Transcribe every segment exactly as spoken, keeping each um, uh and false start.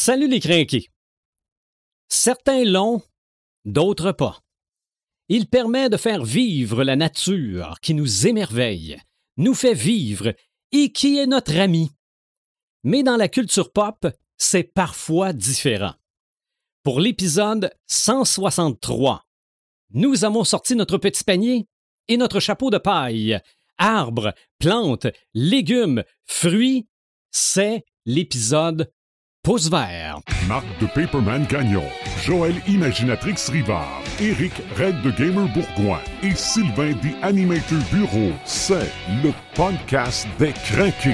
Salut les crinqués. Certains l'ont, d'autres pas. Il permet de faire vivre la nature qui nous émerveille, nous fait vivre et qui est notre ami. Mais dans la culture pop, c'est parfois différent. Pour l'épisode cent soixante-trois, nous avons sorti notre petit panier et notre chapeau de paille. Arbres, plantes, légumes, fruits, c'est l'épisode Pouce vert. Marc de Paperman Gagnon, Joël Imaginatrix Rivard, Éric Red de Gamer Bourgoin et Sylvain des Animator Bureau. C'est le podcast des crinqués.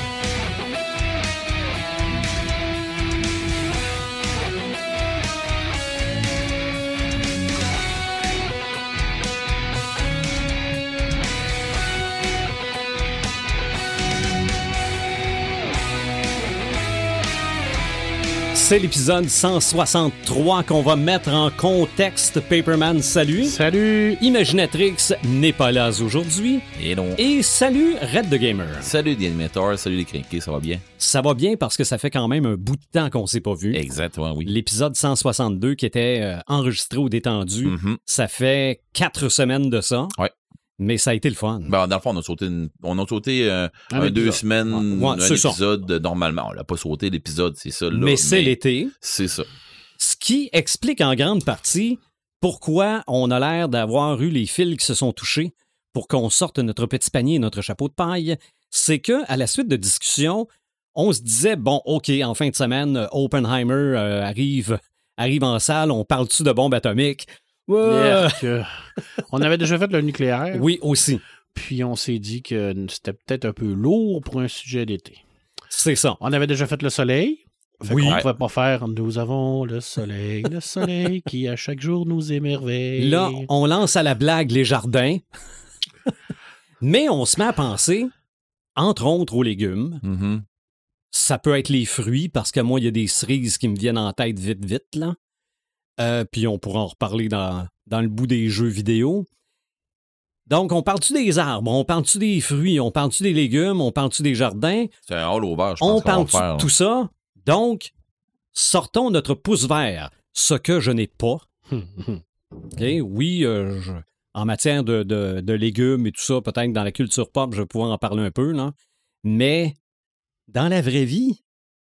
C'est l'épisode cent soixante-trois qu'on va mettre en contexte. Paperman, salut. Salut. Imaginatrix n'est pas là aujourd'hui. Et non. Et salut Red the Gamer. Salut les animateurs, salut les crinqués, ça va bien? Ça va bien parce que ça fait quand même un bout de temps qu'on s'est pas vu. Exactement, oui. L'épisode cent soixante-deux qui était euh, enregistré au détendu, Mm-hmm. ça fait quatre semaines de ça. Ouais. Mais ça a été le fun. Ben, dans le fond, on a sauté, une, on a sauté euh, un, Un deux épisode. semaines, Ouais, un c'est ça. épisode euh, normalement. On l'a pas sauté l'épisode, c'est ça. Là, mais c'est l'été. C'est ça. Ce qui explique en grande partie pourquoi on a l'air d'avoir eu les fils qui se sont touchés pour qu'on sorte notre petit panier et notre chapeau de paille. C'est que à la suite de discussions, on se disait, bon, OK, en fin de semaine, Oppenheimer euh, arrive, arrive en salle, on parle-tu de bombes atomiques? Ouais. Yerk, euh, on avait déjà fait le nucléaire. Oui, aussi. Puis on s'est dit que c'était peut-être un peu lourd pour un sujet d'été. C'est ça. On avait déjà fait le soleil. Fait Oui. qu'on ne pouvait pas faire « Nous avons le soleil, le soleil qui à chaque jour nous émerveille. » Là, on lance à la blague les jardins. Mais on se met à penser, entre autres, aux légumes. Mm-hmm. Ça peut être les fruits, parce que moi, il y a des cerises qui me viennent en tête vite, vite, là. Euh, puis on pourra en reparler dans, dans le bout des jeux vidéo. Donc, on parle-tu des arbres? On parle-tu des fruits? On parle-tu des légumes? On parle-tu des jardins? C'est un all-over, je On pense qu'on va parle-tu faire. de tout ça? Donc, sortons notre pouce vert, ce que je n'ai pas. OK? Oui, euh, je- en matière de, de, de légumes et tout ça, peut-être dans la culture pop, je vais pouvoir en parler un peu, là. Mais dans la vraie vie,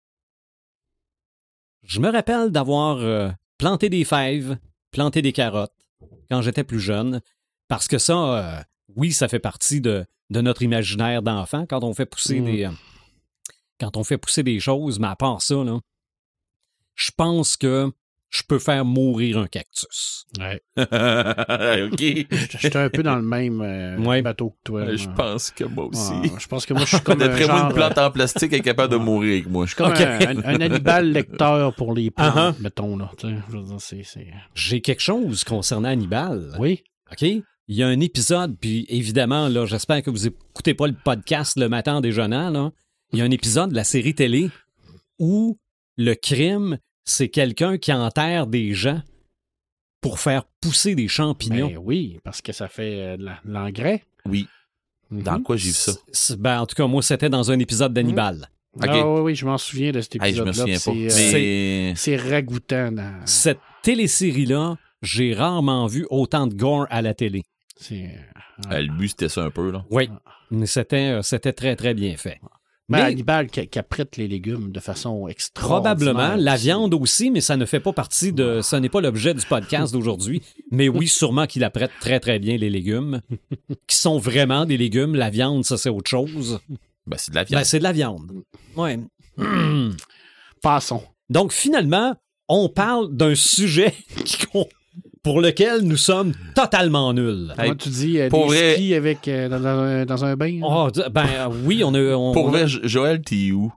je me rappelle d'avoir euh, planté des fèves, planté des carottes quand j'étais plus jeune, parce que ça, euh, oui, ça fait partie de, de notre imaginaire d'enfant quand on fait pousser Mm. des... euh, quand on fait pousser des choses, mais à part ça, là, je pense que je peux faire mourir un cactus. Ouais. OK. J'étais un peu dans le même euh, Ouais. bateau que toi. Je moi. pense que moi aussi. Ouais, je pense que moi, je suis comme un D'après moi, genre... une plante en plastique est capable de mourir avec moi. Je comme Ok. un, un, un Hannibal lecteur pour les plantes, Uh-huh. mettons. Là, tu sais. Je veux dire, c'est, c'est... J'ai quelque chose concernant Hannibal. Oui. OK? Il y a un épisode, puis évidemment, là, j'espère que vous n'écoutez pas le podcast le matin en déjeunant, là. Il y a un épisode de la série télé où le crime, c'est quelqu'un qui enterre des gens pour faire pousser des champignons. Ben oui, parce que ça fait euh, de la- de l'engrais. Oui. Dans Mhm. quoi j'ai vu ça? C'est- ben, en tout cas, moi, c'était dans un épisode d'Hannibal. Ok. Ah oui, oui, je m'en souviens de cet Hey, je épisode-là. me souviens pas. c'est, euh, Mais... c'est ragoûtant. Dans... Cette télésérie-là, j'ai rarement vu autant de gore à la télé. C'est... euh, Euh, le but, c'était ça un peu, là. Oui, mais c'était, euh, c'était très, très bien fait. Ben, Mais Hannibal qui, qui apprête les légumes de façon extraordinaire. probablement, la C'est- viande aussi, mais ça ne fait pas partie de... Ce n'est pas l'objet du podcast d'aujourd'hui. Mais oui, sûrement qu'il apprête très, très bien les légumes, qui sont vraiment des légumes. La viande, ça, c'est autre chose. Ben, c'est de la viande. Ben, c'est de la viande. Ouais. Passons. Donc, finalement, on parle d'un sujet qui- qu'on- pour lequel nous sommes totalement nuls. Comment tu dis, euh, pour des vrai- skis avec, euh, dans, dans un, dans un bain? hein? Oh, d- ben euh, oui, on a... on- Pour on a- vrai, Jo- Joël, t'es où?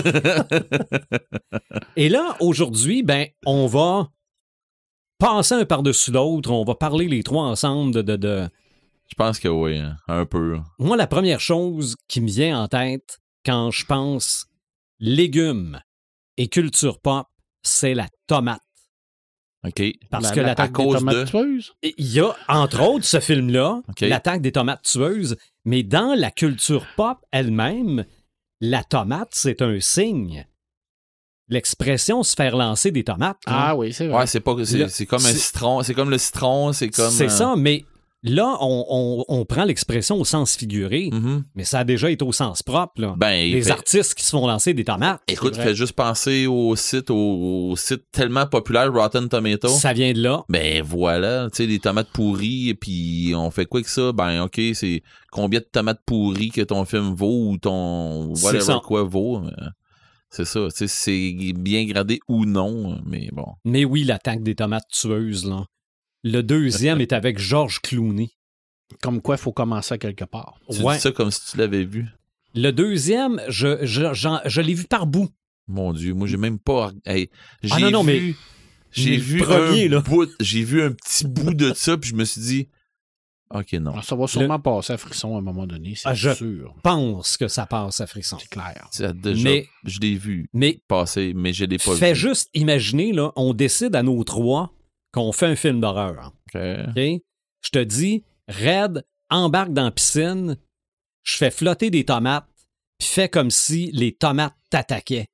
Et là, aujourd'hui, ben, on va passer un par-dessus l'autre. On va parler les trois ensemble de... de, de... Je pense que oui, hein, un peu. Moi, la première chose qui me vient en tête quand je pense légumes et culture pop, c'est la tomate. OK. Parce La- que l'attaque l'attaque à cause des tomates de- tueuses? Il y a, entre autres, ce film-là, OK. l'attaque des tomates tueuses, mais dans la culture pop elle-même, la tomate, c'est un signe. l'expression se faire lancer des tomates. Ah là, oui, c'est vrai. Ouais, c'est pas c'est, Là, c'est comme un c'est- citron, c'est comme le citron, c'est comme c'est euh, ça, mais là, on, on- on prend l'expression au sens figuré, mhm. mais ça a déjà été au sens propre. Là. Ben, il Les fait- artistes qui se font lancer des tomates, écoute, c'est vrai. fais juste penser au site au, au site tellement populaire Rotten Tomatoes. ça vient de là. Ben voilà, tu sais, des tomates pourries, et puis on fait quoi avec ça? Ben ok, c'est combien de tomates pourries que ton film vaut ou ton C'est whatever ça. quoi vaut. mais C'est ça, tu sais, c'est bien gradé ou non, mais bon. Mais oui, l'attaque des tomates tueuses. Là. Le deuxième est avec George Clooney. Comme quoi, il faut commencer à quelque part. Tu Ouais. dis ça comme si tu l'avais vu. Le deuxième, je, je, j'en- je l'ai vu par bout. Mon Dieu, moi j'ai même pas. Hey, j'ai Ah non, non, vu, mais- j'ai mais vu le premier, un là. bout, j'ai vu un petit bout de ça, puis je me suis dit, ok non, Alors, ça va sûrement passer à frisson à un moment donné, c'est Ah, je- sûr. Je pense que ça passe à frisson. C'est clair. Ça a déjà, Mais- je l'ai vu Mais passer, mais je l'ai pas fais vu. juste imaginer, là, on décide à nos trois qu'on fait un film d'horreur. Ok. OK? Je te dis, Red embarque dans la piscine, je fais flotter des tomates, puis fais comme si les tomates t'attaquaient.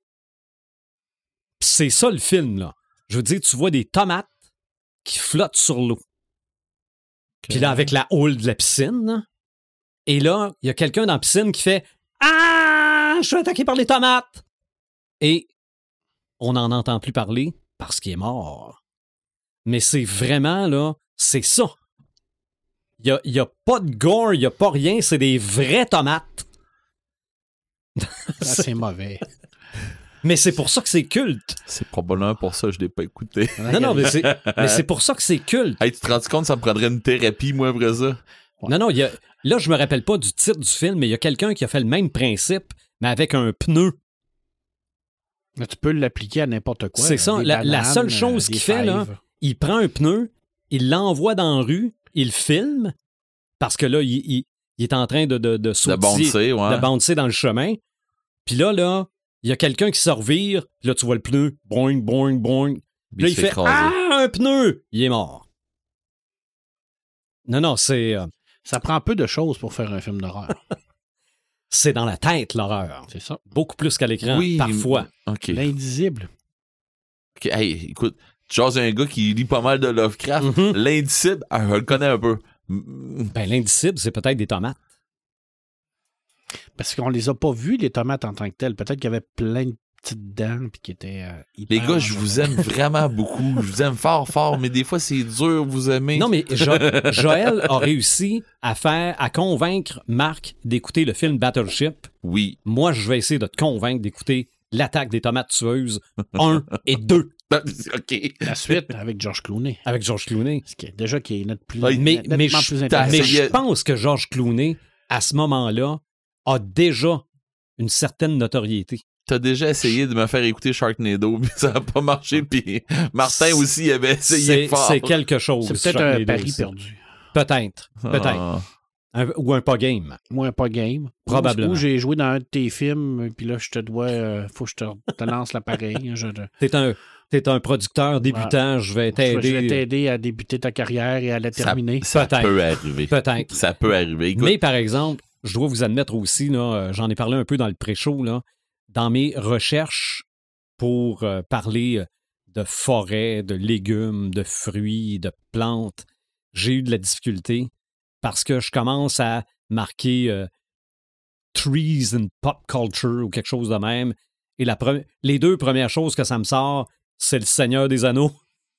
Puis c'est ça le film, là. Je veux dire, tu vois des tomates qui flottent sur l'eau. Puis là, avec la houle de la piscine, là, et là, il y a quelqu'un dans la piscine qui fait « Ah! Je suis attaqué par les tomates! » Et on n'en entend plus parler parce qu'il est mort. Mais c'est vraiment, là, c'est ça. Il n'y a, il y a pas de gore, il n'y a pas rien, c'est des vraies tomates. Ah, c'est mauvais. Mais c'est pour ça que c'est culte. C'est probablement pour ça que je l'ai pas écouté. Non, non, mais c'est, mais c'est pour ça que c'est culte. Hey, tu te rends compte, ça me prendrait une thérapie, moi, après ça? Ouais. Non, non, il y a, là, je me rappelle pas du titre du film, mais il y a quelqu'un qui a fait le même principe, mais avec un pneu. Mais tu peux l'appliquer à n'importe quoi. C'est ça. Des La- la bananes, seule chose euh, qu'il des fait, là, fèves. Il prend un pneu, il l'envoie dans la rue, il filme, parce que là, il, il- il est en train de, de, de De sautiller, bouncer, ouais. de bouncer dans le chemin. Puis là, là, il y a quelqu'un qui se revire, puis là, tu vois le pneu, boing, boing, boing. Puis Là, il il se fait écraser. Ah, un pneu! Il est mort. Non, non, c'est, euh, Ça prend peu de choses pour faire un film d'horreur. c'est dans la tête, l'horreur. C'est ça. Beaucoup plus qu'à l'écran, Oui, parfois. OK. L'indisible. OK, hey, écoute, tu jases un gars qui lit pas mal de Lovecraft. Mhm. L'indicible, ah, je le connais un peu. Mm, Ben, l'indicible, c'est peut-être des tomates. Parce qu'on les a pas vus, les tomates en tant que telles. Peut-être qu'il y avait plein de petites dents puis qui étaient euh, hyper Les gars, je vous aime vraiment beaucoup. Je vous aime fort, fort, mais des fois, c'est dur vous aimer. Non, mais Jo- Joël a réussi à faire, à convaincre Marc d'écouter le film Battleship. Oui. Moi, je vais essayer de te convaincre d'écouter L'attaque des tomates tueuses un et deux OK. La suite avec George Clooney. avec George Clooney. Ce qui est déjà qui est notre plus, Ouais, Mais, nettement mais, je, plus mais intéressant. je pense que George Clooney, à ce moment-là, a déjà une certaine notoriété. T'as déjà essayé de me faire écouter Sharknado, puis ça n'a pas marché, puis Martin aussi avait essayé C'est, fort. c'est quelque chose. C'est peut-être Sharknado un pari aussi. perdu. Peut-être. Peut-être. Ah. Un- ou un pas game. Moi, pas game. Probablement. Ou j'ai joué dans un de tes films, puis là, je te dois... euh, faut que je te, te lance l'appareil. Je, te- T'es un, t'es un producteur débutant, je vais je vais- je vais t'aider. t'aider à débuter ta carrière et à la Ça, terminer. ça Peut-être. peut arriver. Peut-être. Ça peut arriver. Écoute, Mais par exemple, je dois vous admettre aussi, là, euh, j'en ai parlé un peu dans le pré-show, là, dans mes recherches pour euh, parler euh, de forêts, de légumes, de fruits, de plantes, j'ai eu de la difficulté parce que je commence à marquer euh, trees and pop culture ou quelque chose de même. Et la pre- les deux premières choses que ça me sort, c'est le Seigneur des Anneaux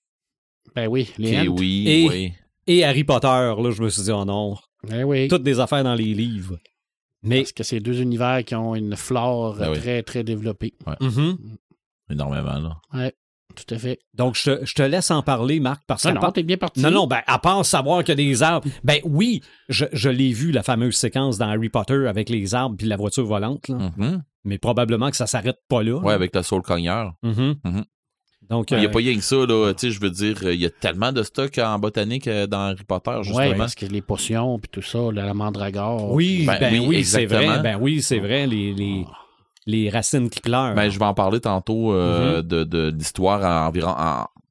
Ben oui, les ok, Ents. oui, Et- oui. et Harry Potter. Là, je me suis dit, oh non, Ben oui. toutes des affaires dans les livres. Mais Parce que c'est deux univers qui ont une flore Ben oui. très, très développée. Mhm. Énormément, là. Ouais, tout à fait. Donc, je te, je te laisse en parler, Marc, parce Non, qu'à non, part- t'es bien parti. non, non, ben, à part savoir qu'il y a des arbres, ben oui, je, je l'ai vu, la fameuse séquence dans Harry Potter avec les arbres puis la voiture volante, là. Mhm. Mais probablement que ça s'arrête pas là. Ouais, avec le Soul Cogneur. Mhm. Mhm. Donc, Il n'y euh, a pas rien que ça, là. Tu sais, je veux dire, il y a tellement de stock en botanique euh, dans Harry Potter, Ouais, justement. parce que les potions puis tout ça, la mandragore. oui, Ben ben, oui, oui, c'est exactement. vrai. Ben oui, c'est vrai, les, les, les racines qui pleurent. Ben, je vais en parler tantôt euh, Mhm. de, de l'histoire en- environ en,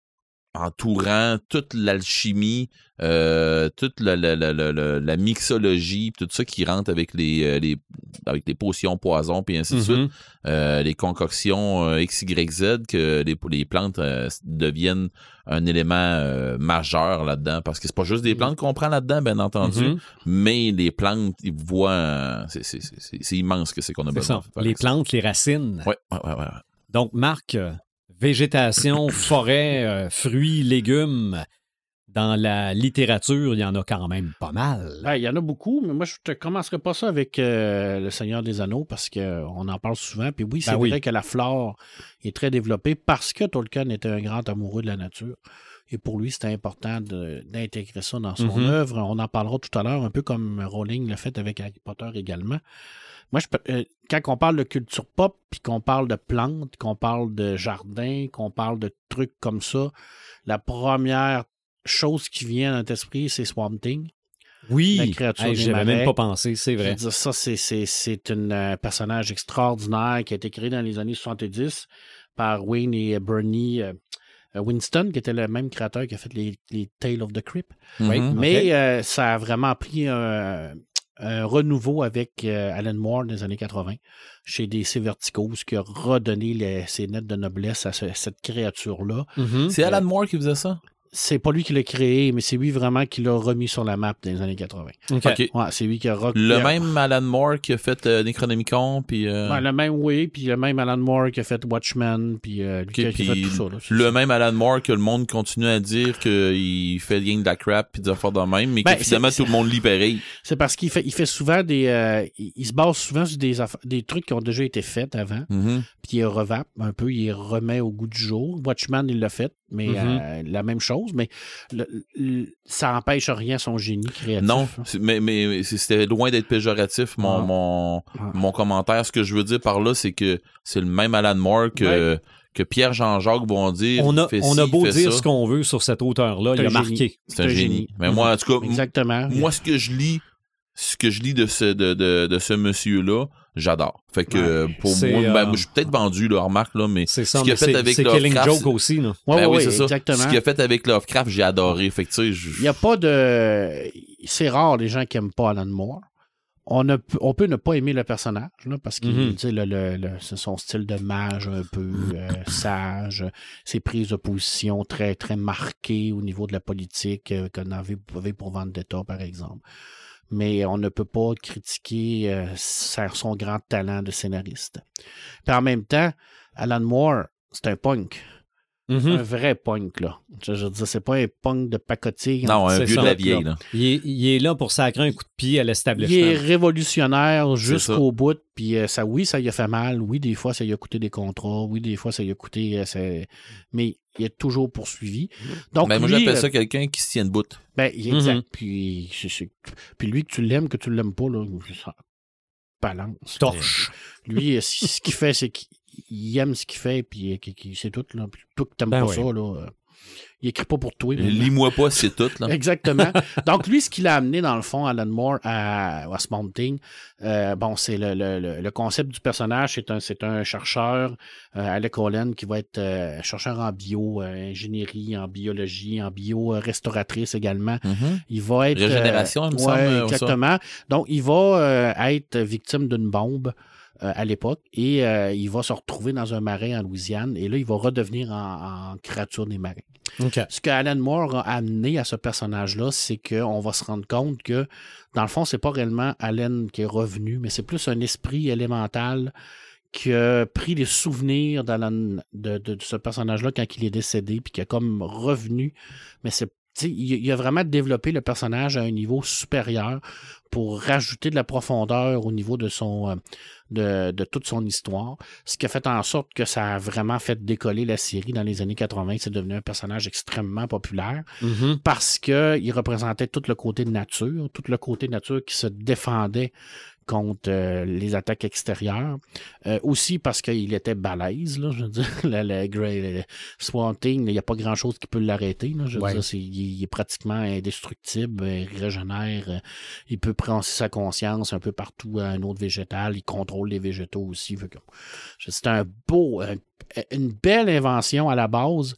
entourant toute l'alchimie, euh, toute la, la, la, la, la, la mixologie, tout ça qui rentre avec les, les, avec les potions poisons, puis ainsi de Mm-hmm. suite. Euh, les concoctions euh, X Y Z, que les, les plantes euh, deviennent un élément euh, majeur là-dedans, parce que c'est pas juste des plantes qu'on prend là-dedans, bien entendu, Mm-hmm. mais les plantes, ils voient, euh, c'est, c'est, c'est, c'est immense que c'est qu'on a C'est besoin. ça. Les plantes, les racines. Ouais, ouais, ouais, ouais. Donc, Marc, euh, végétation, forêt, euh, fruits, légumes, dans la littérature, il y en a quand même pas mal. Ben, il y en a beaucoup, mais moi, je ne commencerai pas ça avec euh, Le Seigneur des Anneaux parce qu'on en parle souvent. Puis oui, c'est Ben vrai oui. que la flore est très développée parce que Tolkien était un grand amoureux de la nature. Et pour lui, c'était important de, d'intégrer ça dans son Mm-hmm. œuvre. On en parlera tout à l'heure, un peu comme Rowling l'a fait avec Harry Potter également. Moi, je peux, euh, quand on parle de culture pop, puis qu'on parle de plantes, qu'on parle de jardin, qu'on parle de trucs comme ça, la première chose qui vient dans notre esprit, c'est Swamp Thing. Oui, La créature hey, des j'avais marais. même pas pensé, c'est Je veux vrai. dire, ça, c'est, c'est, c'est un euh, personnage extraordinaire qui a été créé dans les années soixante-dix par Wayne et Bernie euh, Winston, qui était le même créateur qui a fait les, les Tales of the Crypt. Oui, Mhm. Mais OK. euh, ça a vraiment pris un, un renouveau avec euh, Alan Moore des années quatre-vingt chez D C Vertigo, ce qui a redonné les, ses lettres de noblesse à, ce- à cette créature-là. Mhm. C'est Alan Moore qui faisait ça? C'est pas lui qui l'a créé, mais c'est lui vraiment qui l'a remis sur la map dans les années quatre-vingt. OK. OK. Ouais, c'est lui qui a... rock- Le il a- même Alan Moore qui a fait euh, Necronomicon, puis... euh, Ouais, le même, oui, puis le même Alan Moore qui a fait Watchmen, puis euh, lui OK, qui, a, qui a fait puis tout ça. Là. C'est le ça. même Alan Moore que le monde continue à dire qu'il fait rien de la crap puis des affaires de même, mais Ben, que finalement c'est- tout le monde lit pareil. C'est parce qu'il fait, il fait souvent des... euh, il, il se base souvent sur des, affa- des trucs qui ont déjà été faits avant, Mhm. puis il revape un peu, il les remet au goût du jour. Watchmen, il l'a fait, mais Mhm. euh, la même chose, mais le- le- ça n'empêche rien son génie créatif. Non, là. c'est- mais, mais mais c'était loin d'être péjoratif, mon, Ah. mon, Ah. mon commentaire. Ce que je veux dire par là, c'est que c'est le même Alan Moore que, que Pierre Jean-Jacques vont dire. On a, il fait on ci, a il beau fait dire ça. ce qu'on veut sur cet auteur-là, C'est il a un marqué. génie. C'est un génie. Mais Mhm. moi, en tout cas, m- Exactement. moi, ce que je lis, ce que je lis de ce, de, de, de ce monsieur-là, j'adore. Fait que Ouais. euh, pour C'est, moi, ben, euh, moi, je suis peut-être vendu, là, remarque, là, mais C'est ça, ce qu'il a mais fait c'est, avec c'est Killing Lovecraft, Joke aussi. Là. Ouais, ben ouais, oui, ouais, c'est ça. exactement. Ce qu'il a fait avec Lovecraft, j'ai adoré. Fait que, tu sais, je- Il n'y a pas de... C'est rare les gens qui n'aiment pas Alan Moore. On, ne peut- on peut ne pas aimer le personnage, là, parce que Mhm. tu sais, le, le, le- c'est son style de mage un peu euh, sage, ses prises de position très, très marquées au niveau de la politique, euh, qu'on avait, avait pour Vendetta, par exemple. Mais on ne peut pas critiquer euh, sa- son grand talent de scénariste. Puis en même temps, Alan Moore, c'est un punk. Mhm. Un vrai punk, là. Je, je veux dire, c'est pas un punk de pacotille. non, un c'est vieux ça, de la là. vieille, là. Il, est, il est là pour sacrer un coup de pied à Il est l'establishment. révolutionnaire C'est jusqu'au bout. Puis euh, ça, oui, ça lui a fait mal. Oui, des fois, ça lui a coûté des contrats. Oui, des fois, ça lui a coûté... euh, c'est- mais il est toujours poursuivi. Donc, Ben, moi, lui, j'appelle euh, ça quelqu'un qui se tient debout. ben, exact. Mhm. Puis, c'est- c'est- puis lui, que tu l'aimes, que tu l'aimes pas, là, ça balance. Torche. Lui, euh, ce ce qu'il fait, c'est qu'il aime ce qu'il fait, puis euh, qu'il- qu'il- c'est tout. Là. Puis toi que t'aimes Ben pas oui. ça, là, euh, il écrit pas pour toi. mais- Lis-moi pas, c'est tout, là. Exactement. Donc, lui, ce qu'il a amené, dans le fond, Alan Moore à, à Swamp Thing, euh, bon, c'est le, le, le, le concept du personnage, c'est un, c'est un chercheur, euh, Alec Holland, qui va être euh, chercheur en bio, euh, ingénierie, en biologie, en bio-restauratrice également. Mhm. Il va être... Régénération, il me ouais, semble, euh, ça. exactement. Donc, il va euh, être victime d'une bombe euh, à l'époque et euh, il va se retrouver dans un marais en Louisiane et là, il va redevenir en, en créature des marais. OK. Ce que Alan Moore a amené à ce personnage-là, c'est qu'on va se rendre compte que, dans le fond, c'est pas réellement Alan qui est revenu, mais c'est plus un esprit élémental qui a pris les souvenirs d'Alan, de, de, de ce personnage-là quand il est décédé, puis qui a comme revenu. Mais c'est, tu sais, il, il a vraiment développé le personnage à un niveau supérieur pour rajouter de la profondeur au niveau de son... euh, De, de toute son histoire, ce qui a fait en sorte que ça a vraiment fait décoller la série dans les années quatre-vingt. C'est devenu un personnage extrêmement populaire Mhm. parce qu'il représentait tout le côté de nature, tout le côté de nature qui se défendait contre euh, les attaques extérieures. Euh, aussi parce qu'il était balèze, là, je veux dire, le, le, le, le Swamp Thing, il n'y a pas grand-chose qui peut l'arrêter. Là, je veux Ouais. dire, c'est, il, il est pratiquement indestructible, il régénère, euh, il peut prendre sa conscience un peu partout à un autre végétal, il contrôle les végétaux aussi. Fait que, c'est un beau, un- une belle invention à la base,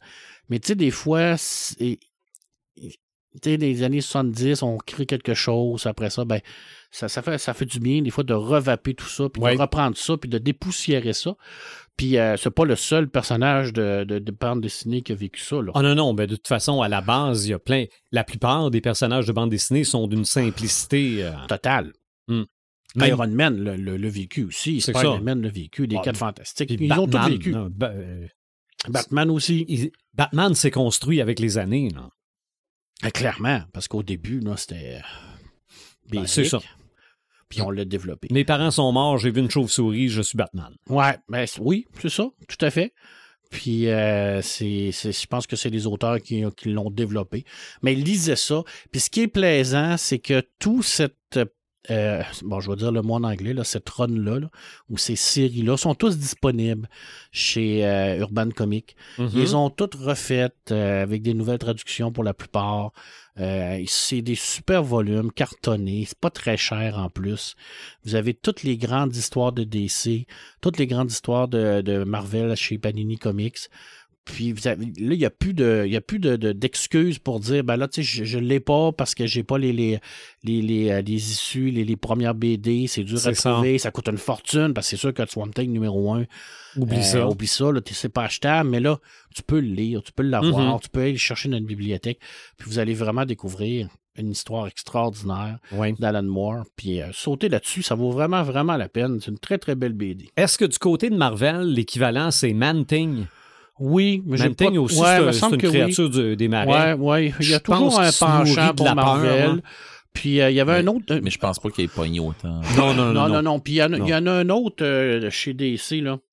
Mais tu sais, des fois, c'est... Tu sais, dans les années soixante-dix, on crée quelque chose. Après ça, ben, ça, ça, fait, ça fait du bien, des fois, de revaper tout ça, puis ouais. de reprendre ça, puis de dépoussiérer ça. Puis euh, c'est pas le seul personnage de, de, de bande dessinée qui a vécu ça. Là. Ah non, non, ben de toute façon, à la base, il y a plein... La plupart des personnages de bande dessinée sont d'une simplicité... Euh... Totale. Mm. Iron Man l'a, l'a, l'a vécu aussi. Spider-Man l'a vécu. Les ah, quatre Fantastiques. Ils Batman, ont tous vécu. Non, ba- euh... Batman aussi. Il... Batman s'est construit avec les années, là. Ah, clairement, parce qu'au début, là, c'était ben, c'est ça. Puis on l'a développé. Mes parents sont morts, j'ai vu une chauve-souris, je suis Batman. Ouais, ben, oui, c'est ça, tout à fait. Puis euh, c'est, c'est, je pense que c'est les auteurs qui, qui l'ont développé. Mais ils lisaient ça. Puis ce qui est plaisant, c'est que tout cette... Euh, bon, je vais dire le mot en anglais, là, cette run-là, là, ou ces séries-là, sont tous disponibles chez euh, Urban Comics. Mm-hmm. Ils ont toutes refaites euh, avec des nouvelles traductions pour la plupart. Euh, c'est des super volumes cartonnés. C'est pas très cher en plus. Vous avez toutes les grandes histoires de D C, toutes les grandes histoires de, de Marvel chez Panini Comics. Puis vous avez, là, il n'y a plus de, il y a plus de, de, d'excuses pour dire ben là, tu sais, je ne l'ai pas parce que j'ai pas les, les, les, les, les issues, les, les premières B D, c'est dur c'est à trouver, ça. ça coûte une fortune, parce que c'est sûr que Swamp Thing numéro un, oublie euh, ça. Oublie ça, là, c'est pas achetable, mais là, tu peux le lire, tu peux l'avoir, mm-hmm. tu peux aller le chercher dans une bibliothèque, puis vous allez vraiment découvrir une histoire extraordinaire oui. d'Alan Moore, puis euh, sauter là-dessus, ça vaut vraiment, vraiment la peine. C'est une très, très belle B D. Est-ce que du côté de Marvel, l'équivalent, c'est Man-Thing? Oui, mais j'ai pas... aussi, ouais, c'est, c'est une créature oui. du, des marais. Oui, oui. Il y a je toujours un penchant pour Marvel. Peur, hein? Puis euh, il y avait ouais, un autre... Mais je pense pas qu'il ait pogné autant. Non, non, non. Non, non, non. Puis il y, y en a un autre euh, chez D C, là.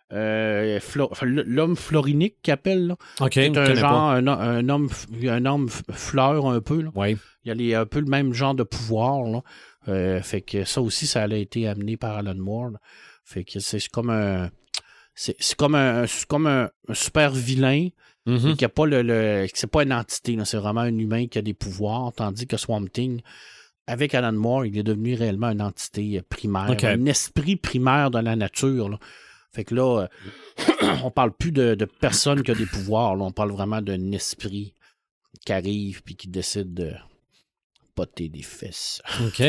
Euh, Flo... L'homme florinique qu'il appelle, là. OK. C'est un genre, un, un, homme, un homme fleur un peu, là. Oui. Il y a les, un peu le même genre de pouvoir, là. Euh, fait que ça aussi, ça a été amené par Alan Moore, là. Fait que c'est comme un... C'est, c'est comme un, c'est comme un, un super vilain, mm-hmm. qui a pas le, le c'est pas une entité, là, c'est vraiment un humain qui a des pouvoirs, tandis que Swamp Thing, avec Alan Moore, il est devenu réellement une entité primaire, okay. un esprit primaire de la nature. Là. Fait que là, euh, on parle plus de, de personne qui a des pouvoirs, là, on parle vraiment d'un esprit qui arrive puis qui décide de poter des fesses. OK.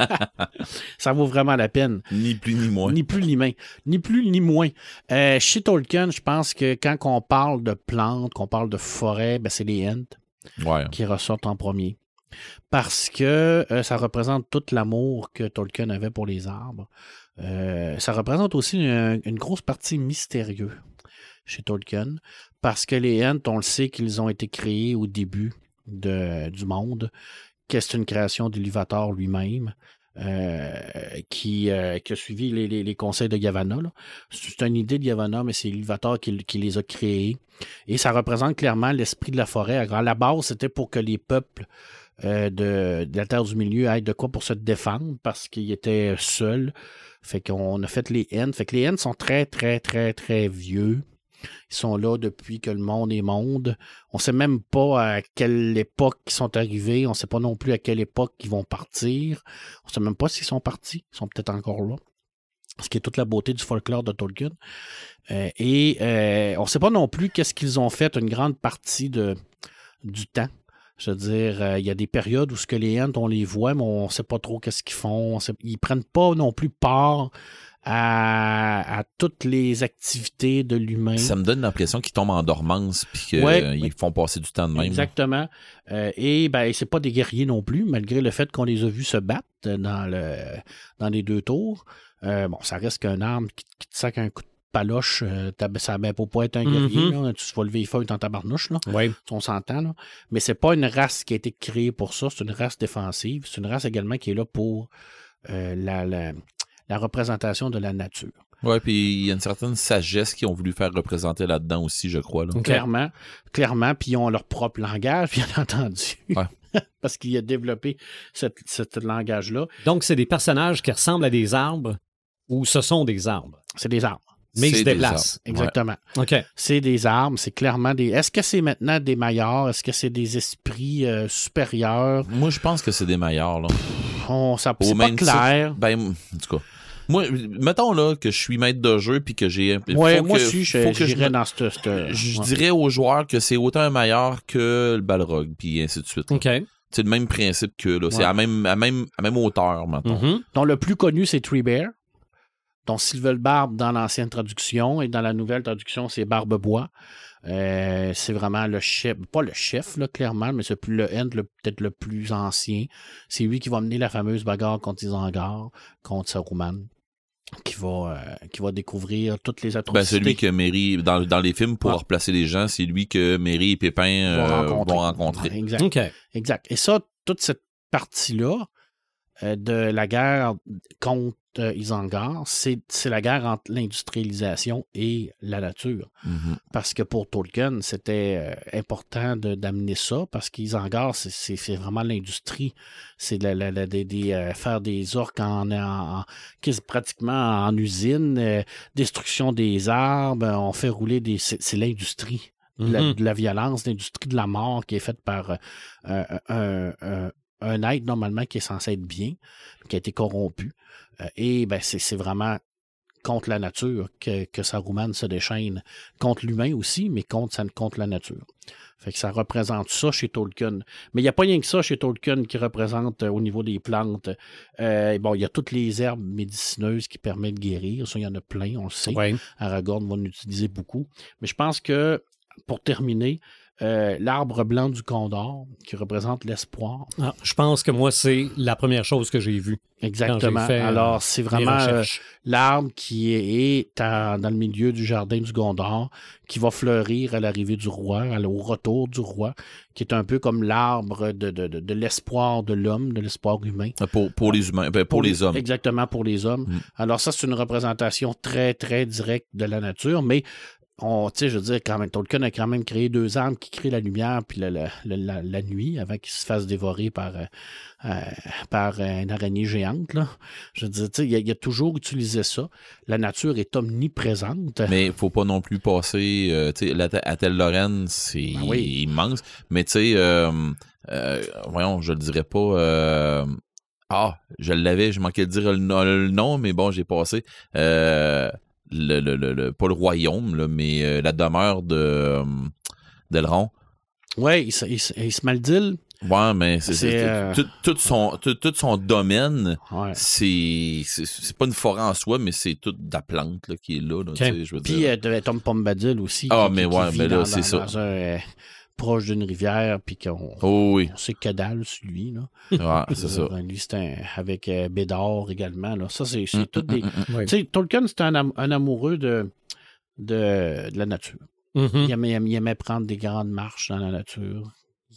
Ça vaut vraiment la peine. Ni plus ni moins. Ni plus ni moins. Ni plus ni moins. Euh, chez Tolkien, je pense que quand on parle de plantes, qu'on parle de forêt, ben c'est les Ents ouais. qui ressortent en premier. Parce que euh, ça représente tout l'amour que Tolkien avait pour les arbres. Euh, ça représente aussi une, une grosse partie mystérieuse chez Tolkien. Parce que les Ents, on le sait qu'ils ont été créés au début de, du monde, que c'est une création d'Ilúvatar lui-même, euh, qui, euh, qui a suivi les, les, les conseils de Yavanna. Là. C'est une idée de Yavanna, mais c'est Ilúvatar qui, qui les a créés. Et ça représente clairement l'esprit de la forêt. À la base, c'était pour que les peuples euh, de, de la Terre du Milieu aient de quoi pour se défendre, parce qu'ils étaient seuls. Fait qu'on a fait les Ents. Fait que les Ents sont très, très, très, très vieux. Ils sont là depuis que le monde est monde. On ne sait même pas à quelle époque ils sont arrivés. On ne sait pas non plus à quelle époque ils vont partir. On ne sait même pas s'ils sont partis. Ils sont peut-être encore là. Ce qui est toute la beauté du folklore de Tolkien. Euh, et euh, on ne sait pas non plus qu'est-ce qu'ils ont fait une grande partie de, du temps. Je veux dire, euh, il y a des périodes où ce que les Ents, on les voit, mais on ne sait pas trop qu'est-ce qu'ils font. Sait, ils ne prennent pas non plus part À, à toutes les activités de l'humain. Ça me donne l'impression qu'ils tombent en dormance puis qu'ils ouais, euh, oui. font passer du temps de même. Exactement. Euh, et ben c'est pas des guerriers non plus, malgré le fait qu'on les a vus se battre dans le dans les deux tours. Euh, bon, ça reste qu'un arme qui, qui te sac un coup de paloche, euh, ça ne peut pas être un guerrier. Mm-hmm. Là, tu vas lever les feuilles dans ta barnouche. Là. Oui. On s'entend. Là. Mais c'est pas une race qui a été créée pour ça. C'est une race défensive. C'est une race également qui est là pour euh, la... la la représentation de la nature. Oui, puis il y a une certaine sagesse qu'ils ont voulu faire représenter là-dedans aussi, je crois. Là. Okay. Clairement, clairement, puis ils ont leur propre langage, bien entendu. Ouais. Parce qu'il a développé cette, cette langage-là. Donc, c'est des personnages qui ressemblent à des arbres ou ce sont des arbres? C'est des arbres. Mais c'est ils se déplacent. Exactement. Ouais. OK. C'est des arbres, c'est clairement des... Est-ce que c'est maintenant des maillards? Est-ce que c'est des esprits euh, supérieurs? Moi, je pense que c'est des maillards, là. On, ça, c'est pas clair. Ben, en tout cas... Moi, mettons là que je suis maître de jeu puis que j'ai... Ouais, faut moi que, aussi, je, faut que j'irais je, dans cette... cette je ouais. dirais aux joueurs que c'est autant un meilleur que le Balrog, puis ainsi de suite. Là. OK. C'est le même principe que là. Ouais. C'est à même, à même, à même hauteur, maintenant. Mm-hmm. dont le plus connu, c'est Tree Bear, dont Sylvelbarbe dans l'ancienne traduction, et dans la nouvelle traduction, c'est Barbebois. Euh, c'est vraiment le chef, pas le chef, là, clairement, mais c'est le end, le, peut-être le plus ancien. C'est lui qui va mener la fameuse bagarre contre Isengard, contre Saruman, qui va, euh, qui va découvrir toutes les atrocités. Ben, c'est lui que Merry, dans, dans les films, pour ah. replacer les gens, c'est lui que Merry et Pépin euh, vont rencontrer. Vont rencontrer. Ouais, exact. Okay. Exact. Et ça, toute cette partie-là euh, de la guerre contre euh, Isengard, c'est, c'est la guerre entre l'industrialisation et la nature. Mm-hmm. Parce que pour Tolkien, c'était euh, important de, d'amener ça, parce qu'Isengard, c'est, c'est, c'est vraiment l'industrie. C'est de, la, la, de, de, euh, faire des orques en, en, en pratiquement en usine, euh, destruction des arbres, on fait rouler des... C'est, c'est l'industrie. De la, de la violence, l'industrie de la mort qui est faite par euh, un, un, un, un être normalement qui est censé être bien, qui a été corrompu. Euh, et ben c'est, c'est vraiment contre la nature que, que Saruman se déchaîne. Contre l'humain aussi, mais contre, contre la nature. Fait que ça représente ça chez Tolkien. Mais il n'y a pas rien que ça chez Tolkien qui représente euh, au niveau des plantes. Euh, bon, il y a toutes les herbes médicineuses qui permettent de guérir. Ça, il y en a plein, on le sait. Ouais. Aragorn va en utiliser beaucoup. Mais je pense que pour terminer, euh, l'arbre blanc du Condor, qui représente l'espoir. Ah, je pense que moi, c'est la première chose que j'ai vue. Exactement. J'ai fait, Alors, euh, c'est vraiment euh, l'arbre qui est, est à, dans le milieu du jardin du Gondor, qui va fleurir à l'arrivée du roi, au retour du roi, qui est un peu comme l'arbre de, de, de, de l'espoir de l'homme, de l'espoir humain. Pour, pour les humains, ben, pour, pour les, les hommes. Exactement, pour les hommes. Mm. Alors, ça, c'est une représentation très, très directe de la nature, mais on, tu sais, je veux dire, quand même, Tolkien a quand même créé deux arbres qui créent la lumière puis la, la, la, la nuit avant qu'ils se fassent dévorer par, euh, par une araignée géante, là. Je veux dire, tu sais, il, il a toujours utilisé ça. La nature est omniprésente. Mais il faut pas non plus passer, euh, tu sais, la Athel Lorraine, c'est ah oui. immense. Mais tu sais, euh, euh, voyons, je le dirais pas... Euh, ah, je l'avais, je manquais de dire le, le nom, mais bon, j'ai passé... Euh, Le, le, le, le, pas le royaume, là, mais euh, la demeure de euh, d'Elrond. Oui, Ismaldil. Ouais, mais c'est, c'est, c'est euh... tout, tout, son, tout, tout son domaine, ouais. c'est, c'est c'est pas une forêt en soi, mais c'est toute de la plante là, qui est là. là okay. tu sais, je veux Puis dire. euh, Tom Bombadil aussi. Ah, qui, mais qui, ouais, qui mais là, dans, c'est dans, ça. Dans un, euh, proche d'une rivière, puis qu'on oh, oui. on sait que dalle sur lui. Là. Ouais, c'est ça. Lui, c'est un, avec euh, Bédard également. Là. Ça, c'est, c'est mm, tout mm, des... mm, mm. Tu sais, Tolkien, c'était un, am- un amoureux de, de, de la nature. Mm-hmm. Il, aimait, il aimait prendre des grandes marches dans la nature.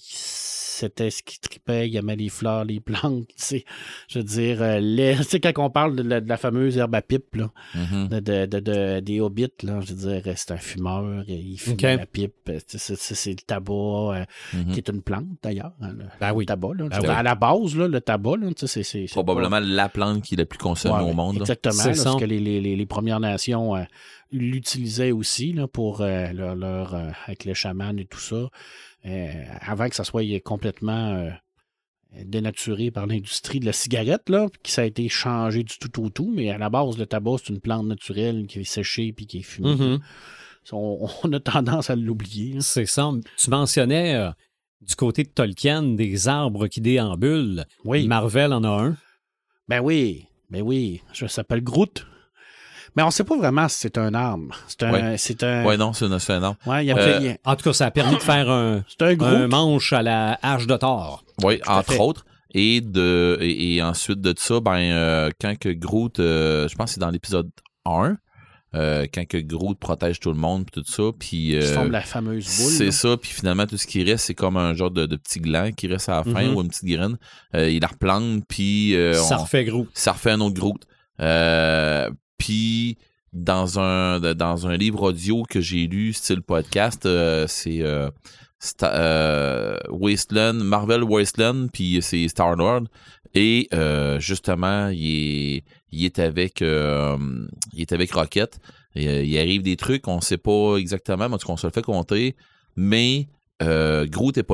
C'était ce qui tripait, il aimait les fleurs, les plantes, tu sais. Je veux dire, euh, les, tu sais, quand on parle de la, de la fameuse herbe à pipe, là, mm-hmm. de, de, de, de, des hobbits, là, je veux dire, c'est un fumeur, il fume okay. la pipe, c'est, c'est, c'est le tabac, euh, mm-hmm. qui est une plante, d'ailleurs, hein, le, ben oui. le tabac, là. Ben oui. À la base, là, le tabac, là, tu sais, c'est, c'est, c'est probablement pas... la plante qui est la plus consommée ouais, au monde. Exactement, là, parce que les, les, les, les Premières Nations euh, l'utilisaient aussi, là, pour euh, leur, leur euh, avec les chamans et tout ça. Euh, avant que ça soit complètement euh, dénaturé par l'industrie de la cigarette, là, puis ça a été changé du tout au tout, mais à la base, le tabac, c'est une plante naturelle qui est séchée puis qui est fumée. Mm-hmm. On, on a tendance à l'oublier. Hein. C'est ça. Tu mentionnais euh, du côté de Tolkien des arbres qui déambulent. Oui. Marvel en a un. Ben oui, ben oui. Ça s'appelle Groot. Mais on ne sait pas vraiment si c'est un arbre. C'est un. Ouais, c'est un... ouais non, c'est un, c'est un arbre. Ouais, il y a euh, fait... En tout cas, ça a permis de faire un, c'est un, un manche à la hache de Thor. Oui, entre autres. Et, de, et, et ensuite de ça, ben, euh, quand que Groot, euh, je pense que c'est dans l'épisode un, euh, quand que Groot protège tout le monde puis tout ça, puis... Euh, il forme la fameuse boule. C'est là. ça, puis finalement, tout ce qui reste, c'est comme un genre de, de petit gland qui reste à la fin, mm-hmm. ou une petite graine. Euh, il la replante, puis... Euh, ça on, refait Groot. Ça refait un autre Groot. Euh, puis... Dans un, dans un livre audio que j'ai lu, style podcast, euh, c'est euh, Sta- euh, Wasteland, Marvel Wasteland, puis c'est Star-Lord. Et euh, justement, il est, il est avec euh, il est avec Rocket. Et, euh, il arrive des trucs, on sait pas exactement, mais en tout cas, on se le fait compter. Mais euh, Groot est pas là.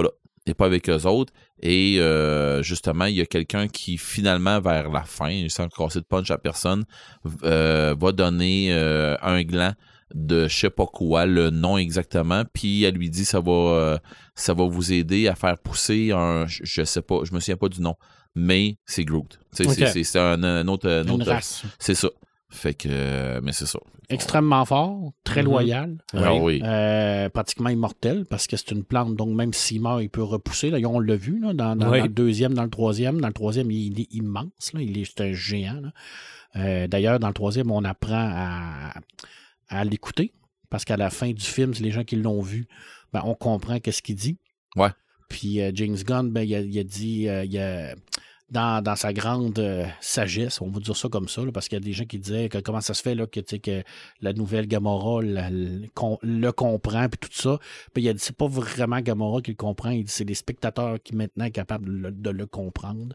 n'est pas avec eux autres. Et euh, justement, il y a quelqu'un qui, finalement, vers la fin, sans casser de punch à personne, euh, va donner euh, un gland de je sais pas quoi, le nom exactement, puis elle lui dit ça va euh, ça va vous aider à faire pousser un, je, je sais pas, je me souviens pas du nom, mais c'est Groot. Okay. C'est, c'est, c'est un, un autre, un autre Une race. C'est ça. Fait que, euh, mais c'est ça. Extrêmement fort, très mm-hmm. loyal. Alors, oui. Euh, pratiquement immortel, parce que c'est une plante, donc même s'il meurt, il peut repousser. Là, on l'a vu là, dans, dans, oui. dans le deuxième, dans le troisième. Dans le troisième, il, il est immense. Là, il est, c'est un géant. Là. Euh, d'ailleurs, dans le troisième, on apprend à, à l'écouter, parce qu'à la fin du film, c'est les gens qui l'ont vu, ben, on comprend qu'est-ce qu'il dit. Ouais. Puis euh, James Gunn, ben, il, a, il a dit... Euh, il a, Dans, dans sa grande euh, sagesse, on va dire ça comme ça, là, parce qu'il y a des gens qui disaient que comment ça se fait là, que, que la nouvelle Gamora la, le, le comprend, puis tout ça. Puis il a dit c'est pas vraiment Gamora qui le comprend, il dit c'est les spectateurs qui maintenant sont capables de le, de le comprendre.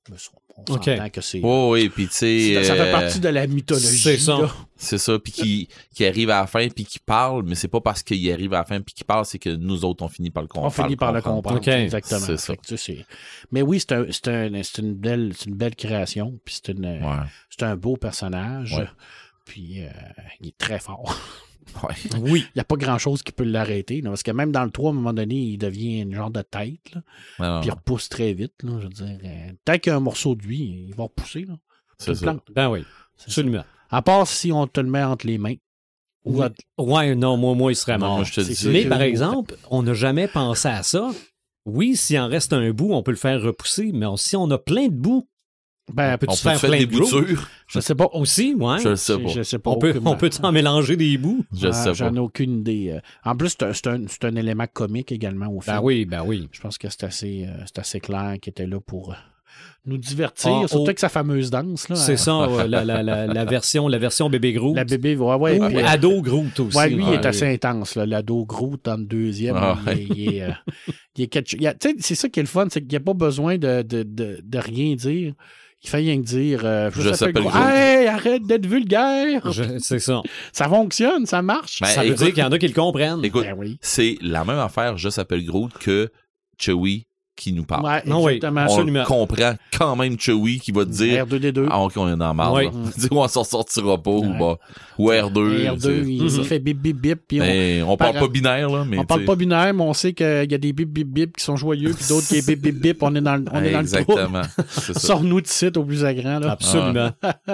On okay. s'entend que c'est... Oh oui, puis tu sais... Ça, ça fait euh, partie de la mythologie. C'est ça. Là. C'est ça, puis qui, qui arrive à la fin, puis qui parle, mais c'est pas parce qu'il arrive à la fin, puis qu'il parle, c'est que nous autres, on finit par le comprendre. On finit par le comprendre, okay. exactement. C'est ça. Fait que, tu sais, c'est... Mais oui, c'est, un, c'est, un, c'est, une belle, c'est une belle création, puis c'est, une, ouais. c'est un beau personnage, ouais. puis euh, il est très fort. Ouais. Oui. Il n'y a pas grand-chose qui peut l'arrêter. Là, parce que même dans le trois, à un moment donné, il devient une genre de tête. Là, non, puis il non. repousse très vite. Là, je veux dire, euh, tant qu'il y a un morceau de lui, il va repousser. Là. C'est ça. Ben oui, c'est absolument. Ça. À part si on te le met entre les mains. Ou à... Ouais, non, moi, moi, il serait mort. Non, moi, je te dis. Mais par exemple, on n'a jamais pensé à ça. Oui, s'il en reste un bout, on peut le faire repousser, mais si on a plein de bouts, ben, peux-tu on faire peut plein des de boutures? boutures? Je sais pas. Aussi, ouais. Je le sais pas. Je sais pas. On peut, on peut en mélanger des bouts? Je ah, sais j'en pas. ai aucune idée. En plus, c'est un, c'est, un, c'est un élément comique également au film. Ben oui, ben oui. Je pense que c'est assez, euh, c'est assez clair qu'il était là pour... Euh, nous divertir, ah, surtout oh, avec sa fameuse danse. Là, c'est hein. ça, ouais, la, la, la, la, version, la version bébé Groot. La bébé, ouais, ouais. Ou puis, ado Groot aussi. Ouais, lui, ouais, il est assez intense. Là. L'ado Groot dans le deuxième, ah, il, est, il, est, euh, il est quelque... il a, c'est ça qui est le fun, c'est qu'il n'y a pas besoin de, de, de, de rien dire. Il fait rien que dire euh, je, je s'appelle Groot. Hey, arrête d'être vulgaire! Je, c'est ça. Ça fonctionne, ça marche. Ben, ça veut écoute, dire qu'il y en a qui le comprennent. Ben Écoute, oui. c'est la même affaire, je s'appelle Groot, que Chewie qui nous parle. Ouais, non, exactement. Oui, on absolument. comprend quand même Chewie qui va te dire R deux D deux. ah ok, on est dans la marde. Oui. Dis on s'en sortira pas ouais. ou, bah, ou R deux. R deux, il, il fait bip bip bip. Puis on, mais on parle pas binaire là. Mais on parle pas binaire, mais on sait qu'il y a des bip bip bip qui sont joyeux, puis d'autres qui est bip bip bip. On est dans, on est dans exactement. le trou. Sors-nous de site au plus grand. Là. Absolument.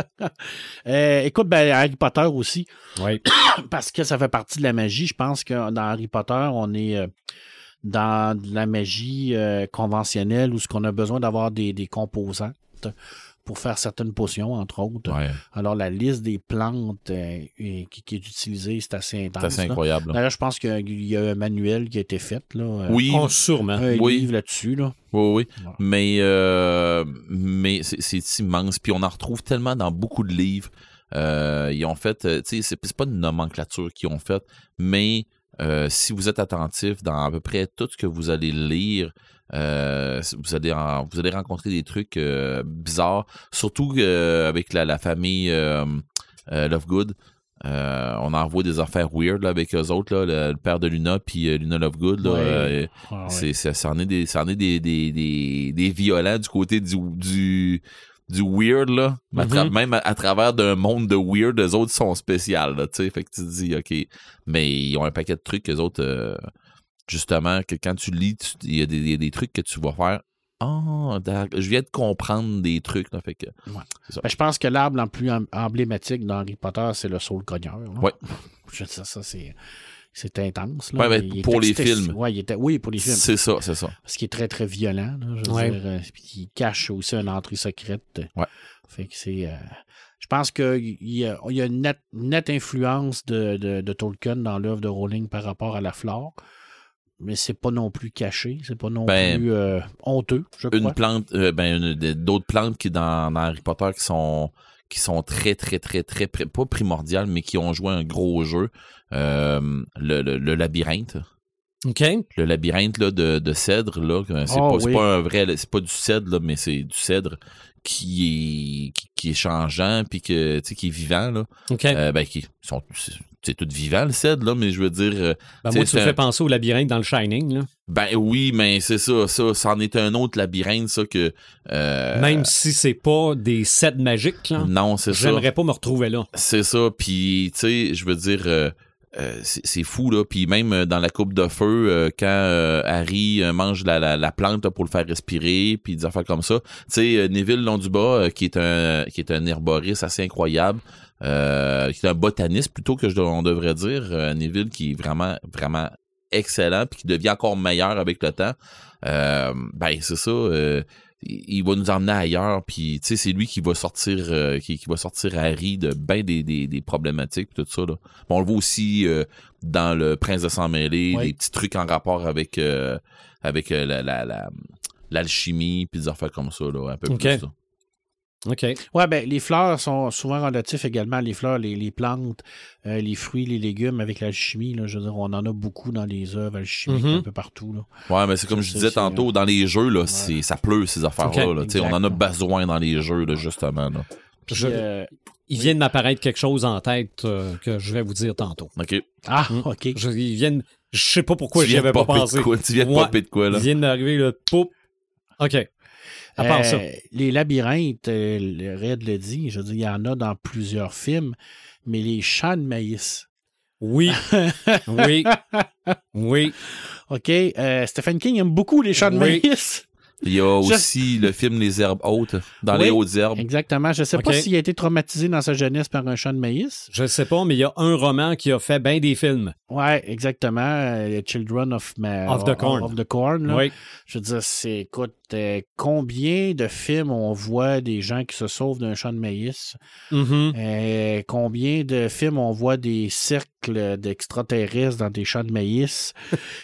euh, écoute, ben, Harry Potter aussi. Oui. Parce que ça fait partie de la magie. Je pense que dans Harry Potter, on est... Euh, dans la magie euh, conventionnelle où ce qu'on a besoin d'avoir des, des composantes pour faire certaines potions, entre autres. Ouais. Alors, la liste des plantes euh, qui, qui est utilisée, c'est assez intense. C'est assez incroyable. Là. D'ailleurs, je pense qu'il y a un manuel qui a été fait. Là, euh, oui. Oh, sûrement. Un oui. livre là-dessus. Là. Oui, oui. Voilà. Mais, euh, mais c'est, c'est immense. Puis on en retrouve tellement dans beaucoup de livres. Euh, ils ont fait, tu sais, c'est, c'est pas une nomenclature qu'ils ont faite, mais Euh, si vous êtes attentif dans à peu près tout ce que vous allez lire, euh, vous, allez en, vous allez rencontrer des trucs euh, bizarres, surtout euh, avec la, la famille euh, euh, Lovegood. Euh, on envoie des affaires weird là, avec eux autres, là, le, le père de Luna puis euh, Luna Lovegood. Là, ouais. euh, ah, c'est, ouais. c'est, ça en est des, ça en est des, des, des, des violents du côté du... du du weird, là, mm-hmm. tra- même à, à travers d'un monde de weird, eux autres sont spéciales, là, tu sais, fait que tu te dis, OK, mais ils ont un paquet de trucs, eux autres, euh, justement, que quand tu lis, il y a des, des, des trucs que tu vas faire, ah, oh, je viens de comprendre des trucs, là, fait que, ouais. c'est ça. Ben, je pense que l'arbre le plus emblématique dans Harry Potter, c'est le saule cogneur. Là. Ouais. Je sais, ça, c'est... C'est intense. Là. Ouais, ben, pour les était, films. Ouais, il était, oui, pour les films. C'est ça, c'est ça. Parce qu'il est très, très violent. Là, je veux ouais. dire, euh, il cache aussi une entrée secrète. Ouais. Fait que c'est... Euh, je pense qu'il y a, il y a une nette, nette influence de, de, de Tolkien dans l'œuvre de Rowling par rapport à la flore. Mais c'est pas non plus caché. C'est pas non ben, plus euh, honteux, je crois. Une plante... Euh, ben, une, d'autres plantes qui, dans, dans Harry Potter, qui sont... qui sont très, très, très, très, pas primordiales, mais qui ont joué un gros jeu. Euh, le, le, le labyrinthe. OK. Le labyrinthe là, de, de cèdre, là, c'est, oh, pas, c'est oui. pas un vrai, c'est pas du cèdre, là, mais c'est du cèdre qui est qui, qui est changeant puis que tu sais qui est vivant là. OK. Euh, ben qui sont c'est tout vivant le C E D là, mais je veux dire euh, ben moi tu me fais penser au labyrinthe dans le Shining là. Ben oui, mais c'est ça, ça, c'en est un autre labyrinthe ça que euh, même si c'est pas des sets magiques là. Non, c'est ça. J'aimerais pas me retrouver là. C'est ça, puis tu sais, je veux dire euh, Euh, c'est, c'est fou là, puis même euh, dans la coupe de feu euh, quand euh, Harry euh, mange la, la, la plante là, pour le faire respirer puis des affaires comme ça, tu sais euh, Neville Londubat euh, qui est un qui est un herboriste assez incroyable, euh, qui est un botaniste plutôt que je, on devrait dire, euh, Neville qui est vraiment vraiment excellent puis qui devient encore meilleur avec le temps. Euh, ben c'est ça. Euh, il va nous emmener ailleurs, puis tu sais c'est lui qui va sortir euh, qui, qui va sortir Harry de ben des, des, des problématiques pis tout ça là. Bon, on le voit aussi euh, dans le Prince de Sang-Mêlé, oui. des petits trucs en rapport avec euh, avec euh, la, la, la l'alchimie puis des affaires comme ça là, un peu okay. plus. Là. OK. Ouais, ben les fleurs sont souvent relatifs également. Les fleurs, les, les plantes, euh, les fruits, les légumes avec l'alchimie. Là, je veux dire, on en a beaucoup dans les œuvres alchimiques mm-hmm. un peu partout. Là. Ouais, mais c'est comme ça, je disais c'est, tantôt, dans les jeux, là, ouais. c'est, ça pleut ces affaires-là. Okay. Là, t'sais, on en a besoin dans les jeux, là, justement. Là. Puis, je, euh, il vient de m'apparaître quelque chose en tête euh, que je vais vous dire tantôt. OK. Ah, mm. OK. Je, il vient de, je sais pas pourquoi j'y avais pas pensé. Quoi? Tu viens de ouais, popper de quoi, là? Il vient d'arriver, là, poup. OK. À part euh, ça. Les labyrinthes, euh, Red le dit, je veux dire, il y en a dans plusieurs films, mais les champs de maïs. Oui. oui. Oui. OK. Euh, Stephen King aime beaucoup les champs de oui. maïs. Il y a aussi je... le film Les herbes hautes, dans oui, les hautes herbes. Exactement. Je ne sais okay. pas s'il a été traumatisé dans sa jeunesse par un champ de maïs. Je ne sais pas, mais il y a un roman qui a fait bien des films. Oui, exactement. Euh, Children of, Ma... of the Corn. Of the Corn là. Oui. Je veux dire, c'est, écoute, euh, combien de films on voit des gens qui se sauvent d'un champ de maïs? Mm-hmm. Euh, combien de films on voit des cercles d'extraterrestres dans des champs de maïs?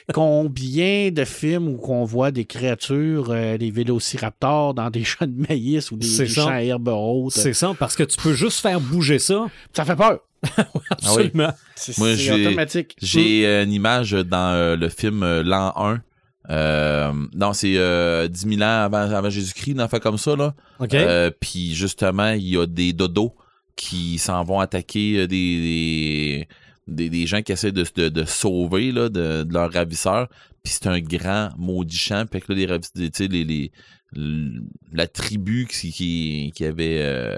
Combien de films où on voit des créatures, euh, des vélociraptors dans des champs de maïs ou des, des champs à herbes hautes? C'est ça, parce que tu peux juste faire bouger ça. Ça fait peur. Oui, absolument. Ah oui. C'est, Moi, c'est j'ai, automatique. J'ai euh, une image dans euh, le film euh, L'an un. Euh, non, c'est euh, dix mille ans avant, avant Jésus-Christ, une affaire comme ça, là. Okay. Euh, puis justement, il y a des dodos qui s'en vont attaquer des, des, des, des gens qui essaient de, de, de sauver là, de, de leurs ravisseurs. Puis c'est un grand maudit champ. Puis là, les ravisseurs, tu sais, les, les, la tribu qui, qui, qui avait euh,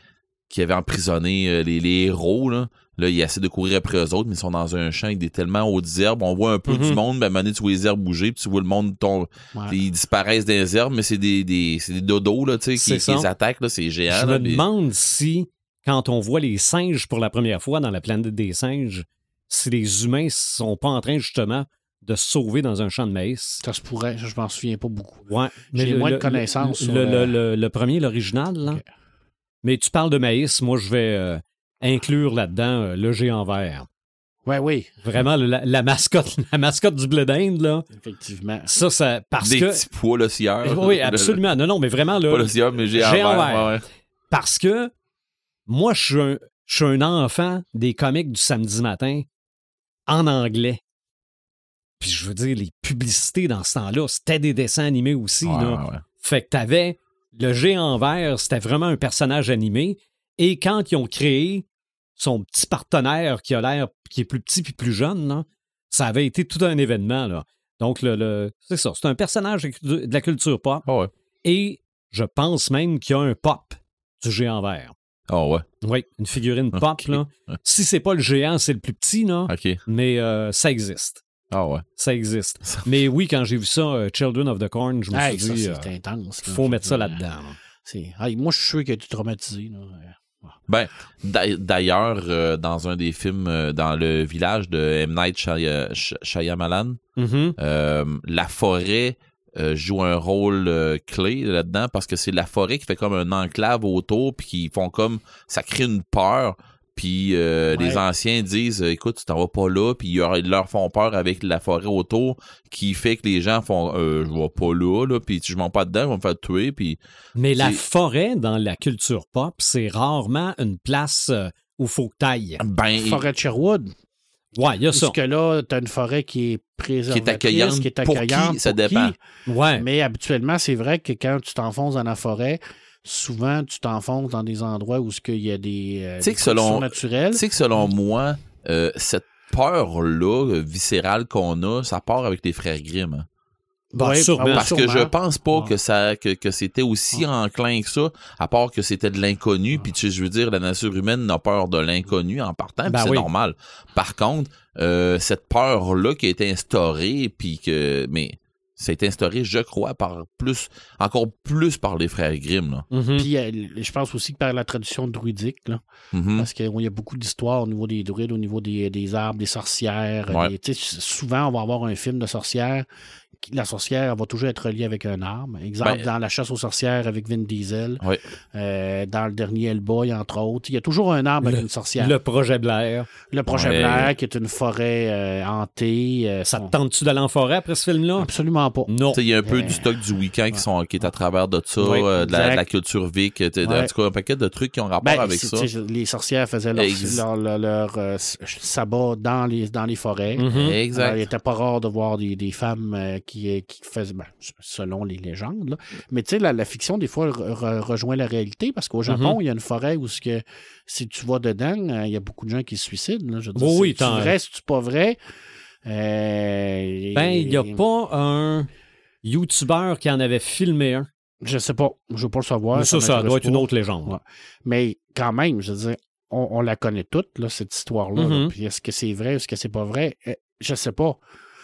qui avait emprisonné les, les héros, là. Là, ils essaient de courir après eux autres, mais ils sont dans un champ avec des tellement hautes herbes. On voit un peu mm-hmm. du monde, mais à un moment donné, tu vois les herbes bouger, puis tu vois le monde tombe. Ouais. Ils disparaissent dans les herbes, mais c'est des, des, c'est des dodos là, tu sais, qui, qui les attaquent. Là, c'est géant. Je là, me mais... demande si, quand on voit les singes pour la première fois dans la planète des singes, si les humains sont pas en train, justement, de se sauver dans un champ de maïs. Ça se pourrait, je m'en souviens pas beaucoup. Ouais, mais j'ai le, moins le, de connaissances. Le, sur le, le... le, le premier, l'original, là. Okay. Mais tu parles de maïs, moi, je vais... Euh, inclure là-dedans euh, le géant vert. Oui, oui. Vraiment, la, la mascotte la mascotte du blé d'Inde, là. Effectivement. Ça, ça parce Des que... petits pois, le sieur. Oui, absolument. Non, non, mais vraiment, là... Pas le sieur, mais géant, géant vert. vert. Ouais, ouais. Parce que moi, je suis un, je suis un enfant des comics du samedi matin en anglais. Puis je veux dire, les publicités dans ce temps-là, c'était des dessins animés aussi, ouais, là. Ouais, ouais. Fait que t'avais... Le géant vert, c'était vraiment un personnage animé. Et quand ils ont créé son petit partenaire qui a l'air, qui est plus petit puis plus jeune, là, ça avait été tout un événement, là. Donc, le, le, c'est ça, c'est un personnage de la culture pop. Oh ouais. Et je pense même qu'il y a un pop du géant vert. Oh ouais. Oui, une figurine pop, okay. là. Si c'est pas le géant, c'est le plus petit, là. Okay. Mais euh, ça existe. Ah oh ouais. Ça existe. Mais oui, quand j'ai vu ça, uh, Children of the Corn, je me hey, suis dit, ça, euh, c'est intense. Il faut mettre ça là-dedans. Là. C'est... Hey, moi, je suis sûr qu'il a été traumatisé, là. Ben, d'ailleurs, euh, dans un des films, euh, dans le village de M. Night Shy- Shy- Shyamalan, mm-hmm. euh, la forêt euh, joue un rôle euh, clé là-dedans parce que c'est la forêt qui fait comme un enclave autour puis qui font comme, ça crée une peur. Puis euh, ouais. les anciens disent, écoute, tu t'en vas pas là, puis ils leur font peur avec la forêt autour, qui fait que les gens font, euh, je vais pas là, là, puis si je monte pas dedans, ils vont me faire tuer. Puis mais la forêt dans la culture pop, c'est rarement une place euh, où il faut que t'ailles. Ben, forêt de Sherwood. Ouais, il y a ça. Parce que là, t'as une forêt qui est préservatrice, qui est accueillante. Qui est accueillante pour qui, ça dépend. Qui. Ouais. Mais habituellement, c'est vrai que quand tu t'enfonces dans la forêt, souvent, tu t'enfonces dans des endroits où il y a des, euh, Tu sais des que selon- naturelles. Tu sais que selon moi, euh, cette peur-là, euh, viscérale qu'on a, ça part avec les frères Grimm. Hein. Bah, Ouais, sûrement. ah oui, Parce que sûrement. je pense pas Ouais. que ça que, que c'était aussi enclin que ça, à part que c'était de l'inconnu, puis tu sais, je veux dire, la nature humaine a peur de l'inconnu en partant, puis Ben c'est oui. normal. Par contre, euh, cette peur-là qui a été instaurée, puis que mais ça a été instauré, je crois, par plus, encore plus par les frères Grimm. Là. Mhm. Puis euh, je pense aussi que par la tradition druidique, là, Mhm. parce qu'il y a beaucoup d'histoires au niveau des druides, au niveau des, des arbres, des sorcières. Ouais. des- tu sais, souvent, on va avoir un film de sorcière. qui- La sorcière elle va toujours être reliée avec un arbre. Exemple, Ben, dans La chasse aux sorcières avec Vin Diesel. Ouais. Euh, dans le dernier Hellboy, entre autres. Il y a toujours un arbre Le- avec une sorcière. Le projet Blair. Le projet Ouais. Blair, qui est une forêt euh, hantée. euh, Ça son- te tente-tu d'aller en forêt après ce film-là? Absolument pas. Non. Tu sais, il y a un peu Euh, du stock du week-end qui, ouais. sont, qui est à travers de ça, Oui, euh, de, la, exact. de la culture vic, tu sais, Ouais. en tout cas, un paquet de trucs qui ont rapport Ben, avec c'est- ça. tu sais, les sorcières faisaient leur, Ex- leur, leur- leur, euh, s- sabbat dans les, dans les forêts. Mhm. Alors, Exact. il n'était pas rare de voir des, des femmes euh, qui, qui faisaient, ben, selon les légendes, là. Mais tu sais, la, la fiction, des fois, re- re- rejoint la réalité parce qu'au Japon, il y a une forêt où ce que, si tu vas dedans, euh, il y a beaucoup de gens qui se suicident. Là. Je veux dire, Oui, oui, c'est t'en- vrai, c'est pas vrai. Euh, Ben, il n'y a et- pas un YouTuber qui en avait filmé un. Je sais pas, je veux pas le savoir. Mais ça, ça m'intéresse doit être une pas. autre légende. Ouais. Mais quand même, je veux dire, on, on la connaît toute, là, cette histoire-là. là. Mhm. Puis est-ce que c'est vrai, est-ce que c'est pas vrai? Euh, je sais pas.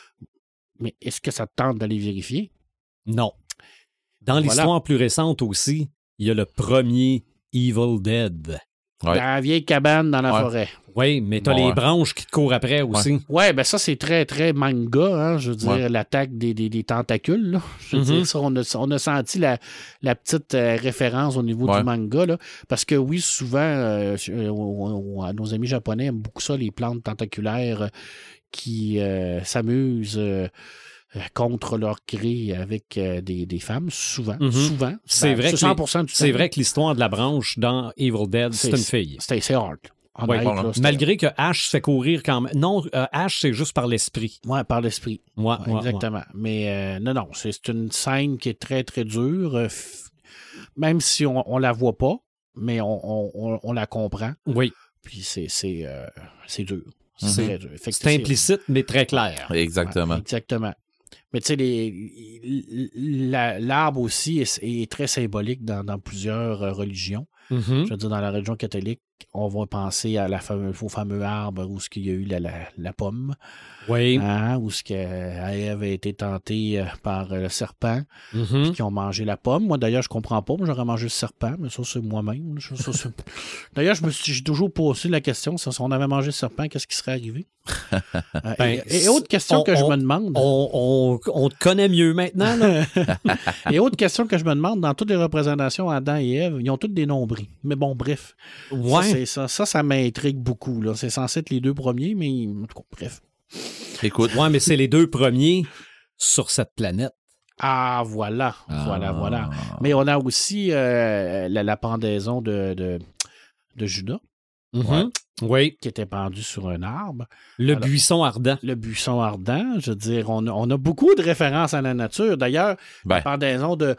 Mais est-ce que ça te tente d'aller vérifier? Non. Dans Voilà. l'histoire plus récente aussi, il y a le premier Evil Dead. Ouais. Dans la vieille cabane dans la Ouais. forêt. Oui, mais t'as Bon, les ouais. branches qui te courent après aussi. Ouais, ben ça, c'est très, très manga, hein, je veux dire, Ouais. l'attaque des, des, des tentacules, là. Je veux Mhm. dire, ça, on a, on a senti la, la petite euh, référence au niveau Ouais. du manga, là. Parce que oui, souvent, euh, euh, on- on- nos amis japonais aiment beaucoup ça, les plantes tentaculaires euh, qui euh, s'amusent euh, euh, contre leur gré avec euh, des, des femmes, souvent. Mhm. Souvent. C'est Ben, vrai que cent pour cent du C'est temps. vrai que l'histoire de la branche dans Evil Dead, c'est une fille. C'est c'est hard. Ouais, Honnête, voilà. là, c'était- Malgré que Ash se fait courir quand même. Non, euh, Ash, c'est juste par l'esprit. Ouais, par l'esprit. Ouais, Ouais, ouais, ouais. exactement. Mais euh, non, non, c'est c'est une scène qui est très, très dure. euh, f- même si on, on la voit pas, mais on, on, on- on la comprend. Oui, Puis c'est c'est euh, c'est dur. Mhm. C'est très dur. Fait que c'est implicite, mais très clair. Exactement. Ouais, exactement. Mais tu sais, les- la- l'arbre aussi est, est très symbolique dans, dans plusieurs euh, religions. Mhm. Je veux dire, dans la religion catholique, on va penser à la fameux, au fameux arbre où ce qu'il y a eu la, la, la pomme, Oui. hein, où ce que Ève a été tentée euh, par euh, le serpent, Mhm. qui ont mangé la pomme. Moi, d'ailleurs, je comprends pas. Moi, j'aurais mangé le serpent, mais ça, c'est moi-même. Ça, ça, c'est- D'ailleurs, je me suis j'ai toujours posé la question, si on avait mangé le serpent, qu'est-ce qui serait arrivé? Euh, Ben, et, et autre question on- que je on- me demande... On, on- on te connaît mieux maintenant, là. Et autre question que je me demande, dans toutes les représentations Adam et Ève, ils ont tous des nombris. Mais bon, bref. Ça, Ouais. c'est- ça, ça, ça m'intrigue beaucoup. Là. C'est censé être les deux premiers, mais en tout cas, bref. Écoute, Ouais, mais c'est les deux premiers sur cette planète. Ah, voilà. Voilà, Ah. voilà. Mais on a aussi euh, la, la pendaison de, de, de Judas, Mhm. Oui. qui était pendu sur un arbre. Le Alors- buisson ardent. Le buisson ardent, je veux dire, on a, on a beaucoup de références à la nature. D'ailleurs, ben, la pendaison de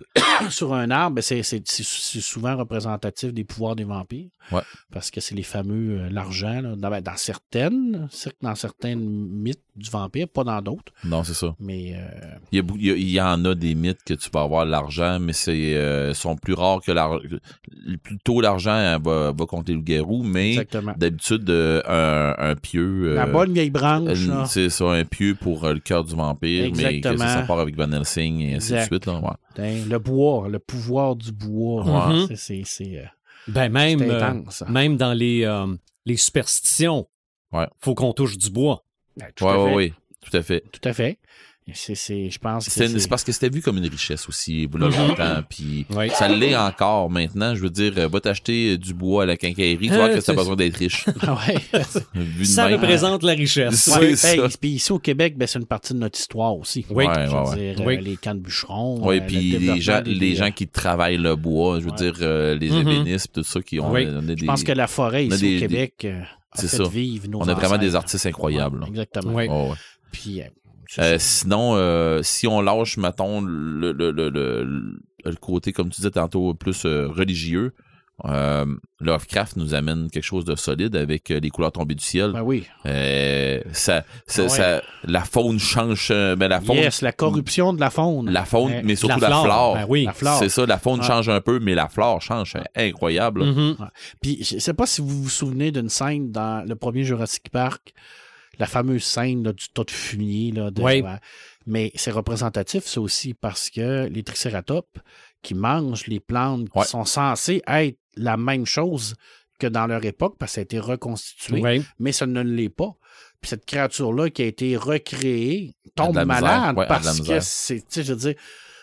sur un arbre, ben, c'est, c'est, c'est- c'est souvent représentatif des pouvoirs des vampires. Ouais. Parce que c'est les fameux euh, l'argent, là, dans, ben, dans certaines, dans certains mythes du vampire, pas dans d'autres. non, c'est ça. Mais euh, Il y, a bou- il y a- il y en a des mythes que tu peux avoir l'argent, mais c'est euh, sont plus rares que l'argent. Plutôt l'argent euh, va, va compter le loup-garou, mais exactement. d'habitude, euh, un, un pieu. La euh, bonne vieille branche, euh, là. c'est ça, un pieu pour euh, le cœur du vampire, mais que Exactement. ça, ça part avec Van Helsing et ainsi de Exact. suite. Là, ouais. Hein, le bois, le pouvoir du bois. Mhm. C'est, c'est, c'est, euh, Ben même, c'est euh, intense. même dans les, euh, les superstitions, Ouais. faut qu'on touche du bois. Ben, tout, Ouais, à ouais, fait. ouais, tout à fait. Tout à fait. C'est, c'est, je pense que C'est, c'est... c'est parce que c'était vu comme une richesse aussi, vous l'avez longtemps, puis Oui. ça l'est encore maintenant. Je veux dire, euh, va t'acheter du bois à la quincaillerie, tu Euh, vois que c'est- t'as besoin d'être riche. Ah ouais. Vu de Ça même. représente la richesse. C'est Ouais, ça. hey, puis ici au Québec, ben, c'est une partie de notre histoire aussi. Oui. Ouais, Je ouais, veux ouais. dire, Oui. euh, les camps de bûcherons. Oui, euh, le puis les développement gens, des- les gens qui travaillent le bois, je veux Ouais. dire, euh, les Mhm. ébénistes, tout ça, qui ont Oui. on a des, Je pense que la forêt on a ici des- au Québec euh, a c'est fait ça. vivre nos on a vraiment ancêtres. des artistes incroyables. Ouais, là. exactement. Oui. Oh, ouais. Puis, euh, c'est Euh, ça. sinon, euh, si on lâche, mettons, le, le, le, le- le côté, comme tu disais tantôt, plus euh, religieux, euh, Lovecraft nous amène quelque chose de solide avec euh, les couleurs tombées du ciel. Ben oui. Euh, ça, ça, Ouais. ça, la faune change, euh, mais la faune, Yes, la corruption de la faune. la faune, Ouais. mais surtout La la flore, flore. ben oui. La flore. C'est ça, la faune Ouais. change un peu, mais la flore change. C'est incroyable. là. Mhm. Puis je sais pas si vous vous souvenez d'une scène dans le premier Jurassic Park, la fameuse scène là, du tas de fumier. Là, de, Oui. ouais. Mais c'est représentatif, ça aussi, parce que les tricératops qui mangent les plantes qui Ouais. sont censées être la même chose que dans leur époque, parce que ça a été reconstitué, Ouais. mais ça ne l'est pas. Puis cette créature-là qui a été recréée Elle tombe a de la malade misère. Ouais, elle a de la parce que misère. c'est, tu sais, je veux dire,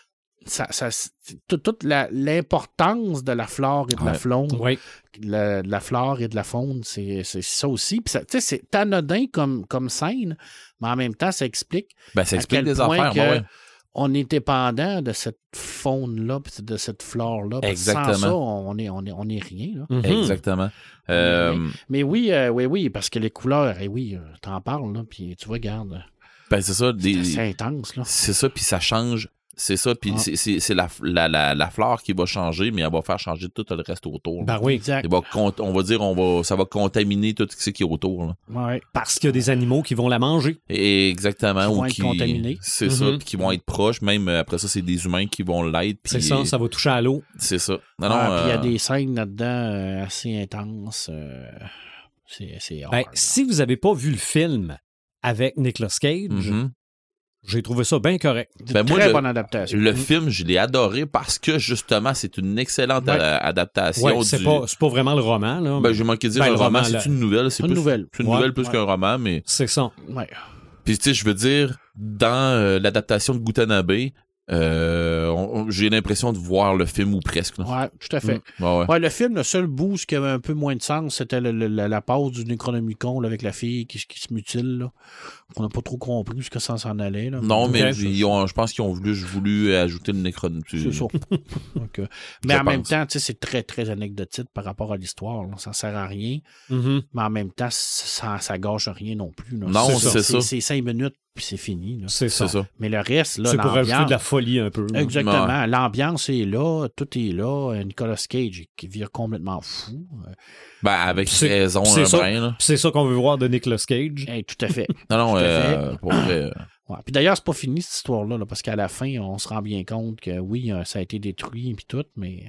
ça, ça, c'est- toute, toute la- l'importance de la flore et de la Ouais. faune, Ouais. la, de la flore et de la faune, c'est, c'est ça aussi. Puis ça, tu sais, c'est anodin comme, comme scène, mais en même temps, ça explique Ben, ça à explique quel des point affaires. que ben ouais. on est dépendant de cette faune-là, puis de cette flore-là. Parce que Exactement. Sans ça, on est, on est, on est rien. Là. Mhm. Exactement. Euh, Mais oui, euh, oui, oui, parce que les couleurs, eh oui, euh, t'en parles, là, puis tu vois, regarde, ben, c'est ça. Des, c'est intense, là. c'est ça, puis ça change. C'est ça, puis Ah. c'est, c'est, c'est la, la, la, la flore qui va changer, mais elle va faire changer tout le reste autour. Ben oui. Exact. Il va cont- on va dire, on va, ça va contaminer tout ce qui est autour. Là. Ouais. Parce qu'il y a des animaux qui vont la manger. Et exactement. Qui ou vont être qui, contaminés. C'est ça, Mhm. puis qui vont être proches. Même euh, après ça, c'est des humains qui vont l'être. puis- C'est ça, ça va toucher à l'eau. C'est ça. Non, non, Ah, puis il y a euh, des scènes là-dedans euh, assez intenses. euh, c'est c'est hard, Ben, là. si vous n'avez pas vu le film avec Nicolas Cage, mhm. j'ai trouvé ça bien correct. C'est une ben, moi, très le- bonne adaptation. Le film, je l'ai adoré parce que justement, c'est une excellente Ouais. euh, adaptation. Ouais, c'est du... pas, c'est pas vraiment le roman, là. Ben, j'ai manqué de dire Ben, un le roman, roman, c'est là. une nouvelle. C'est Une plus, nouvelle. C'est une Ouais. nouvelle plus Ouais. qu'un roman, mais. C'est ça. Ouais. Puis, tu sais, je veux dire, dans euh, l'adaptation de Gutanabe, euh, on- on- j'ai l'impression de voir le film ou presque. là. Ouais, tout à fait. Mm. Ouais, ouais. Ouais, le film, le seul boost qui avait un peu moins de sens, c'était le- le- la, la pause du Necronomicon là, avec la fille qui, qui se mutile. Là. On n'a pas trop compris ce que ça s'en allait. Là. Non, mais Ok. ils ont- je pense qu'ils ont voulu, voulu ajouter le Necron. C'est ça. Donc, euh, mais Je en même pense. temps, tu sais, c'est très, très anecdotique par rapport à l'histoire. Là. Ça ne sert à rien. Mhm. Mais en même temps, ça, ça gâche rien non plus. Là. Non, c'est ça. C'est cinq minutes, puis c'est fini. Là. C'est ça. C'est ça. Mais le reste, là, C'est pour rajouter l'ambiance- de la folie un peu. là. Exactement. Ouais. L'ambiance est là, tout est là. Euh, Nicolas Cage qui vire complètement fou. Euh, Ben, avec C'est- raison, c'est un ça. brin, là. Puis c'est ça qu'on veut voir de Nicolas Cage. hey, tout à fait. Non, non, Tout à euh, pour vrai, euh, Ouais. Puis d'ailleurs, c'est pas fini cette histoire-là, là, parce qu'à la fin, on se rend bien compte que oui, euh, ça a été détruit puis tout, mais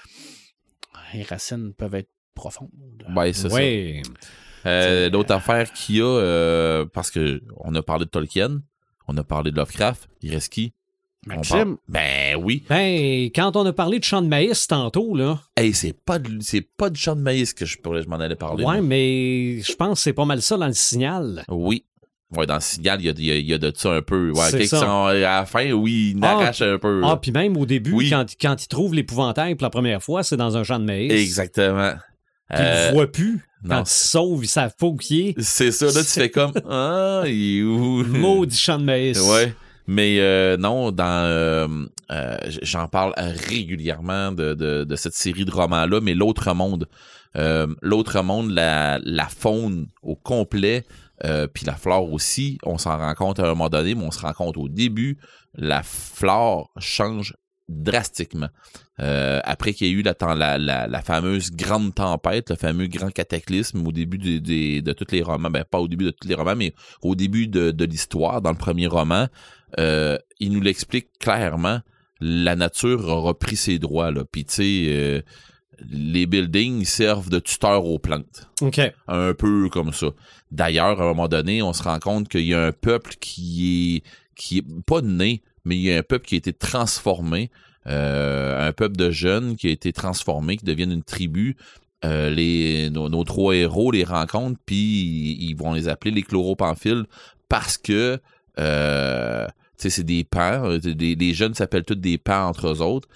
les racines peuvent être profondes. ouais, c'est ça. Ouais. Euh, L'autre affaire qu'il y a, euh, parce que on a parlé de Tolkien, on a parlé de Lovecraft, il reste qui? On Maxime, parle- Ben oui. Ben, quand on a parlé de champ de maïs tantôt, là, Hey, c'est pas de, c'est pas de champ de maïs que je pourrais, je m'en allais parler. ouais, moi. mais je pense que c'est pas mal ça dans le signal. Oui. Ouais, dans le signal, il y a, il y a- il y a de ça un peu. Ouais, C'est quelques ça. sont- à la fin, oui, il Ah. arrache un peu. Ah, puis même au début, Oui. quand, quand il trouve l'épouvantail pour la première fois, c'est dans un champ de maïs. Exactement. Puis il Euh, le voit plus. non. Quand il se sauve, ils savent pas où il est. c'est ça, là, tu C'est- fais comme, ah, il est où? Maudit champ de maïs. Ouais. Mais euh, non, dans euh, euh, j'en parle régulièrement de, de, de cette série de romans-là, mais l'autre monde. Euh, l'autre monde, la, la faune au complet, euh, puis la flore aussi, on s'en rend compte à un moment donné, mais on se rend compte au début, la flore change drastiquement. Euh, après qu'il y ait eu la, tem- la, la, la fameuse grande tempête, le fameux grand cataclysme au début des, des, de tous les romans, ben pas au début de tous les romans, mais au début de, de l'histoire, dans le premier roman, euh, il nous l'explique clairement, la nature a repris ses droits, là. Puis tu sais, euh, les buildings servent de tuteurs aux plantes. OK. Un peu comme ça. D'ailleurs, à un moment donné, on se rend compte qu'il y a un peuple qui est, qui est pas né, mais il y a un peuple qui a été transformé, euh, un peuple de jeunes qui a été transformé, qui deviennent une tribu. Euh, les, nos, nos trois héros les rencontrent, puis ils, ils vont les appeler les chloropamphiles parce que euh, tu sais, c'est des pans. Des, les jeunes s'appellent tous des pans entre eux autres.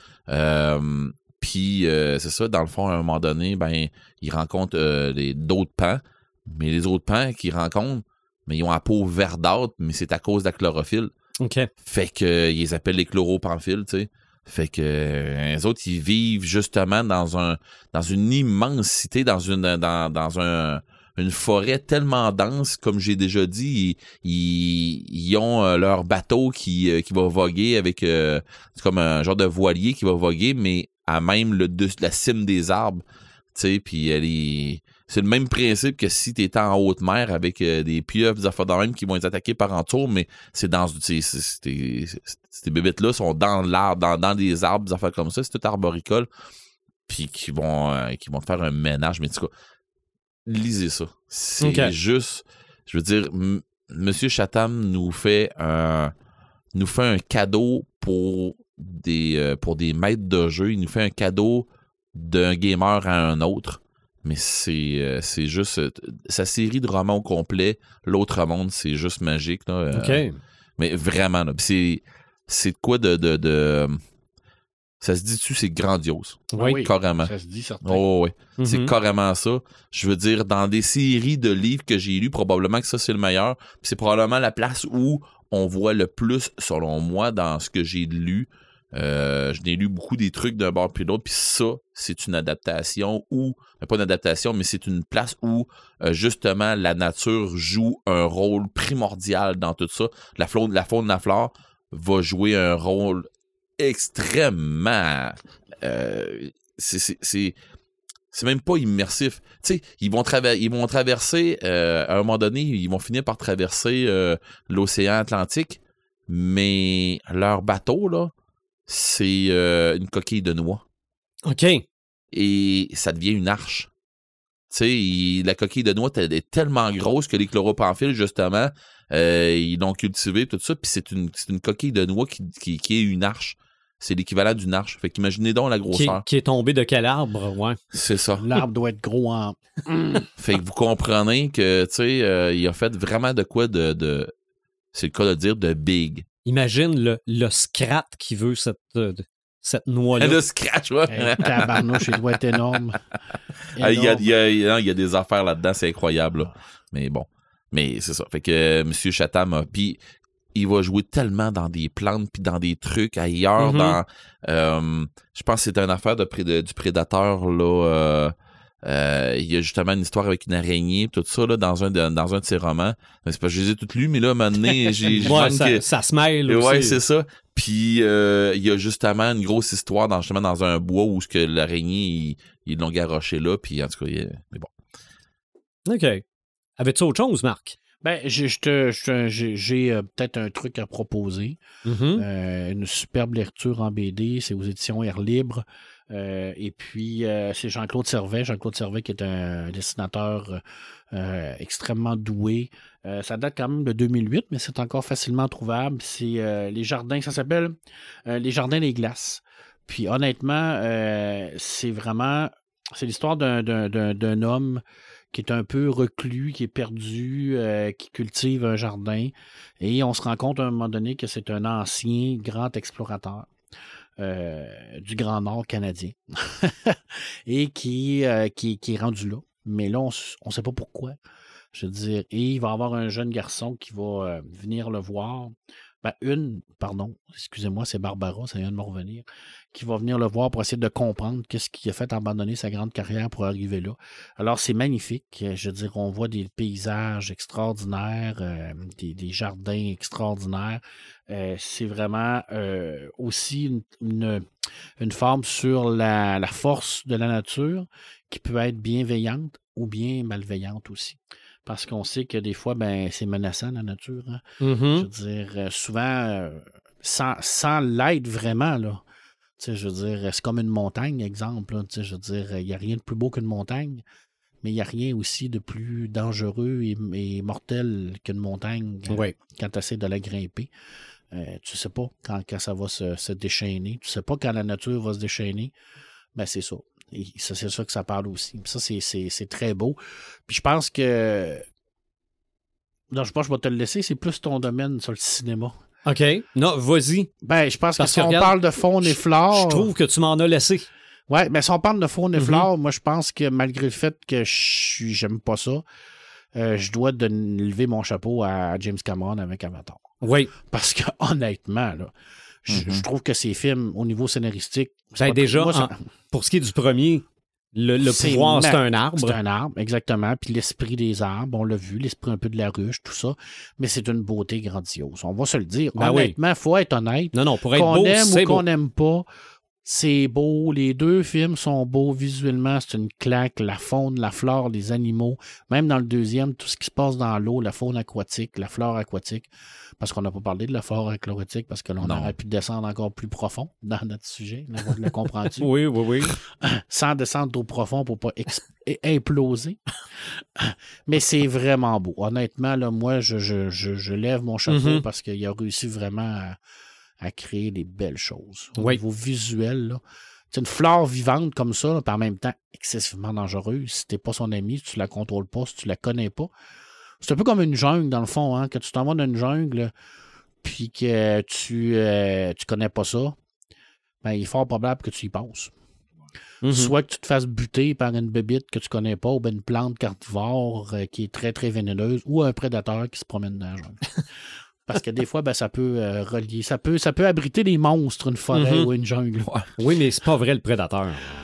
Euh, puis euh, c'est ça, dans le fond, à un moment donné, ben, ils rencontrent euh, les, d'autres pans, mais les autres pans qu'ils rencontrent, mais ils ont la peau verdâtre, mais c'est à cause de la chlorophylle. OK. Fait que euh, ils les appellent les chloropamphiles, tu sais. Fait que euh, les autres, ils vivent justement dans un dans une immensité, dans une dans, dans un une forêt tellement dense, comme j'ai déjà dit, ils, ils, ils ont euh, leur bateau qui, euh, qui va voguer avec, euh, c'est comme un genre de voilier qui va voguer, mais à même le de, la cime des arbres, tu sais, puis elle est... C'est le même principe que si tu étais en haute mer avec euh, des pieuvres, des affaires de même qui vont être attaqués par en tour, mais c'est dans c'est, c'est, c'est, c'est, ces bébêtes-là sont dans l'arbre, dans, dans des arbres, des affaires comme ça, c'est tout arboricole, puis qui vont euh, qui vont te faire un ménage. Mais en tout cas, lisez ça. C'est okay. Juste, je veux dire, M. Monsieur Chatham nous fait un nous fait un cadeau pour des euh, pour des maîtres de jeu. Il nous fait un cadeau d'un gamer à un autre. Mais c'est, euh, c'est juste... Euh, sa série de romans au complet, L'autre monde, c'est juste magique. Là, euh, OK. Mais vraiment, là, c'est, c'est de quoi de, de, de... Ça se dit-tu, c'est grandiose. Oui, oui, carrément. Ça se dit, certain. Oh, oui, mm-hmm. C'est carrément ça. Je veux dire, dans des séries de livres que j'ai lus, probablement que ça, c'est le meilleur. C'est probablement la place où on voit le plus, selon moi, dans ce que j'ai lu. Euh, je n'ai lu beaucoup des trucs d'un bord puis l'autre, puis ça, c'est une adaptation ou, pas une adaptation, mais c'est une place où, euh, justement, la nature joue un rôle primordial dans tout ça. La faune, la faune, la flore va jouer un rôle extrêmement... Euh, c'est, c'est, c'est, c'est même pas immersif. Tu sais, ils vont, traver- ils vont traverser, euh, à un moment donné, ils vont finir par traverser euh, l'océan Atlantique, mais leur bateau, là, c'est euh, une coquille de noix. OK. Et ça devient une arche. Tu sais, la coquille de noix elle est tellement grosse que les chlorophamphiles, justement, euh, ils l'ont cultivée, tout ça, puis c'est une, c'est une coquille de noix qui, qui, qui est une arche. C'est l'équivalent d'une arche. Fait qu'imaginez donc la grosseur. Qui est, qui est tombée de quel arbre, ouais. C'est ça. L'arbre doit être gros en... Fait que vous comprenez que, tu sais, euh, il a fait vraiment de quoi de... de c'est le cas de dire de big. Imagine le, le scrat qui veut cette, euh, cette noix-là. Le scratch, ouais. Hey, tabarnouche, il doit être énorme. Ah, il, y a, il, y a, il y a des affaires là-dedans, c'est incroyable. Là. Mais bon, mais c'est ça. Fait que euh, M. Chatham a... Puis il va jouer tellement dans des plantes puis dans des trucs ailleurs. Mm-hmm. Dans, euh, je pense que c'est une affaire de, de, du prédateur, là... Euh, Euh, il y a justement une histoire avec une araignée, tout ça, là, dans un de, dans un de ses romans. Mais c'est pas que je les ai toutes lues, mais là, à un moment donné, j'ai, j'ai ouais, ça, que... ça se mêle aussi. Ouais, c'est ça. Puis, euh, il y a justement une grosse histoire dans, justement, dans un bois où ce que l'araignée, ils, ils l'ont garoché là, puis en tout cas, il... mais bon. OK. Avais-tu autre chose, Marc? Ben, je, je te, je te, j'ai, j'ai euh, peut-être un truc à proposer. Mm-hmm. Euh, une superbe lecture en B D, c'est aux éditions Air Libre. Euh, et puis, euh, c'est Jean-Claude Servet. Jean-Claude Servet qui est un dessinateur euh, extrêmement doué. Euh, ça date quand même de deux mille huit, mais c'est encore facilement trouvable. C'est euh, Les Jardins, ça s'appelle euh, Les Jardins des Glaces. Puis honnêtement, euh, c'est vraiment... C'est l'histoire d'un, d'un, d'un, d'un homme qui est un peu reclus, qui est perdu, euh, qui cultive un jardin. Et on se rend compte à un moment donné que c'est un ancien grand explorateur. Euh, du Grand Nord canadien et qui, euh, qui, qui est rendu là. Mais là, on ne sait pas pourquoi. Je veux dire, et il va y avoir un jeune garçon qui va euh, venir le voir. Ben, une, pardon, excusez-moi, c'est Barbara, ça vient de me revenir, qui va venir le voir pour essayer de comprendre qu'est-ce qui a fait abandonner sa grande carrière pour arriver là. Alors, c'est magnifique. Je veux dire, on voit des paysages extraordinaires, euh, des, des jardins extraordinaires. Euh, c'est vraiment euh, aussi une, une, une forme sur la, la force de la nature qui peut être bienveillante ou bien malveillante aussi. Parce qu'on sait que des fois, ben, c'est menaçant, la nature. Hein? Mm-hmm. Je veux dire, euh, souvent, euh, sans, sans l'aide vraiment, là. Tu sais, je veux dire, c'est comme une montagne, exemple. Là, tu sais, je veux dire, il n'y a rien de plus beau qu'une montagne, mais il n'y a rien aussi de plus dangereux et, et mortel qu'une montagne oui. quand tu essaies de la grimper. Euh, tu ne sais pas quand, quand ça va se, se déchaîner. Tu ne sais pas quand la nature va se déchaîner. Ben, c'est ça. Et ça, c'est ça que ça parle aussi. Ça, c'est, c'est, c'est très beau. Puis je pense que... Non, je pense que je vais te le laisser. C'est plus ton domaine sur le cinéma. OK. Non, vas-y. Ben, je pense Parce que si que on regarde, parle de faune et flore... Je trouve que tu m'en as laissé. Ouais, mais si on parle de faune et Mm-hmm. flore, moi, je pense que malgré le fait que je suis, j'aime pas ça, euh, je dois de lever mon chapeau à James Cameron avec Avatar. Oui. Parce que, honnêtement, là, je, Mm-hmm. je trouve que ces films, au niveau scénaristique... Ben déjà, moi, ça... en, pour ce qui est du premier, Le, le C'est pouvoir, c'est ma- un arbre. C'est un arbre, exactement. Puis l'esprit des arbres, on l'a vu, l'esprit un peu de la ruche, tout ça. Mais c'est une beauté grandiose. On va se le dire. Ben oui. Honnêtement, il faut être honnête. Non, non, pour être Qu'on beau, aime c'est ou qu'on beau. n'aime pas, c'est beau. Les deux films sont beaux visuellement. C'est une claque. La faune, la flore, les animaux. Même dans le deuxième, tout ce qui se passe dans l'eau, la faune aquatique, la flore aquatique. Parce qu'on n'a pas parlé de la flore aquatique parce que l'on Non. aurait pu descendre encore plus profond dans notre sujet. La voix, le comprends-tu? Oui, oui, oui. Sans descendre trop profond pour pas ex- imploser. Mais c'est vraiment beau. Honnêtement, là, moi, je, je, je, je lève mon chapeau Mhm. parce qu'il a réussi vraiment à, à créer des belles choses. Au Oui. niveau visuel, là. C'est une flore vivante comme ça, là, puis en même temps excessivement dangereuse. Si t'es pas son ami, si tu la contrôles pas, si tu la connais pas. C'est un peu comme une jungle, dans le fond, hein, que tu t'en vas dans une jungle, puis que tu, euh, tu connais pas ça, ben, il est fort probable que tu y passes. Mhm. Soit que tu te fasses buter par une bébite que tu connais pas, ou ben une plante carnivore euh, qui est très, très vénéneuse, ou un prédateur qui se promène dans la jungle. Parce que des fois, ben, ça peut euh, relier, ça peut, ça peut abriter des monstres, une forêt Mhm. ou une jungle. Oui, mais c'est pas vrai le prédateur.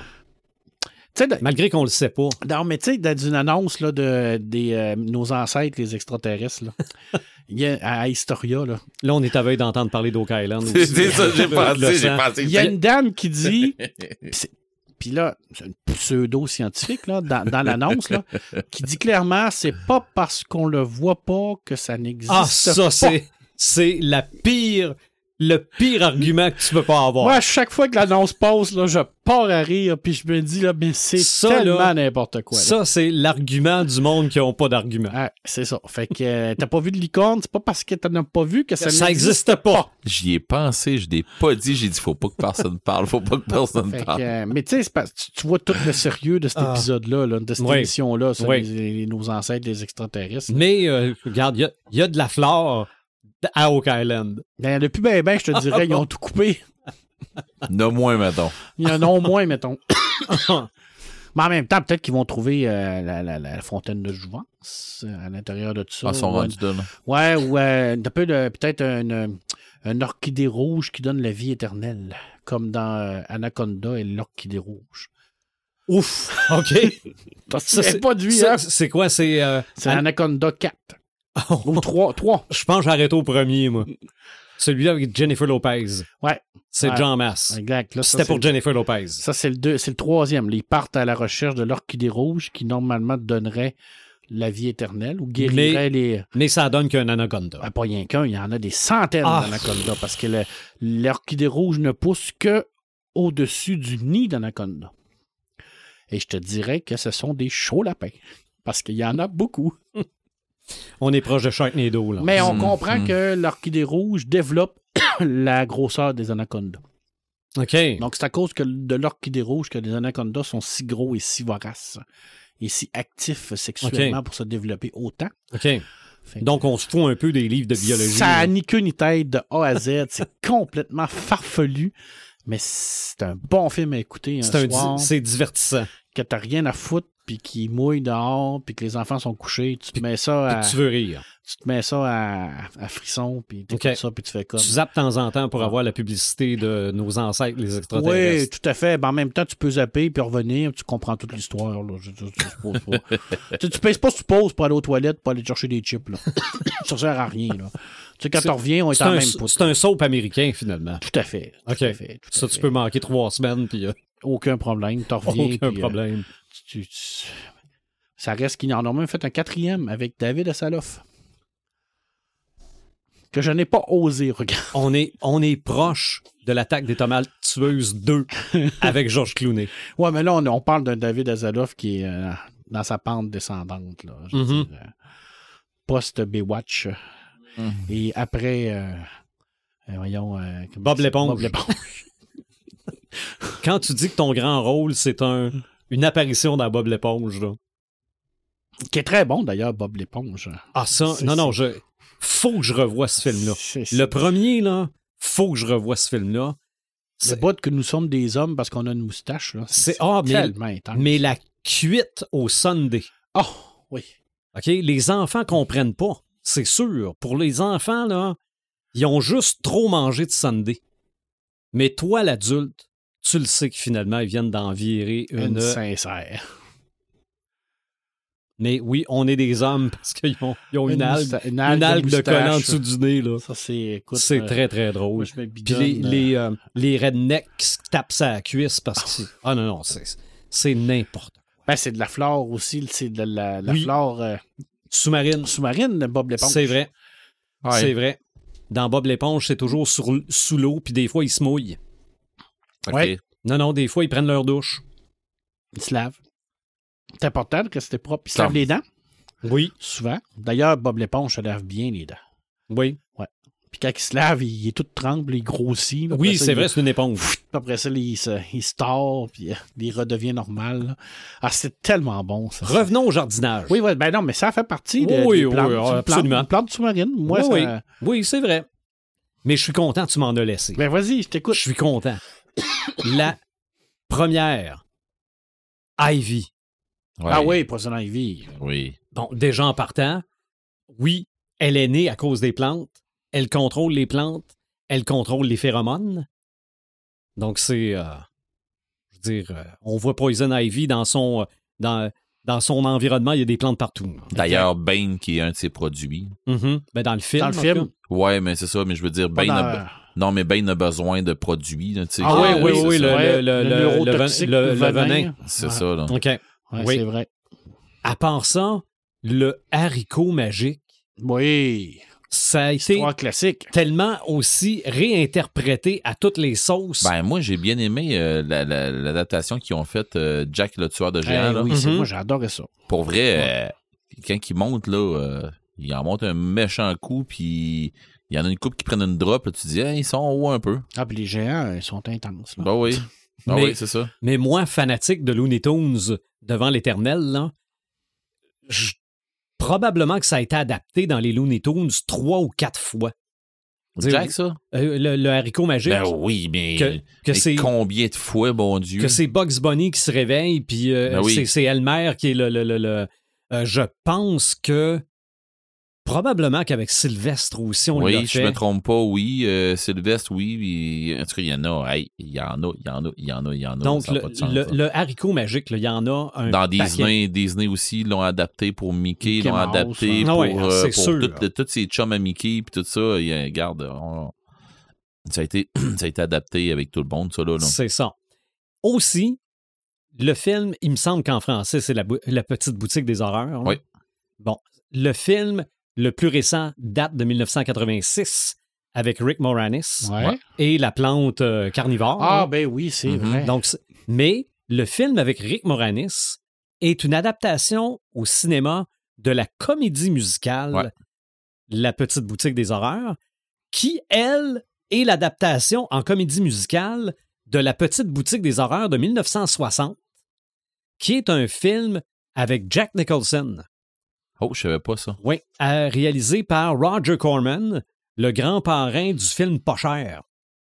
Tu sais, de- Malgré qu'on le sait pas. non, mais tu sais, dans une annonce là, de des, euh, nos ancêtres, les extraterrestres, là, il y a, à Historia, là, Là, on est à veille d'entendre parler d'Oak Island. C'est c'est ça, j'ai Le- pensé, le j'ai sang. pensé. il y a une dame qui dit, pis c'est- puis là, c'est une pseudo-scientifique là, dans, dans l'annonce, là, qui dit clairement, c'est pas parce qu'on le voit pas que ça n'existe Ah, pas. ça, c'est, c'est la pire, le pire argument que tu peux pas avoir. Moi, à chaque fois que l'annonce passe, là, je pars à rire, puis je me dis, là, mais c'est Ça, tellement là, n'importe quoi. là. Ça, c'est l'argument du monde qui n'a pas d'argument. Ah, c'est ça. Fait que euh, t'as pas vu de licorne, c'est pas parce que t'en as pas vu que ça, Ça n'existe n'existe pas. J'y ai pensé, je l'ai pas dit, j'ai dit faut pas que personne parle, faut pas que personne Fait que, parle. euh, mais tu sais, c'est parce- tu, tu vois tout le sérieux de cet Ah. épisode-là, là, de cette Oui. émission-là, sur Oui. les- les- nos ancêtres, les extraterrestres. Mais, euh, regarde, il y a, il y a de la flore à Oak Island. Ben, depuis ben ben, je te dirais, ils ont tout coupé. Non moins, mettons. Il y en a au moins, mettons. Mais en même temps, peut-être qu'ils vont trouver euh, la, la- la fontaine de jouvence euh, à l'intérieur de tout ça. Ah, ils sont Ouais. rendus là. là. Ouais, ou euh, un peu de- peut-être un, un orchidée rouge qui donne la vie éternelle, comme dans euh, Anaconda et l'orchidée rouge. Ouf, OK. T'as Ça, c'est- pas de lui, Ça, hein? c'est quoi? C'est... euh, C'est An- Anaconda quatre. Ou trois. trois. Je pense que j'arrête au premier, moi. Celui-là avec Jennifer Lopez. Ouais. C'est Ouais. Jean Masse. Exact. Là, ça, C'était c'est pour le- Jennifer Lopez. Ça, c'est le, deux, c'est le troisième. Ils partent à la recherche de l'orchidée rouge qui, normalement, donnerait la vie éternelle ou guérirait Mais- les... Mais ça donne qu'un anaconda. Ben, pas rien qu'un, il y en a des centaines Ah. d'anacondas parce que le- l'orchidée rouge ne pousse que au-dessus du nid d'anaconda. Et je te dirais que ce sont des chauds lapins parce qu'il y en a beaucoup. On est proche de Sharknado, là. Mais on Mm, comprend mm. que l'orchidée rouge développe la grosseur des anacondas. OK. Donc, c'est à cause que de l'orchidée rouge que les anacondas sont si gros et si voraces et si actifs sexuellement pour se développer autant. OK. Fait que Donc, on se fout un peu des livres de biologie. ça là. a ni queue ni tête de A à Z. C'est complètement farfelu. Mais c'est un bon film à écouter un C'est un soir di- c'est divertissant. que t'as rien à foutre puis qui mouille dehors puis que les enfants sont couchés. Tu te mets ça à, Puis tu veux rire. tu te mets ça à, à frisson puis t'écoutes Ok. ça puis tu fais comme... Tu zappes de temps en temps pour avoir la publicité de nos ancêtres, les Oui, extraterrestres. tout à fait. Ben, en même temps, tu peux zapper puis revenir, tu comprends toute l'histoire. Là. Je- je- je suppose pas. tu, tu payes pas si tu poses pour aller aux toilettes pour aller chercher des chips. Là. Ça sert à rien. Là. Tu sais, quand C'est- tu reviens, on est C'est en un, même poutre. c'est un soap américain, finalement. Tout à fait. Tout OK. à fait, tout à Ça, fait. tu peux manquer trois semaines, puis euh, Aucun problème. Tu reviens. aucun puis, euh, problème. tu- tu- Ça reste qu'il en a même fait un quatrième avec David Hasselhoff. Que je n'ai pas osé regarder. On est, on est proche de l'attaque des tomates tueuses deux avec George Clooney. Ouais, mais là, on, on parle d'un David Hasselhoff qui est euh, dans sa pente descendante. Là, je veux Mhm. dire, euh, post-Baywatch. Mhm. Et après, euh, euh, voyons... euh, comment Bob c'est- l'éponge. Bob l'éponge. Quand tu dis que ton grand rôle, c'est un, une apparition dans Bob l'éponge, là. Qui est très bon, d'ailleurs, Bob l'éponge. Ah, ça, C'est- non, non, je, faut que je revoie ce film-là. C'est- Le premier, là, faut que je revoie ce film-là. Le C'est- bout que nous sommes des hommes parce qu'on a une moustache, là, C'est- ah, mais- tellement intense. Mais la cuite au Sunday. Oh, oui. OK? Les enfants comprennent pas. C'est sûr. Pour les enfants, là, ils ont juste trop mangé de Sunday. Mais toi, l'adulte, tu le sais que finalement, ils viennent d'en virer une... Une sincère. Mais oui, on est des hommes parce qu'ils ont, ils ont une, Une algue, mousta- une une algue de algue de collant en moustache. dessous du nez. Là. Ça, c'est... Écoute, C'est euh, très, très drôle. moi, je me Puis bidonne, les, euh, les, euh, les rednecks qui se tapent sa cuisse parce que c'est... Ah non, non, c'est, c'est n'importe quoi. Ben, c'est de la flore aussi. C'est de la, la Oui. flore euh, Sous-marine, sous-marine, Bob l'éponge. c'est vrai. Ouais. C'est vrai. Dans Bob l'éponge, c'est toujours sur, sous l'eau, puis des fois, ils se mouillent. OK. Ouais. Non, non, des fois, ils prennent leur douche. Il se lave. C'est important de rester propre. Il se Ça- lave les dents, Oui, souvent. D'ailleurs, Bob l'éponge se lave bien les dents. oui. Puis quand il se lave, il, il est tout tremble, il grossit. Après Oui, ça, c'est il- vrai, c'est une éponge. Puis après ça, il se, il se tord, puis euh, il redevient normal. là. Ah, c'est tellement bon, ça. Revenons au jardinage. Oui, ouais, ben non, mais ça fait partie de, Oui, des oui, plantes. oui, C'est une plante- absolument. Une plante sous-marine. Moi, oui, ça... oui. Oui, c'est vrai. Mais je suis content que tu m'en as laissé. Ben vas-y, je t'écoute. Je suis content. La première, Ivy. Ouais. Ah oui, Poison Ivy. Oui. Bon, déjà en partant, oui, elle est née à cause des plantes. Elle contrôle les plantes. Elle contrôle les phéromones. Donc, c'est... euh, je veux dire, euh, on voit Poison Ivy dans son, euh, dans, dans son environnement, il y a des plantes partout. D'ailleurs, Bane, qui est un de ses produits. Mhm. Ben, dans le film. Dans le en film. tout cas. Ouais, mais c'est ça, mais je veux dire, Pas Bane dans- a... Non, mais Bane a besoin de produits. Là, tu sais, Ah qui- oui, oui, oui, oui, c'est le, ça. le, le, Le le, neurotoxique, le, le le venin. venin. C'est Ouais. ça, là. OK. Ouais, Oui. c'est vrai. À part ça, le haricot magique, Oui. ça a été Histoire classique. tellement aussi réinterprété à toutes les sauces. Ben, moi, j'ai bien aimé euh, la- la- l'adaptation qu'ils ont faite, euh, Jack le tueur de géants. Eh là. oui, c'est- Mhm. moi, j'adorais ça. Pour vrai, euh, quand il monte, là, euh, il en monte un méchant coup, puis il y en a une couple qui prennent une drop, là, tu dis, hey, ils sont hauts un peu. Ah, puis les géants, ils sont intenses. Là. Ben oui. Ben Mais- oui, c'est ça. Mais moi, fanatique de Looney Tunes devant l'éternel, là, je- probablement que ça a été adapté dans les Looney Tunes trois ou quatre fois. Dire- Jack, ça? Euh, le, le haricot magique, Ben oui, mais, que, que mais c'est... combien de fois, bon Dieu? que c'est Bugs Bunny qui se réveille, puis euh, Ben oui. c'est, c'est Elmer qui est le... le, le, le- euh, je pense que probablement qu'avec Sylvestre aussi, on l'a Oui, je fait. me trompe pas, oui. Euh, Sylvestre, oui. Puis, en tout cas, il y en a. Hey, il y en a, il y en a, il y en a, il y en a. Donc, ça a le, pas de sens, le, ça. le haricot magique, là, il y en a un Dans paquet. Disney, Disney aussi l'ont adapté pour Mickey, Mickey l'ont Mouse, adapté hein. pour, Ah ouais, euh, c'est pour sûr. tout- le- tous ces chums à Mickey puis tout ça. Et, euh, regarde, on- ça, a été, ça a été adapté avec tout le monde, ça, là. là. C'est ça. Aussi, le film, il me semble qu'en français, c'est la, bou- la petite boutique des horreurs. là. Oui. Bon, le film le plus récent date de dix-neuf cent quatre-vingt-six avec Rick Moranis Ouais. Ouais. et la plante euh, carnivore. Ah, là. ben oui, c'est Mhm. vrai. Donc, c'est- mais le film avec Rick Moranis est une adaptation au cinéma de la comédie musicale Ouais. La petite boutique des horreurs, qui, elle, est l'adaptation en comédie musicale de La petite boutique des horreurs de dix-neuf cent soixante, qui est un film avec Jack Nicholson, Oh, je savais pas ça. oui, euh, réalisé par Roger Corman, le grand parrain du film Pas cher.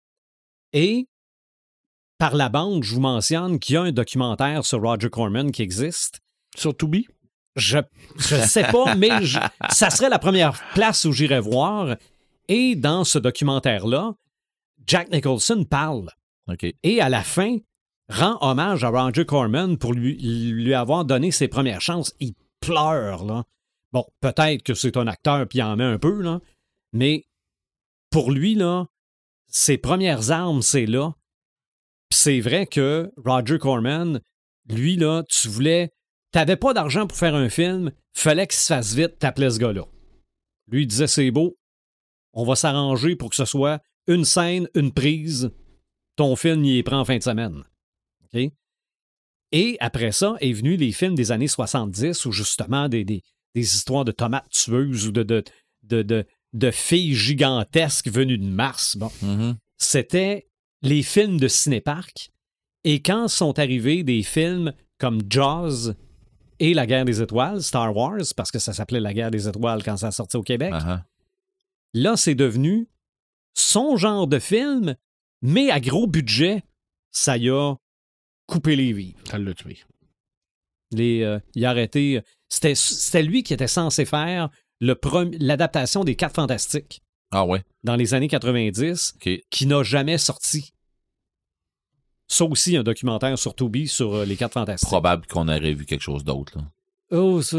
Et par la bande, je vous mentionne qu'il y a un documentaire sur Roger Corman qui existe. Sur Tubi. Je je sais pas, mais je- ça serait la première place où j'irais voir. Et dans ce documentaire-là, Jack Nicholson parle. OK. Et à la fin, rend hommage à Roger Corman pour lui, lui avoir donné ses premières chances. Il pleure, là. Bon, peut-être que c'est un acteur puis il en met un peu, là. Mais pour lui, là, ses premières armes, c'est là. Puis c'est vrai que Roger Corman, lui, là, tu voulais... T'avais pas d'argent pour faire un film, fallait qu'il se fasse vite, t'appelais ce gars-là. Lui, il disait, c'est beau, on va s'arranger pour que ce soit une scène, une prise, ton film, il est prend en fin de semaine. OK? Et après ça, est venu les films des années soixante-dix où justement des, des, des histoires de tomates tueuses ou de, de, de, de, de filles gigantesques venues de Mars. Bon, Mhm. c'était les films de cinéparc. Et quand sont arrivés des films comme Jaws et La Guerre des Étoiles, Star Wars, parce que ça s'appelait La Guerre des Étoiles quand ça sortait au Québec, Ah, ah. là, c'est devenu son genre de film, mais à gros budget, ça y a coupé les vies. Ça l'a tué. Les, euh, il a arrêté. C'était, c'était lui qui était censé faire le premi- l'adaptation des Quatre Fantastiques Ah ouais. dans les années quatre-vingt-dix, OK. qui n'a jamais sorti. Ça aussi, un documentaire sur Tubi sur euh, les quatre fantastiques. Probable qu'on aurait vu quelque chose d'autre. Là. Oh, ça...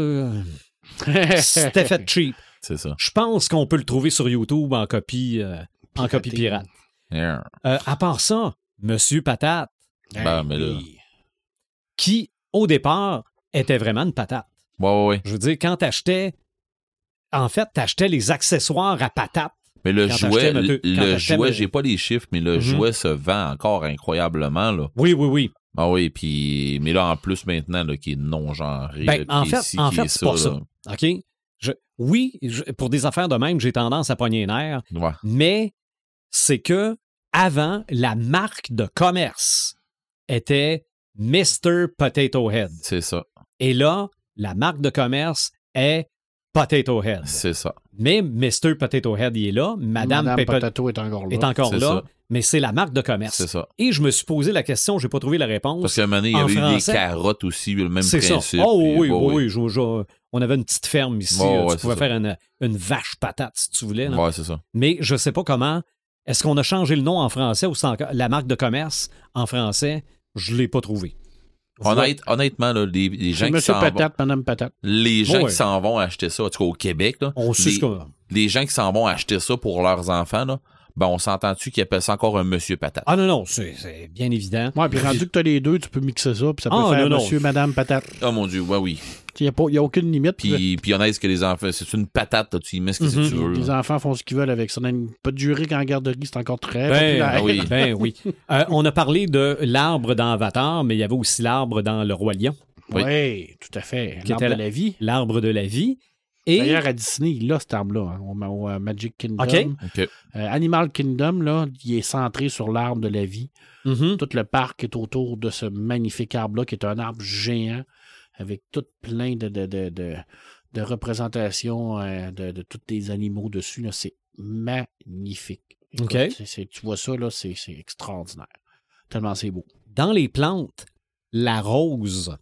C'était fait cheap. C'est ça. Je pense qu'on peut le trouver sur YouTube en copie, euh, en copie pirate. Yeah. Euh, à part ça, Monsieur Patate, Ben, mais là... qui, au départ, était vraiment une patate. Ouais, ouais, ouais. Je veux dire, quand t'achetais... En fait, t'achetais les accessoires à patate. Mais le Quand jouet, t'achetais, le, quand le t'achetais, jouet, mais- j'ai pas les chiffres, mais le Mhm. jouet se vend encore incroyablement, là. Oui, oui, oui. Ah oui, puis... Mais là, en plus, maintenant, là, qui est non-genré, Ben, là, qui en est fait, ci, en qui fait est c'est pas ça. là. OK? Je, oui, je- pour des affaires de même, j'ai tendance à pogner les nerfs, Ouais. mais c'est que avant, la marque de commerce était mister Potato Head. C'est ça. Et là, la marque de commerce est Potato Head. C'est ça. Mais mister Potato Head, il est là. Madame, Madame Peppa Potato est encore là. est encore C'est là. ça. Mais c'est la marque de commerce. C'est ça. Et je me suis posé la question, j'ai pas trouvé la réponse. Parce qu'à un moment donné, il y En avait eu des français, carottes aussi, le même c'est ça. principe. Oh puis, oui, ouais, oui, ouais. oui. je- je- on avait une petite ferme ici. Ouais, euh, ouais, tu c'est pouvais ça. faire une, une vache patate si tu voulais. là. Ouais, c'est ça. Mais je sais pas comment. Est-ce qu'on a changé le nom en français ou c'est encore la marque de commerce en français? Je l'ai pas trouvé. Honnête- honnêtement, là, les, les gens C'est qui Monsieur s'en vont, Patate, Madame Patate. les gens Ouais. qui s'en vont acheter ça, en tout cas au Québec, là, On sait les, ce qu'on... les gens qui s'en vont acheter ça pour leurs enfants, là, ben on s'entend-tu qu'ils appellent ça encore un Monsieur Patate? Ah non, non, c'est, c'est bien évident. Ouais, puis rendu que t'as les deux, tu peux mixer ça, puis ça peut Ah, faire non, non. Monsieur, Madame Patate. Oh mon Dieu, ouais, oui. Il n'y a, pas- y a aucune limite. Puis, puis honnête que les enfants, c'est une patate, là, tu y mets ce que Mhm. tu veux. Les là. enfants font ce qu'ils veulent avec ça. Ça n'a pas de durée qu'en garderie, c'est encore très Ben, populaire. ah oui. ben oui. Euh, on a parlé de l'arbre dans Avatar, mais il y avait aussi l'arbre dans Le Roi Lion, Oui. Oui, tout à fait. Qui L'arbre était de là. la vie. l'arbre de la vie. Et D'ailleurs, à Disney, il a cet arbre-là, hein, au, au, euh, Magic Kingdom. OK. OK. Euh, Animal Kingdom, là, il est centré sur l'arbre de la vie. Mhm. Tout le parc est autour de ce magnifique arbre-là, qui est un arbre géant, avec tout plein de, de, de, de, de représentations euh, de, de tous les animaux dessus. Là. C'est magnifique. Écoute, OK. c'est- c'est- tu vois ça, là, c'est c'est extraordinaire. Tellement c'est beau. Dans les plantes, la rose.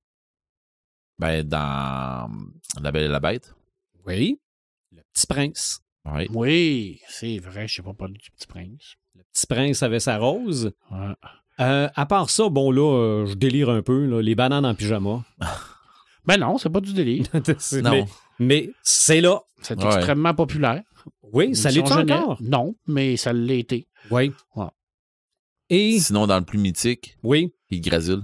Ben, dans La Belle et la Bête. Oui. Le Petit Prince. Oui. Oui, c'est vrai, je sais pas parler du Petit Prince. Le Petit Prince avait sa rose. Ouais. Euh, à part ça, bon là, euh, je délire un peu, là, les bananes en pyjama. Ben non, c'est pas du délire. C'est- Non. Mais, mais c'est là. C'est Ouais. extrêmement populaire. Oui, ça l'est Mission jeunesse, encore. Non, mais ça l'a été. Oui. Ouais. Et, Sinon, dans le plus mythique, oui, Yggdrasil.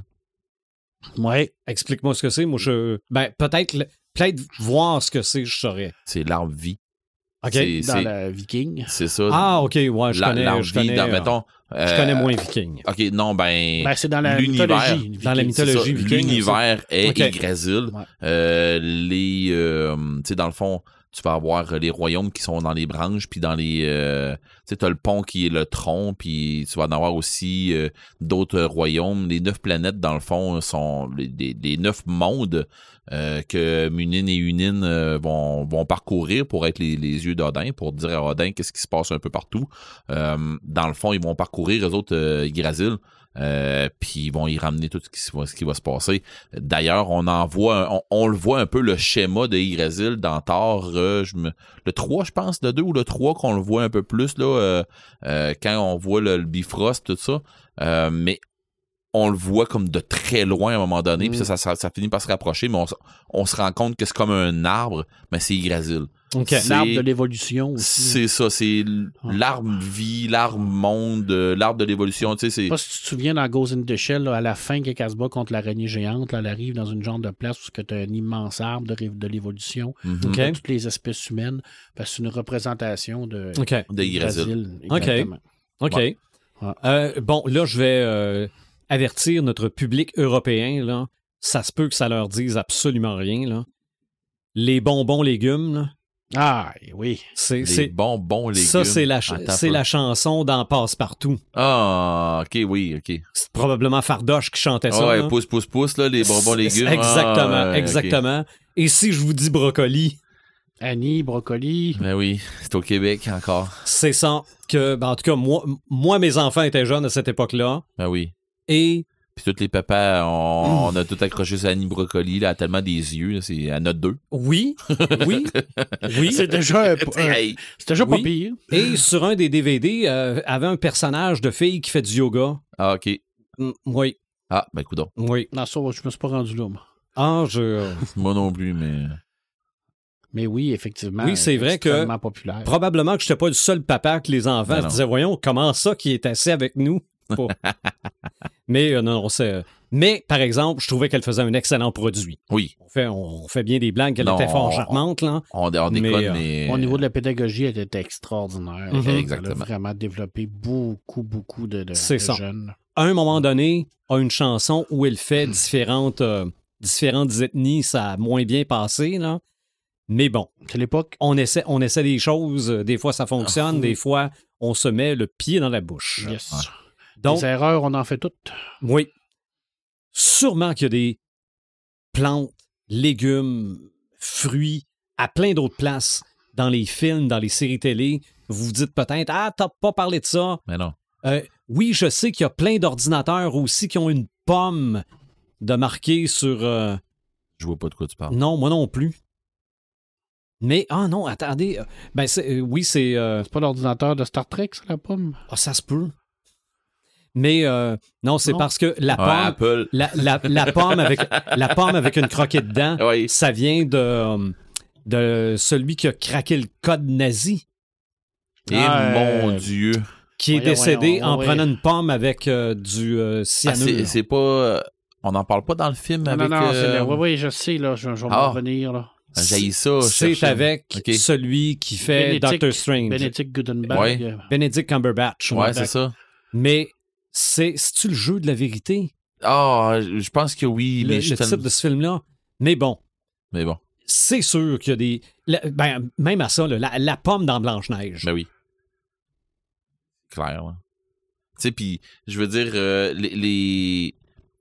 Ouais. explique-moi ce que c'est. Moi, je. Ben, peut-être, le- peut-être voir ce que c'est, je saurais. C'est l'arbre vie. OK. C'est- Dans c'est- la Viking. C'est ça. Ah, OK, ouais, je La- connais. l'arbre Je vie, connais, dans, euh, mettons, je euh, connais moins Viking. OK, non, ben... Ben, c'est dans la l'univers- mythologie. Dans la viking. c'est ça, mythologie viking. l'univers est OK. Yggdrasil. Ouais. Euh, les, euh, tu sais, dans le fond, tu vas avoir les royaumes qui sont dans les branches, puis dans les, euh, tu sais, t'as le pont qui est le tronc, puis tu vas en avoir aussi euh, d'autres royaumes. Les neuf planètes, dans le fond, sont les, les- les neuf mondes euh, que Munin et Unin euh, vont, vont parcourir pour être les, les yeux d'Odin, pour dire à Odin qu'est-ce qui se passe un peu partout. Euh, dans le fond, ils vont parcourir, eux autres, euh, Yggdrasil. Euh, puis ils vont y ramener tout ce qui, se va- ce qui va se passer. D'ailleurs, on en voit, un- on, on le voit un peu le schéma de Yggdrasil dans Thor, euh, je me, le trois, je pense, le deux ou le trois qu'on le voit un peu plus là, euh, euh, quand on voit le, le Bifrost, tout ça. Euh, mais on le voit comme de très loin à un moment donné, Mm. puis ça, ça, ça finit par se rapprocher, mais on, s- on se rend compte que c'est comme un arbre, mais c'est Yggdrasil. OK. C'est- L'arbre de l'évolution aussi. C'est ça, c'est l- l'arbre vie, l'arbre monde, euh, l'arbre de l'évolution, tu sais, c'est... Je sais pas si tu te souviens dans Ghost in the Shell, là, à la fin, quand elle se bat contre l'araignée géante, là, elle arrive dans une genre de place où tu as un immense arbre de, ré- de l'évolution, Mhm. OK. de toutes les espèces humaines, parce que c'est une représentation de, OK. De Yggdrasil. Yggdrasil, OK. exactement. OK. Ouais. Euh, bon, là, je vais euh, avertir notre public européen, là. Ça se peut que ça leur dise absolument rien, là. Les bonbons légumes, là, Ah, oui. c'est... Les c'est- bonbons légumes. Ça, c'est la, ch- Attends un c'est peu. la chanson dans Passe-Partout. Ah, ok, oui, ok. C'est probablement Fardoche qui chantait ça. Ah ouais, là. pouce, pouce, pouce, là, les bonbons C'est- légumes. Exactement, Ah, ouais, exactement. Et si je vous dis brocoli, Annie, brocoli. ok. Ben oui, c'est au Québec encore. c'est ça que, ben, en tout cas, moi, moi, mes enfants étaient jeunes à cette époque-là. Ben oui. Et Puis tous les papas, on, on a tout accroché sur Annie Brocoli, là, elle a tellement des yeux, là, c'est à note deux. oui, oui, oui. C'est déjà, un- Tu sais, un- hey, c'est déjà Oui. pas pire. Et sur un des D V D, euh, avait un personnage de fille qui fait du yoga. ah, ok. Mm, oui, Ah, ben, coudonc. oui. Non, ça, je me suis pas rendu là, moi. Ah, je... Moi non plus, mais... Mais oui, effectivement. Oui, c'est vrai que- extrêmement populaire. Probablement que je n'étais pas le seul papa que les enfants Ben se non. disaient, voyons, comment ça qui est assis avec nous? Pas- Mais euh, non, non, c'est... Mais, par exemple, je trouvais qu'elle faisait un excellent produit. Oui, On fait, on fait bien des blagues, qu'elle Non, était fort on- charmante, là. on, on déconne, Mais, mais... euh, Au niveau de la pédagogie, elle était extraordinaire. Mhm. Elle a Exactement. vraiment développé beaucoup, beaucoup de, de, C'est de ça. jeunes. À un moment donné, a une chanson où elle fait différentes, euh, différentes ethnies, ça a moins bien passé, là. Mais bon, C'est l'époque. on essaie, on essaie des choses, euh, des fois ça fonctionne, Ah, des oui. fois on se met le pied dans la bouche. Yes. Ouais. Donc, Les erreurs, on en fait toutes. oui, sûrement qu'il y a des plantes, légumes, fruits à plein d'autres places dans les films, dans les séries télé. Vous vous dites peut-être, ah, t'as pas parlé de ça. Mais non. Euh, oui, je sais qu'il y a plein d'ordinateurs aussi qui ont une pomme de marquer sur... euh, Je vois pas de quoi tu parles. Non, moi non plus. Mais, ah non, attendez. euh, Ben, c'est- euh, oui, c'est... euh, C'est pas l'ordinateur de Star Trek, ça, la pomme? Ah, ça se peut. Mais, euh, non, c'est Non. parce que la Ouais, pomme... Apple. La, la- la pomme avec, la pomme avec une croquette dedans, Oui. ça vient de, euh, de celui qui a craqué le code nazi, Et Ah, mon euh, Dieu. qui est Voyons, décédé voyons, en ouais. prenant une pomme avec euh, du euh, Ah, cyanure. c'est c'est pas... euh, On n'en parle pas dans le film Non, avec... non, non, c'est euh, le- oui, oui, je sais, là, je, je vais Ah. m'en revenir, là. J'haïs ça. je C'est cherchais. avec Ok. celui qui fait Benedict- Doctor Strange. Benedict Gutenberg. Ouais. euh, Benedict Cumberbatch. Ouais, c'est ça. Mais c'est, c'est-tu le jeu de la vérité, Ah, je pense que oui, le, mais le je suis titre tellement- de ce film-là? Mais bon, Mais bon, c'est sûr qu'il y a des... la- ben, même à ça, là, la, la pomme dans Blanche-Neige. ben oui. Clair, là. Tu sais, puis je veux dire, euh, les... les...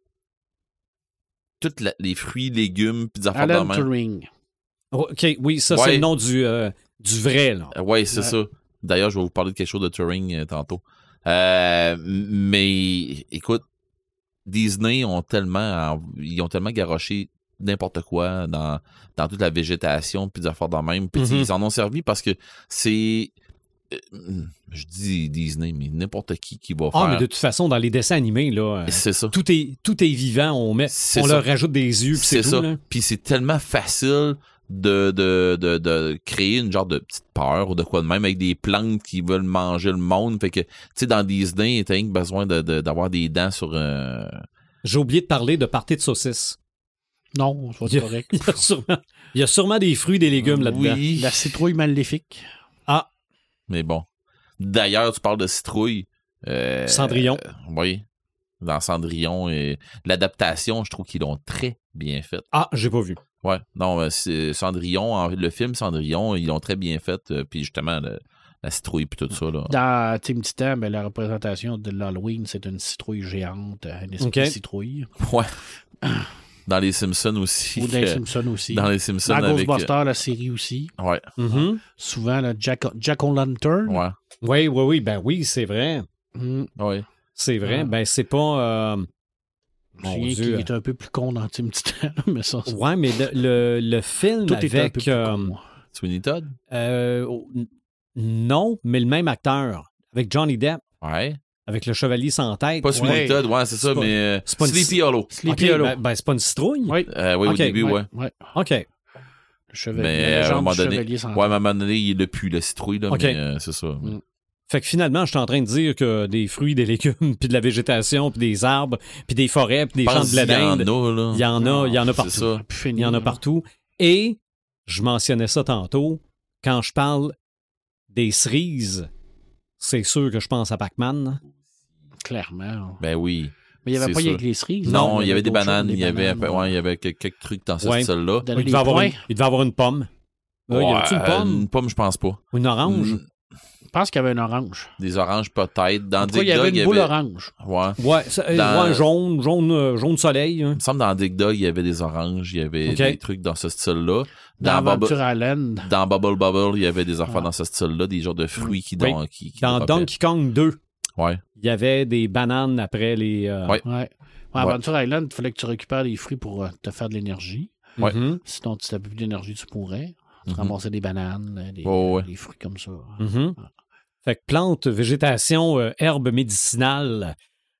Toutes la- les fruits, légumes, puis des affaires de Ben, Alan même. Turing. Oh, OK, oui, ça, Ouais. c'est le nom du, euh, du vrai, là. Euh, Ouais, c'est Ouais. ça. D'ailleurs, je vais vous parler de quelque chose de Turing euh, tantôt. Euh, m- mais écoute, Disney ont tellement ils ont tellement garoché n'importe quoi dans, dans toute la végétation puis des affaires de même. Puis Mhm. ils en ont servi parce que c'est euh, je dis Disney, mais n'importe qui qui va Ah, faire. mais de toute façon, dans les dessins animés, là, euh, C'est ça. tout est, tout est vivant, on, met, C'est on ça. leur rajoute des yeux, puis c'est, C'est tout, ça. là. Puis c'est tellement facile de, de, de, de créer une genre de petite peur ou de quoi de même avec des plantes qui veulent manger le monde. Fait que, tu sais, dans Disney, t'as rien que besoin de, de- d'avoir des dents sur... euh, J'ai oublié de parler de partie de saucisses. Non, c'est Il y a- correct. Il y, a sûrement, il y a sûrement des fruits, des légumes là-dedans. Oui, La citrouille maléfique. Ah, mais bon. D'ailleurs, tu parles de citrouille. euh, Cendrillon. euh, oui, dans Cendrillon. Et l'adaptation, je trouve qu'ils l'ont très bien faite. ah, j'ai pas vu. Ouais, non, euh, c'est- Cendrillon, en- le film Cendrillon, ils l'ont très bien fait. euh, Puis justement, le- la citrouille puis tout ça. Là. Dans Tim Titan, ben, la représentation de l'Halloween, c'est une citrouille géante, une espèce Ok. de citrouille. Ouais. Dans les Simpsons aussi. Ou dans les euh, Simpsons aussi. Dans les Simpsons Dans avec... Ghostbusters, la série aussi. euh, ouais, Mhm. Souvent, le Jack, Jack O'Lantern. ouais, Oui, oui, oui, ben oui, c'est vrai. Mm. ouais. C'est vrai. Ah. Ben, c'est pas... euh, Je Mon me souviens Dieu. qu'il est un peu plus con dans Tim Titan, mais ça, c'est- Ouais, mais le, le, le film tout est un peu avec... plus euh, con. Sweeney Todd? euh, oh, n- non, mais le même acteur. Avec Johnny Depp, Ouais. avec le chevalier sans tête. Pas Sweeney Ouais. Todd, ouais, c'est ça, C'est pas- mais... euh, c'est pas une- Sleepy Hollow. Sleepy Ok, Hollow. ben, ben, c'est pas une citrouille? Oui, Euh, oui, Ok, au début, ouais. ouais, ouais. OK. Le chevalier, Mais la à un légende moment du donné... chevalier sans Ouais, mais à un moment donné, il le pue, la citrouille, là, Ok. mais euh, c'est ça. Mm. Fait que finalement, je suis en train de dire que des fruits, des légumes, puis de la végétation, puis des arbres, puis des forêts, puis des champs de Pense qu'il blé y en d'Inde, a, là. il y en a, il y en a C'est partout. ça. Plus fini, Il y en a là. partout. Et je mentionnais ça tantôt, quand je parle des cerises, c'est sûr que je pense à Pac-Man. Clairement. Ben oui. Mais il n'y avait C'est pas sûr. avec les cerises. Non, il y avait des d'autres bananes, choses, il y avait, un peu- bananes, ouais, il y avait quelques, quelques trucs dans ce Ouais. style-là. Donner Il des devait, avoir points. une, il devait avoir une pomme. Là, il y avait-tu une Ouais, pomme? Une pomme, je pense pas. Ou une orange? Mm, Je pense qu'il y avait un orange. Des oranges, peut-être. Dans En tout cas, Dig il y avait Dug, une boule orange. Ouais. Ouais, ça- euh, Dans- ouais, jaune, jaune, euh, jaune soleil. hein. Il me semble dans Dig Dug, il y avait des oranges, il y avait Ok. des trucs dans ce style-là. Dans Dans, Bubble, Aventure Island. dans Bubble Bubble, il y avait des affaires Ah. dans ce style-là, des genres de fruits qui Oui. donnent. Qui, qui Dans droppaient. Donkey Kong deux, Ouais. il y avait des bananes après les... euh, Ouais. Ouais. Ouais, Aventure Island, il fallait que tu récupères des fruits pour euh, te faire de l'énergie. Ouais. mhm, Sinon, tu n'avais plus d'énergie, tu pourrais. Tu Mhm. ramassais des bananes, euh, des, Oh, ouais. des fruits comme ça. mhm. Fait que plantes, végétation, euh, herbes médicinales,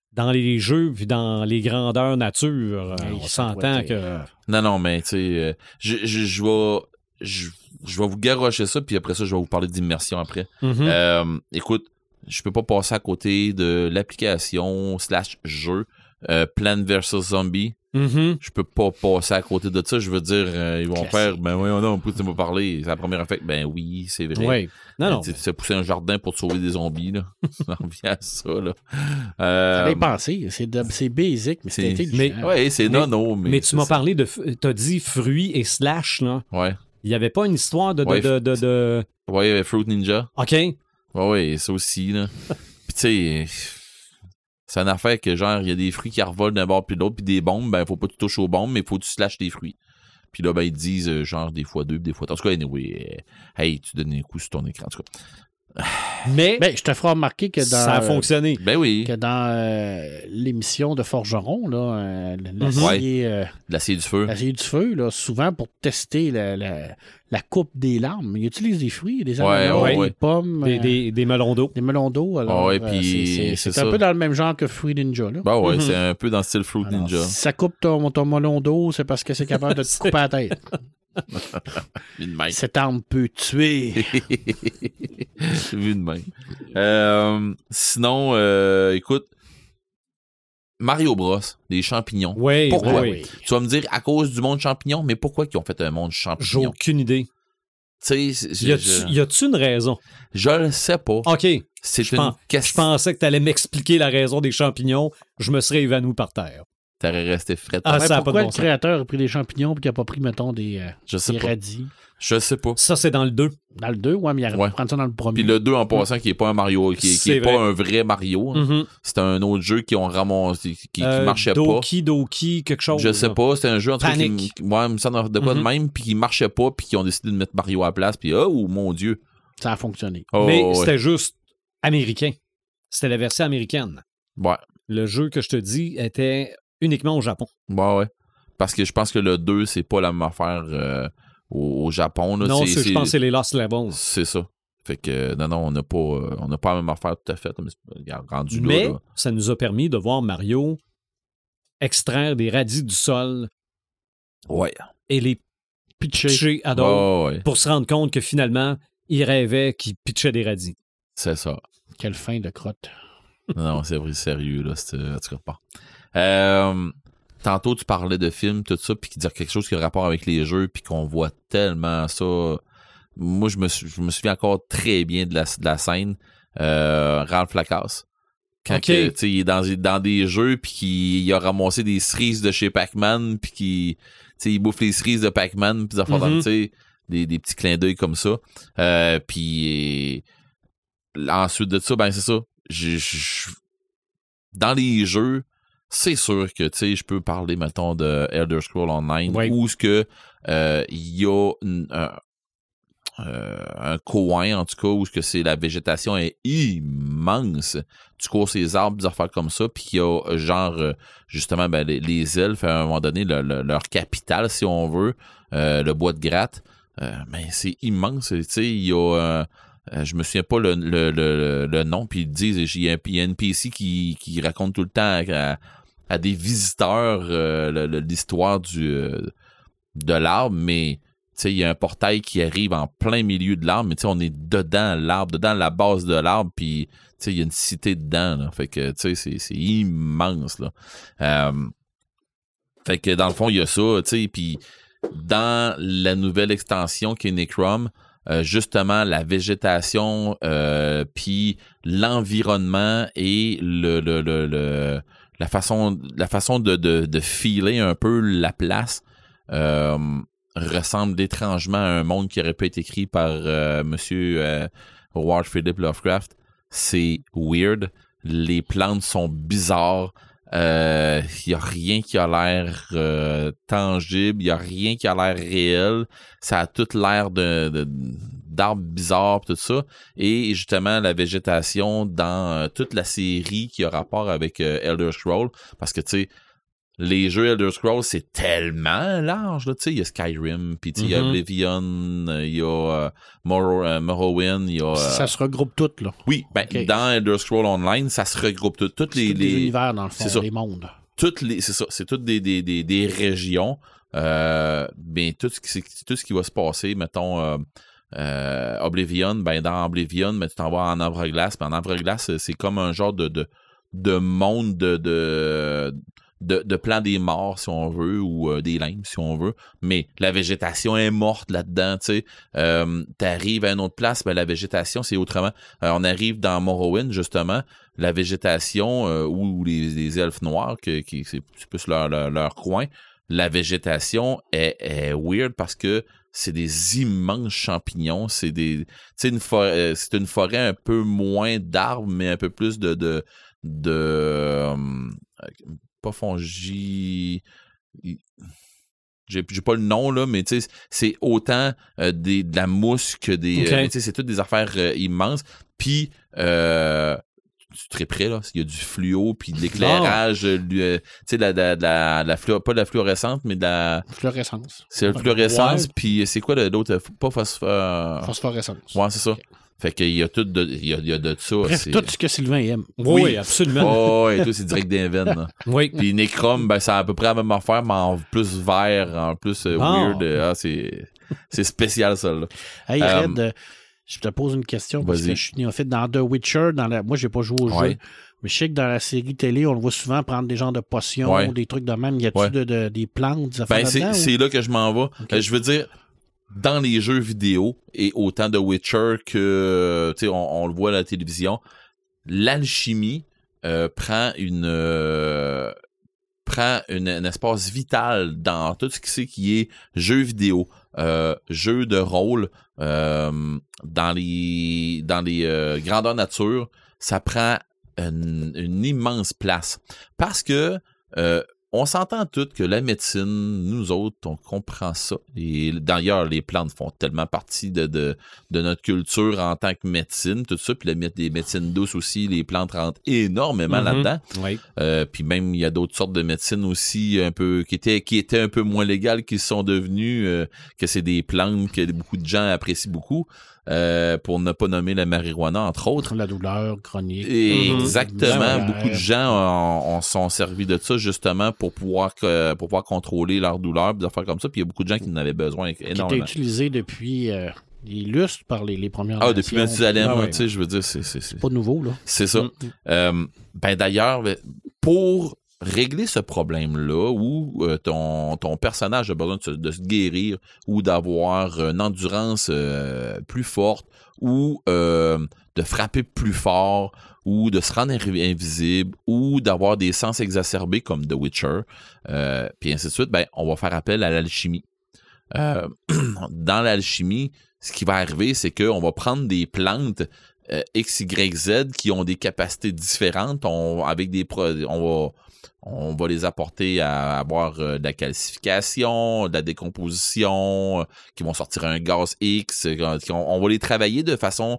dans les jeux puis dans les grandeurs nature, Hey, on ça s'entend doit être- que... Non, non, mais tu sais, euh, je, je, je vais... Je, je vais vous garrocher ça, puis après ça, je vais vous parler d'immersion après. Mhm. Euh, écoute, je peux pas passer à côté de l'application slash jeu euh, Plants versus. Zombie. Mhm. Je peux pas passer à côté de ça. Je veux dire, euh, ils vont Classique. faire, ben oui, non, pourquoi tu m'as parlé? C'est la première affaire. Ben oui, c'est vrai. Oui. Non, non. Tu sais, pousser un jardin pour te sauver des zombies, là. Ça revient à ça, là. Ça Euh, y penser. C'est, de- c'est basic, mais c'est, c'est- intelligent. mais- ouais, c'est Mais- non, non, mais. Mais tu c'est m'as ça. parlé de... f- T'as dit fruits et slash, là. Ouais. Il n'y avait pas une histoire de... de, Ouais, de, de, de- Ouais, il y avait Fruit Ninja. OK. Ouais, ouais, ça aussi, là. Puis tu sais, c'est une affaire que, genre, il y a des fruits qui revolent d'un bord puis de l'autre, puis des bombes, ben, faut pas que tu touches aux bombes, mais faut que tu slashes des fruits. Puis là, ben, ils disent, euh, genre, des fois deux, des fois trois. En tout cas, anyway, euh, hey, tu donnes un coup sur ton écran, en tout cas. Mais Ben, je te ferai remarquer que dans, ça a fonctionné. Ben oui, que dans euh, l'émission de Forgeron, là, euh, l'acier, euh, l'acier du feu. l'acier du feu, là, souvent pour tester la, la, la coupe des larmes, ils utilisent des fruits, des Ouais, ananas, ouais, des ouais. pommes, Des, euh, des, des melons d'eau. des melons d'eau. Alors, Ouais, euh, puis c'est, c'est, c'est c'est un ça. peu dans le même genre que Fruit Ninja. Là. Ben ouais, Mhm. c'est un peu dans le style Fruit Alors, Ninja. si ça coupe ton, ton melon d'eau, c'est parce que c'est capable de te couper la tête. Une main. Cette arme peut tuer. Vu de même. Euh, sinon, euh, écoute, Mario Bros, des champignons. Oui, Pourquoi? oui, oui. Tu vas me dire à cause du monde champignon, mais pourquoi ils ont fait un monde J'ai champignon? aucune idée. Tu sais, c'est- Y je, a-tu je, y a-tu une raison? je le sais pas. OK. C'est Je une pense- Je question. pensais que tu allais m'expliquer la raison des champignons. Je me serais évanoui par terre. T'aurais resté frais. Ah, Ouais, ça a pas pourquoi de bon le sens. créateur a pris des champignons et qu'il n'a pas pris, mettons, des, euh, Je sais des pas. radis? Je sais pas. Ça, c'est dans le deux. Dans le deux, ouais, mais il aurait Ouais. pu prendre ça dans le premier. Puis le deux en passant, qui est pas un Mario, qui est, qui C'est est pas vrai. un vrai Mario. hein. Mhm. C'est un autre jeu qui ont ramassé, qui, qui Euh, marchait pas. Doki, Doki, quelque chose. Je sais là. pas, c'était un jeu en tout cas qui, Panic. qui- ouais, il me semble de quoi Mhm. de même, puis qui marchait pas, puis qui ont décidé de mettre Mario à la place, puis oh mon Dieu. Ça a fonctionné. Oh, Mais ouais. c'était juste américain. C'était la version américaine. Ouais, Le jeu que je te dis était uniquement au Japon. ouais, ouais. Parce que je pense que le deux, c'est pas la même affaire euh, au, au Japon. Là. non, c'est, c'est- je c'est- pense que c'est les Lost Levels. c'est ça. Fait que non, non, on n'a pas, euh, on n'a pas la même affaire tout à fait. Mais c'est- regarde, rendu Mais là, là. ça nous a permis de voir Mario extraire des radis du sol Ouais. et les pitcher à d'autres Ouais, ouais, pour se rendre compte que finalement, il rêvait qu'il pitchait des radis. c'est ça. Quelle fin de crotte. Non, non, c'est vrai, sérieux, là. C'est, en tout cas, pas. Euh, tantôt, tu parlais de films, tout ça, puis qui dire quelque chose qui a rapport avec les jeux, puis qu'on voit tellement ça. Moi, je me, sou- je me souviens encore très bien de la, de la scène. Euh, Ralph Lacasse. Quand Ok. que, tu sais, il est dans, dans des jeux, puis qu'il il a ramassé des cerises de chez Pac-Man, puis qu'il tu sais, il bouffe les cerises de Pac-Man, puis des affaires Mhm. dans- tu sais, des, des petits clins d'œil comme ça. Euh, puis ensuite de ça, ben c'est ça. Je- je- dans les jeux, c'est sûr que tu sais, je peux parler, mettons, de Elder Scrolls Online, Oui. où ce que euh, il y a une- un, euh, un coin, en tout cas, où ce que c'est la végétation est immense. Tu cours ces arbres, des affaires comme ça, puis il y a genre euh, justement ben, les, les elfes, à un moment donné, le- le- leur capitale, si on veut, euh, le bois de gratte. Euh, mais c'est immense, tu sais, il y a euh, euh, je me souviens pas le, le, le, le nom, puis ils disent, il y a un, il y a un N P C qui, qui raconte tout le temps à, à des visiteurs euh, le- le- l'histoire du euh, de l'arbre, mais tu sais, il y a un portail qui arrive en plein milieu de l'arbre, mais tu sais, on est dedans l'arbre, dedans la base de l'arbre, puis tu sais, il y a une cité dedans, là. Fait que tu sais, c'est, c'est immense, là. Euh, fait que dans le fond, il y a ça, tu sais, puis dans la nouvelle extension qui est Necrom, euh, justement, la végétation, euh, puis l'environnement et le, le, le, le- la façon, la façon de, de, de filer un peu la place euh, ressemble étrangement à un monde qui aurait pu être écrit par euh, Monsieur euh, Howard Philip Lovecraft. C'est weird. Les plantes sont bizarres. Il euh, n'y a rien qui a l'air euh, tangible, il n'y a rien qui a l'air réel, ça a tout l'air de, de, d'arbres bizarres, tout ça, et justement la végétation dans euh, toute la série qui a rapport avec euh, Elder Scrolls, parce que tu sais, les jeux Elder Scrolls, c'est tellement large, là, tu sais, il y a Skyrim, puis il y a Mm-hmm. Oblivion, il y a euh, Morrow, euh, Morrowind, il y a... Euh, Ça se regroupe tout, là. oui, ben, Okay. dans Elder Scrolls Online, ça se regroupe tout, toutes C'est les... tous les... des univers, dans le fond, c'est ça. des mondes. Toutes les... C'est ça, c'est toutes des, des, des, des régions, euh, ben, tout ce, qui, tout ce qui va se passer, mettons... Euh, Euh, Oblivion, ben dans Oblivion, ben, tu t'en vas en Ambre-Glace, puis en Ambre-Glace, c'est comme un genre de, de, de monde de, de, de, de plan des morts, si on veut, ou euh, des limbes, si on veut, mais la végétation est morte là-dedans, tu sais. Euh, t'arrives à une autre place, ben la végétation, c'est autrement. Euh, on arrive dans Morrowind, justement, la végétation, euh, ou, ou les, les elfes noirs, que, qui, c'est, c'est plus leur, leur, leur coin, la végétation est, est weird parce que c'est des immenses champignons, c'est des, tu sais, une forêt, c'est une forêt un peu moins d'arbres, mais un peu plus de, de, de, euh, pas fongi, j'ai, j'ai pas le nom là, mais tu sais, c'est autant euh, des, de la mousse que des, okay. euh, tu sais, c'est toutes des affaires euh, immenses, puis euh, très près là, il y a du fluo puis de l'éclairage, oh. euh, tu sais, de la, de la, de la, de la fluo, pas de la fluorescente, mais de la fluorescence. C'est la fluorescence, ouais. Puis c'est quoi l'autre, pas phosphore... Phosphorescence. Ouais, c'est ça. Okay. Fait qu'il y a tout de, il y a, il y a de ça. Bref, c'est... tout ce que Sylvain aime. Oui, oui absolument. Oh, et tout, c'est direct des veines. Oui. Puis Necrom, ben, c'est à peu près la même affaire, mais en plus vert, en plus euh, oh. weird. Ah, c'est, c'est spécial, ça, là. Hey, Red, um, je te pose une question, parce vas-y. Que je suis néophyte. Dans The Witcher, dans la... moi, j'ai pas joué au ouais. jeu, mais je sais que dans la série télé, on le voit souvent prendre des genres de potions, ouais. des trucs de même. Y a-tu ouais. de, de, des plantes, des ben, c'est, c'est là que je m'en vais. Okay. Euh, je veux dire, dans les jeux vidéo, et autant de Witcher que, tu sais, on, on le voit à la télévision, l'alchimie euh, prend une... Euh, prend une, un espace vital dans tout ce qui, c'est qui est jeux vidéo, euh, jeux de rôle, euh, dans les, dans les euh, grandeurs nature, ça prend une, une immense place. Parce que euh, on s'entend tous que la médecine, nous autres, on comprend ça. Et d'ailleurs, les plantes font tellement partie de, de, de notre culture en tant que médecine, tout ça. Puis la, les médecines douces aussi, les plantes rentrent énormément mm-hmm. là-dedans. Oui. Euh, puis même, il y a d'autres sortes de médecines aussi un peu qui étaient, qui étaient un peu moins légales, qui sont devenues, euh, que c'est des plantes que beaucoup de gens apprécient beaucoup. Euh, pour ne pas nommer la marijuana, entre autres. La douleur chronique. Et mm-hmm. Exactement. Mm-hmm. Beaucoup de gens ont, ont sont servis de ça justement pour pouvoir, euh, pour pouvoir contrôler leur douleur, des affaires comme ça. Puis il y a beaucoup de gens qui en avaient besoin énormément. Qui était utilisé depuis euh, les lustres par les, les premières Ah, depuis Mathusalem, ah, ouais. tu sais, je veux dire, c'est... c'est, c'est... c'est pas nouveau, là. C'est ça. Mm-hmm. Euh, ben d'ailleurs, pour régler ce problème-là où euh, ton, ton personnage a besoin de se, de se guérir ou d'avoir une endurance euh, plus forte ou euh, de frapper plus fort ou de se rendre invisible ou d'avoir des sens exacerbés comme The Witcher, euh, puis ainsi de suite, ben, on va faire appel à l'alchimie. Euh, dans l'alchimie, ce qui va arriver, c'est qu'on va prendre des plantes euh, X, Y, Z qui ont des capacités différentes. On, avec des pro- on va On va les apporter à avoir euh, de la calcification, de la décomposition, euh, qui vont sortir un gaz X. Euh, on, on va les travailler de façon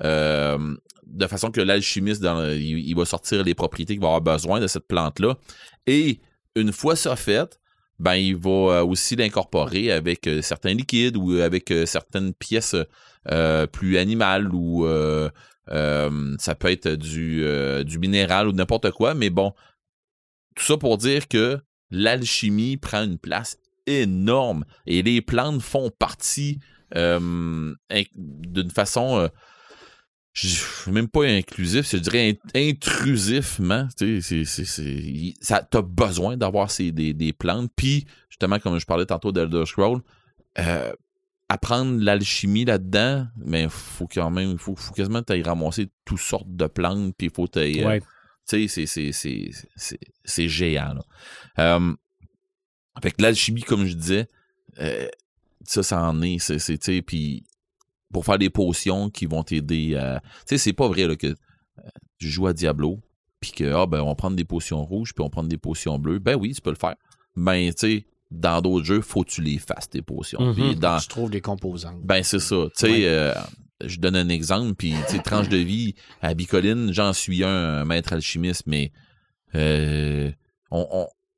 euh, de façon que l'alchimiste, dans le, il, il va sortir les propriétés qu'il va avoir besoin de cette plante-là. Et une fois ça fait, ben il va aussi l'incorporer avec euh, certains liquides ou avec euh, certaines pièces euh, plus animales ou euh, euh, ça peut être du, euh, du minéral ou n'importe quoi, mais bon, tout ça pour dire que l'alchimie prend une place énorme et les plantes font partie euh, d'une façon, euh, je, même pas inclusif, je dirais intrusivement. Tu sais, c'est, c'est, c'est, ça, t'as besoin d'avoir ces, des, des plantes. Puis, justement, comme je parlais tantôt d'Elder Scrolls, euh, apprendre l'alchimie là-dedans, mais faut quand même, faut, faut quasiment t'ailles ramasser toutes sortes de plantes, puis il faut t'ailles... Ouais. Tu sais, c'est, c'est, c'est, c'est, c'est géant, là. Euh, avec l'alchimie, comme je disais, euh, ça, ça en est. C'est, c'est, tu sais, puis pour faire des potions qui vont t'aider à... Tu sais, c'est pas vrai là, que euh, tu joues à Diablo, puis que, ah, ben, on va prendre des potions rouges, puis on va prendre des potions bleues. Ben oui, tu peux le faire. Ben, tu sais, dans d'autres jeux, faut que tu les fasses, tes potions. Mm-hmm. Puis dans... Tu trouves des composantes. Ben, c'est ça. Tu sais... Ouais. Euh, je donne un exemple, puis, tu sais, tranche de vie, à Bicoline, j'en suis un, un maître alchimiste, mais euh, on, on,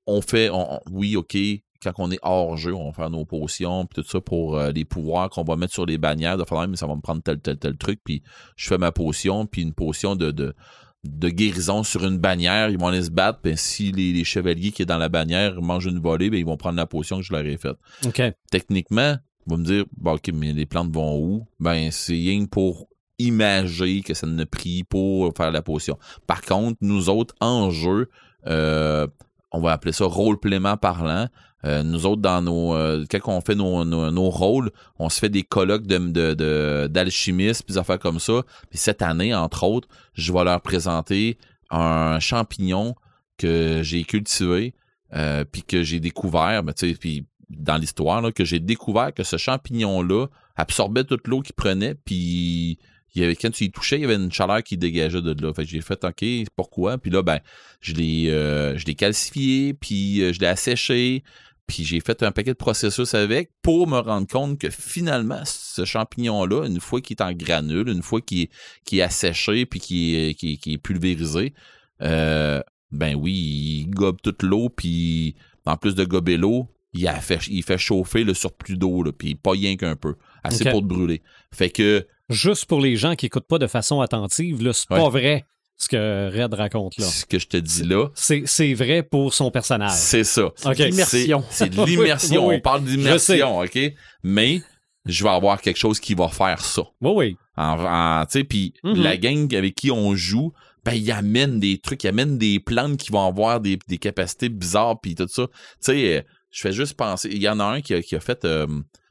on fait, on, oui, OK, quand on est hors jeu, on va faire nos potions, puis tout ça pour euh, les pouvoirs qu'on va mettre sur les bannières, de faire, mais ça va me prendre tel, tel, tel truc, puis je fais ma potion, puis une potion de, de, de guérison sur une bannière, ils vont aller se battre, puis si les, les chevaliers qui est dans la bannière mangent une volée, ben ils vont prendre la potion que je leur ai faite. Okay. Techniquement, on va me dire, bon, OK, mais les plantes vont où? Ben, c'est rien pour imager que ça ne prie pour faire la potion. Par contre, nous autres, en jeu, euh, on va appeler ça role-playment parlant. Euh, nous autres, dans nos euh, quand on fait nos, nos, nos rôles, on se fait des colloques de, de, de, d'alchimistes, puis des affaires comme ça. Puis cette année, entre autres, je vais leur présenter un champignon que j'ai cultivé, euh, puis que j'ai découvert, ben, tu sais, puis dans l'histoire, là, que j'ai découvert que ce champignon-là absorbait toute l'eau qu'il prenait, puis il y avait, quand tu y touchais, il y avait une chaleur qui dégageait de là. Fait que j'ai fait, OK, pourquoi? Puis là, ben, je l'ai, euh, je l'ai calcifié, puis euh, je l'ai asséché, puis j'ai fait un paquet de processus avec pour me rendre compte que finalement, ce champignon-là, une fois qu'il est en granule, une fois qu'il est, qu'il est asséché, puis qu'il est, qu'il est, qu'il est pulvérisé, euh, ben oui, il gobe toute l'eau, puis en plus de gober l'eau, il, a fait, il fait chauffer le surplus d'eau, là, puis pas rien qu'un peu. Assez okay. pour te brûler. Fait que... Juste pour les gens qui n'écoutent pas de façon attentive, là, c'est ouais. pas vrai ce que Red raconte là. Ce que je te dis là. C'est, c'est vrai pour son personnage. C'est ça. Okay. C'est l'immersion. C'est, c'est de l'immersion. oui, oui. On parle d'immersion, OK? Mais je vais avoir quelque chose qui va faire ça. Oui, oui. En, en, tu sais, puis mm-hmm. la gang avec qui on joue, ben, il amène des trucs, il amène des plantes qui vont avoir des, des capacités bizarres, puis tout ça. Tu sais, euh, je fais juste penser. Il y en a un qui a, qui a fait... Euh,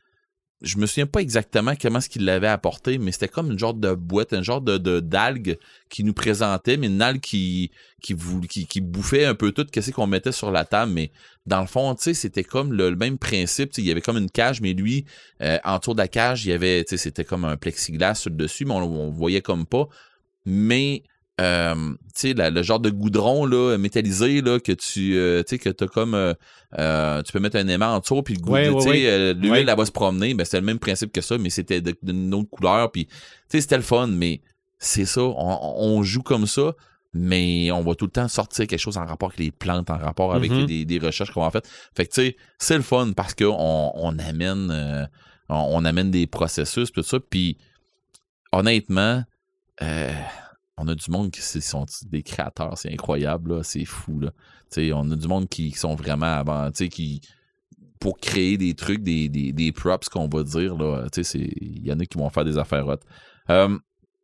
je me souviens pas exactement comment est-ce qu'il l'avait apporté, mais c'était comme une genre de boîte, un genre de, de d'algue qui nous présentait, mais une algue qui qui, qui, qui bouffait un peu tout qu'est-ce qu'on mettait sur la table, mais dans le fond, tu sais, c'était comme le, le même principe, il y avait comme une cage, mais lui, euh, autour de la cage, il y avait, tu sais, c'était comme un plexiglas sur le dessus, mais on, on voyait comme pas, mais Euh, tu sais, le genre de goudron là, métallisé là, que tu euh, tu sais, que t'as comme euh, euh, tu peux mettre un aimant en dessous, puis le goût, ouais, tu ouais, sais, ouais. euh, l'huile, ouais. elle va se promener, ben c'était le même principe que ça, mais c'était de, d'une autre couleur, puis tu sais, c'était le fun, mais c'est ça, on, on joue comme ça, mais on va tout le temps sortir quelque chose en rapport avec les plantes, en rapport avec mm-hmm. des, des recherches qu'on va faire. Fait que tu sais, c'est le fun parce que on, on amène euh, on, on amène des processus, tout ça, puis honnêtement, euh, on a du monde qui sont des créateurs, c'est incroyable, là, c'est fou. Là. T'sais, on a du monde qui, qui sont vraiment avant, qui pour créer des trucs, des, des, des props qu'on va dire, il y en a qui vont faire des affaires hot. Euh,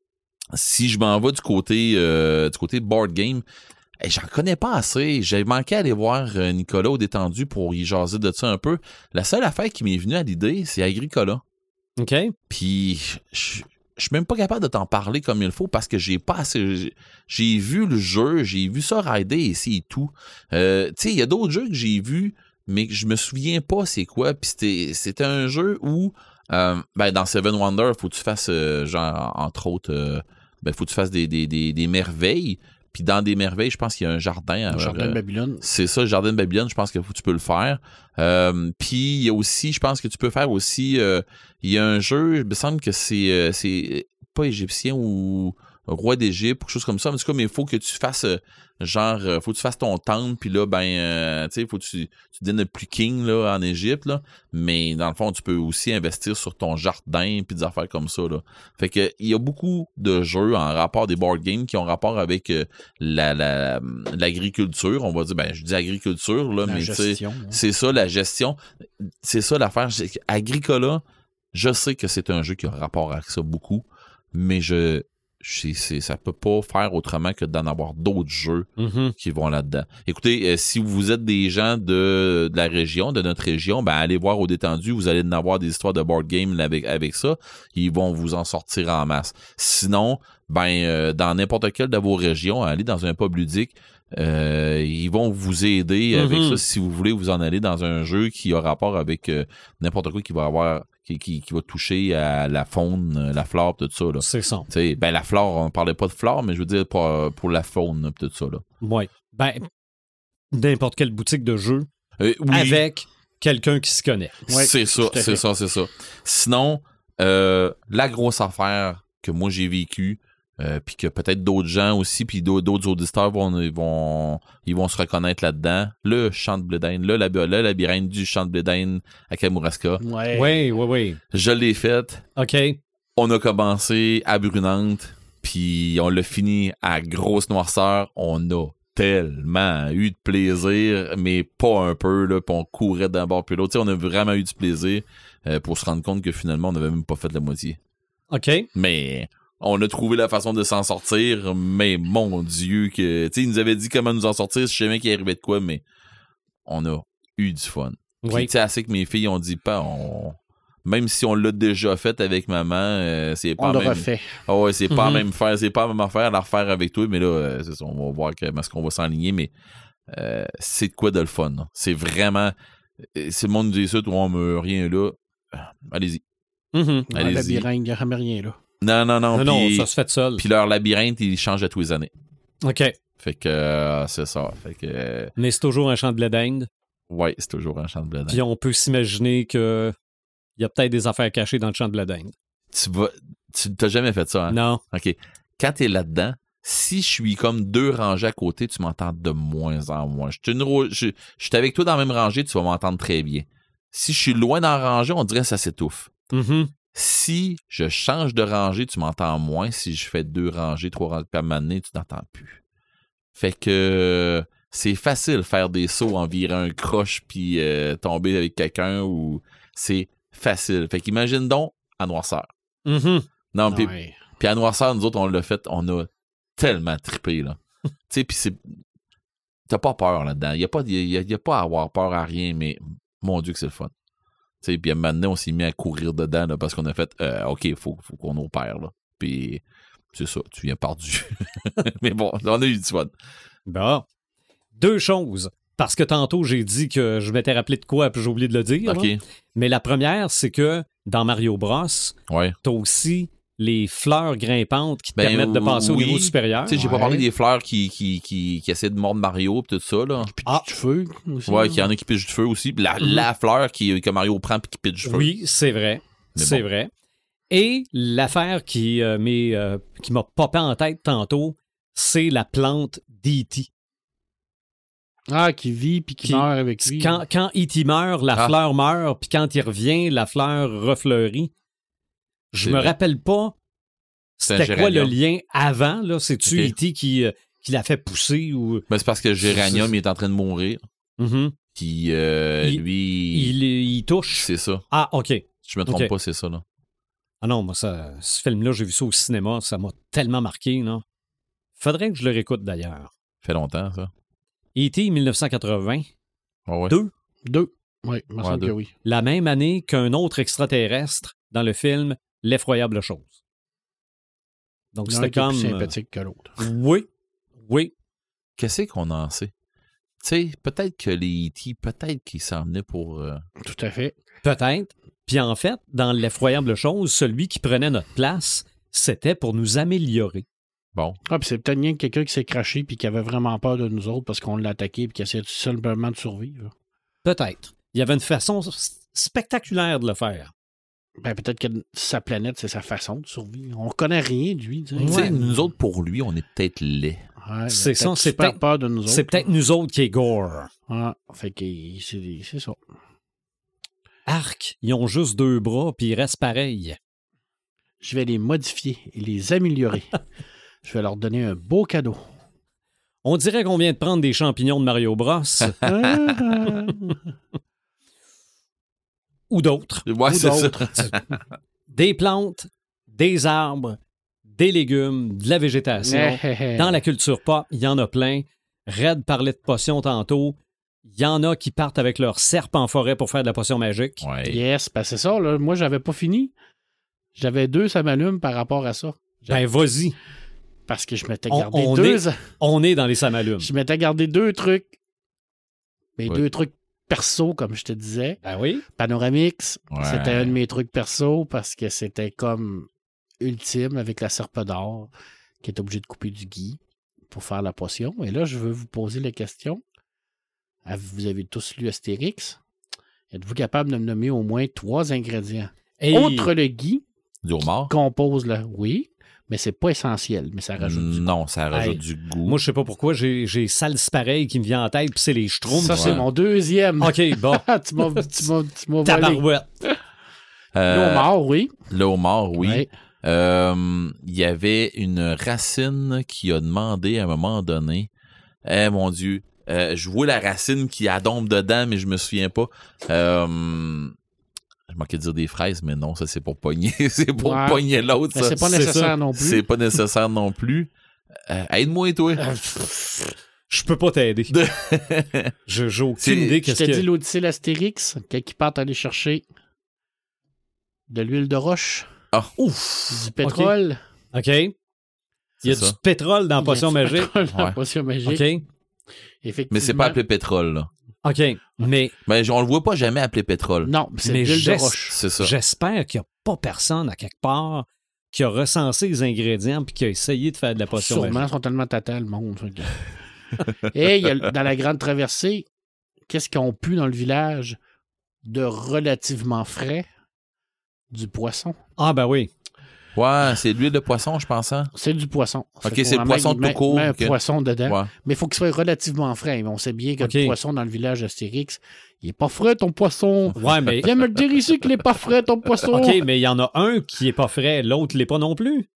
si je m'en vais du côté euh, du côté board game, hey, j'en connais pas assez. J'ai manqué à aller voir Nicolas au détendu pour y jaser de ça un peu. La seule affaire qui m'est venue à l'idée, c'est Agricola. OK. Puis je Je suis même pas capable de t'en parler comme il faut parce que j'ai pas assez. J'ai, j'ai vu le jeu, j'ai vu ça rider ici et tout. Euh, tu sais, il y a d'autres jeux que j'ai vus, mais que je me souviens pas c'est quoi. Puis c'était, c'était un jeu où, euh, ben, dans Seven Wonders, faut que tu fasses, euh, genre, entre autres, euh, ben, faut que tu fasses des, des, des, des merveilles. Puis dans des merveilles, je pense qu'il y a un jardin. Le alors, jardin de euh, Babylone. C'est ça, le jardin de Babylone, je pense que tu peux le faire. Euh, puis il y a aussi, je pense que tu peux faire aussi, euh, il y a un jeu, il me semble que c'est, euh, c'est pas égyptien ou roi d'Égypte ou quelque chose comme ça, mais en tout cas, mais il faut que tu fasses, euh, genre, euh, faut que tu fasses ton temple, puis là, ben, euh, tu sais, il faut que tu, tu donnes le plus king, là, en Égypte, là, mais dans le fond, tu peux aussi investir sur ton jardin, puis des affaires comme ça, là. Fait que, il y a beaucoup de jeux en rapport des board games qui ont rapport avec euh, la, la, l'agriculture, on va dire, ben, je dis agriculture, là, la mais tu sais, hein. c'est ça, la gestion, c'est ça l'affaire, Agricola, je sais que c'est un jeu qui a rapport avec ça beaucoup, mais je... C'est, c'est, ça peut pas faire autrement que d'en avoir d'autres jeux mm-hmm. qui vont là-dedans. Écoutez, euh, si vous êtes des gens de, de la région, de notre région, ben allez voir au détendu, vous allez en avoir des histoires de board game avec, avec ça. Ils vont vous en sortir en masse. Sinon, ben euh, dans n'importe quelle de vos régions, allez dans un pub ludique. Euh, ils vont vous aider mm-hmm. avec ça si vous voulez vous en aller dans un jeu qui a rapport avec euh, n'importe quoi qui va avoir qui, qui, qui va toucher à la faune, la flore, tout ça. Là. C'est ça. T'sais, ben la flore, on parlait pas de flore, mais je veux dire pour, pour la faune, tout ça. Là. Oui. Ben, n'importe quelle boutique de jeu euh, oui. avec quelqu'un qui se connaît. Ouais, c'est ça, c'est fait. ça, c'est ça. Sinon, euh, la grosse affaire que moi j'ai vécue, Euh, puis que peut-être d'autres gens aussi, puis d'autres auditeurs vont, ils vont, ils vont se reconnaître là-dedans. Le chant de blé d'Inde, le, lab- le labyrinthe du chant de blé d'Inde à Kamouraska. Ouais. Oui, oui, oui. Je l'ai fait. OK. On a commencé à Brunante, puis on l'a fini à grosse noirceur. On a tellement eu de plaisir, mais pas un peu, là, puis on courait d'un bord puis l'autre. Tu sais, on a vraiment eu du plaisir euh, pour se rendre compte que finalement, on n'avait même pas fait la moitié. OK. Mais on a trouvé la façon de s'en sortir, mais mon Dieu, que tu sais, il nous avait dit comment nous en sortir, je sais jamais qu'il arrivait de quoi, mais on a eu du fun. Puis, Oui. tu sais, assez que mes filles ont dit pas, on... même si on l'a déjà fait avec maman, euh, c'est pas On la l'a même... refait. Oh ouais, c'est pas Mhm. la même faire, c'est pas la même affaire à la refaire avec toi, mais là, euh, c'est ça, on va voir comment est-ce qu'on va s'enligner, mais euh, c'est de quoi de le fun. Là. C'est vraiment, euh, c'est le monde dit ça, toi, on me rien là. Euh, Allez-y. Mhm. Le Allez-y. labyrinthe, il n'y a jamais rien là. Non, non, non. Non, non, puis- ça se fait seul. Puis leur labyrinthe, il change à tous les années. OK. Fait que euh, c'est ça. Fait que euh, Mais c'est toujours un champ de blé d'Inde. ouais, c'est toujours un champ de blé d'Inde. Puis on peut s'imaginer que il y a peut-être des affaires cachées dans le champ de blé d'Inde. Tu vas. Tu t'as jamais fait ça, hein? Non. OK. Quand t'es là-dedans, si je suis comme deux rangées à côté, tu m'entends de moins en moins. Je suis une ro- je- je suis avec toi dans la même rangée, tu vas m'entendre très bien. Si je suis loin dans la rangée, on dirait que ça s'étouffe. Mhm. Si je change de rangée, tu m'entends moins. Si je fais deux rangées, trois rangées, puis à un moment donné, tu n'entends plus. Fait que c'est facile faire des sauts en virant un croche puis euh, tomber avec quelqu'un ou c'est facile. Fait qu'imagine donc à noirceur. Mhm. Non, puis Ouais. puis à noirceur, nous autres, on l'a fait, on a tellement trippé, là. Tu sais, puis c'est... T'as pas peur là-dedans. Il y a pas, y a, y a pas à avoir peur à rien, mais mon Dieu que c'est le fun. Tu sais, puis maintenant, on s'est mis à courir dedans, là, parce qu'on a fait, euh, OK, il faut, faut qu'on opère, là. Puis c'est ça, tu viens perdu. Mais bon, on a eu du fun. Bon. Deux choses. Parce que tantôt, j'ai dit que je m'étais rappelé de quoi, puis j'ai oublié de le dire. OK. là. Mais la première, c'est que dans Mario Bros, Ouais. t'as aussi les fleurs grimpantes qui te Ben, permettent de passer oui. au niveau supérieur. Tu sais, j'ai Ouais. pas parlé des fleurs qui, qui, qui, qui essaient de mordre Mario pis tout ça, là. Ah, Du feu aussi. Ouais, qu'il y en a qui pitchent du feu aussi. Pis la, la fleur qui, que Mario prend pis qui pitche du feu. oui, c'est vrai. Mais C'est bon. vrai. Et l'affaire qui, euh, m'est, euh, qui m'a popé en tête tantôt, c'est la plante d'E T. Ah, qui vit puis qui, Qui- meurt avec lui. Quand, quand E T meurt, la Ah. fleur meurt, puis quand il revient, la fleur refleurit. Je C'est me vrai. rappelle pas C'est un c'était quoi le géranium. lien avant, là. C'est-tu Ok. E T qui, euh, qui l'a fait pousser ou... Ben, c'est parce que Géranium, il est en train de mourir. Mhm. Puis euh, Il- lui, il, il touche. c'est ça. Ah, OK. Si je me trompe Ok. pas, c'est ça, là. Ah non, moi, ça, ce film-là, j'ai vu ça au cinéma. Ça m'a tellement marqué, là. Faudrait que je le réécoute, d'ailleurs. Fait longtemps, ça. E T mille neuf cent quatre-vingts, Ah ouais. Deux. Deux. Oui, il me Ouais, semble deux. que oui. la même année qu'un autre extraterrestre dans le film L'effroyable chose. Donc, Il y en a c'était qui est comme... plus sympathique que l'autre. euh, Oui, oui. Qu'est-ce qu'on en sait? Tu sais, peut-être que les E T, peut-être qu'ils s'en venaient pour... euh, Tout à fait. Peut-être. Puis en fait, dans l'effroyable chose, celui qui prenait notre place, c'était pour nous améliorer. Bon. Ah, puis c'est peut-être bien que quelqu'un qui s'est craché puis qui avait vraiment peur de nous autres parce qu'on l'a attaqué puis qui essayait tout simplement de survivre. Peut-être. Il y avait une façon s- spectaculaire de le faire. Ben, peut-être que sa planète, c'est sa façon de survivre. On connaît rien de lui. tu sais. Tu sais, Ouais. nous autres, pour lui, on est peut-être laids. Ouais, il a C'est ça, peut-être c'est super peut-être- peur de nous autres. C'est peut-être nous autres qui est gore. Ah, fait que c'est c'est ça. Arc, ils ont juste deux bras, puis ils restent pareils. Je vais les modifier et les améliorer. Je vais leur donner un beau cadeau. On dirait qu'on vient de prendre des champignons de Mario Bros. Ah, ou d'autres. Ouais, ou c'est ça. d'autres. Des plantes, des arbres, des légumes, de la végétation. Dans la culture pop, il y en a plein. Red parlait de potions tantôt. Il y en a qui partent avec leur serpe en forêt pour faire de la potion magique. Ouais. Yes, ben c'est ça. Là. Moi, j'avais pas fini. J'avais deux, ça m'allume par rapport à ça. Ben, vas-y. Parce que je m'étais On- gardé on deux. On est dans les samalumes. Je m'étais gardé deux trucs. Mes Ouais. deux trucs perso, comme je te disais. Ben oui. Panoramix, Ouais. c'était un de mes trucs perso parce que c'était comme ultime avec la serpe d'or qui est obligé de couper du gui pour faire la potion. Et là, je veux vous poser la question. Vous avez tous lu Astérix. Êtes-vous capable de me nommer au moins trois ingrédients? Et Outre le gui, Du homard. compose le... Oui, Mais c'est pas essentiel, mais ça rajoute du Non, ça rajoute Hey, du goût. Moi, je sais pas pourquoi, j'ai, j'ai salse pareil qui me vient en tête, puis c'est les Schtroumpfs. Ça, c'est Ouais. mon deuxième. OK, bon. tu m'as, tu m'as, tu m'as volé. Tabarouette. Euh, Le homard, oui. Le homard, oui. Ouais. Euh, il y avait une racine qui a demandé à un moment donné. Eh mon Dieu. Euh, je vois la racine qui adombe dedans, mais je me souviens pas. Euh, je manquais de dire des fraises, mais non, ça c'est pour pogner. c'est pour Ouais. pogner l'autre. Mais ça. c'est pas c'est nécessaire ça. non plus. C'est pas nécessaire non plus. Euh, aide-moi, toi. Je peux pas t'aider. Je, j'ai aucune C'est- idée Je qu'est-ce t'ai dit que... l'Odyssée l'Astérix, quand ils partent aller chercher de l'huile de roche, Ouf! du pétrole. OK. Il y a C'est ça. du pétrole dans Il y a Potion du Magique. pétrole dans Ouais. Potion magique. OK. Effectivement. Mais c'est pas appelé pétrole, là. OK. Mais Mais on le voit pas jamais appelé pétrole. Non, c'est de Mais l'huile de geste- roche. C'est ça. j'espère qu'il n'y a pas personne à quelque part qui a recensé les ingrédients puis qui a essayé de faire de la potion Sûrement, magique. ils sont tellement tata, le monde. fait que- Et il y a, dans la grande traversée, qu'est-ce qu'ils ont pu dans le village de relativement frais? Du poisson. Ah, ben oui. Ouais, c'est de l'huile de poisson, je pense. Hein? C'est du poisson. Ok, Fait c'est qu'on le en poisson met- tout court, met un ok. poisson dedans. Ouais. Mais il faut qu'il soit relativement frais. Mais on sait bien que Ok. le poisson dans le village d'Astérix, il est pas frais, ton poisson. Ouais, mais... Viens me le dire ici qu'il est pas frais, ton poisson. OK, mais il y en a un qui est pas frais, l'autre l'est pas non plus.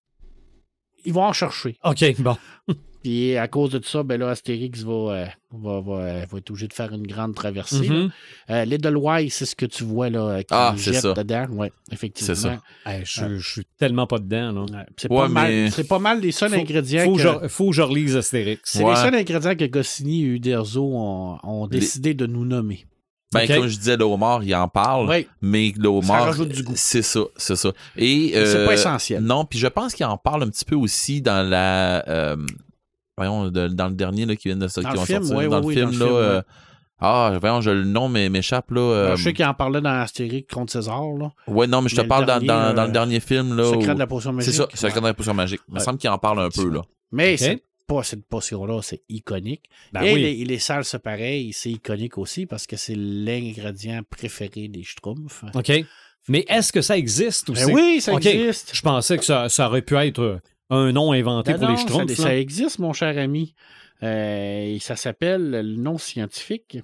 Ils vont en chercher. OK, bon. Puis à cause de tout ça, ben là, Astérix va, euh, va, va, euh, va être obligé de faire une grande traversée. là. Mhm. Euh, l'Edelweiss, c'est ce que tu vois là, qui Ah, c'est jette ça. dedans. Oui, effectivement. C'est ça. Hey, je, je suis tellement pas dedans, là. Ouais, C'est Ouais, pas, mal- mais- c'est pas mal les seuls Faut- ingrédients Faut, que... que je, faut que je relise Astérix. C'est Ouais. les seuls ingrédients que Goscinny et Uderzo ont, ont Les- décidé de nous nommer. Ben, Ok. comme je disais, le homard, il en parle. Oui, Mais le homard, rajoute du goût. c'est ça, c'est ça. Et c'est euh, pas essentiel. non, puis je pense qu'il en parle un petit peu aussi dans la, euh, voyons, de- dans le dernier là qui vient de Dans qui le vont film, sortir, oui, dans oui, le oui, film dans là. le film, euh, ah, voyons, je, le nom mais m'échappe là. euh, Alors, je sais qu'il en parlait dans Astérix contre César, là. ouais, non, mais je te mais le parle dans, dernier, dans, euh, dans le dernier film là. Secret où- de la potion magique. C'est ça, Secret de la potion magique. Il me Ouais. semble qu'il en parle un peu là. Mais Ok. c'est pas cette potion-là, c'est iconique. Ben et, oui. les, les salses, pareil, c'est iconique aussi parce que c'est l'ingrédient préféré des Schtroumpfs. OK. Mais est-ce que ça existe ou Ben c'est... oui, ça Ok. existe. Je pensais que ça, ça aurait pu être un nom inventé Ben pour non, les Schtroumpfs. ça, là. ça existe, mon cher ami. Euh, et ça s'appelle, le nom scientifique,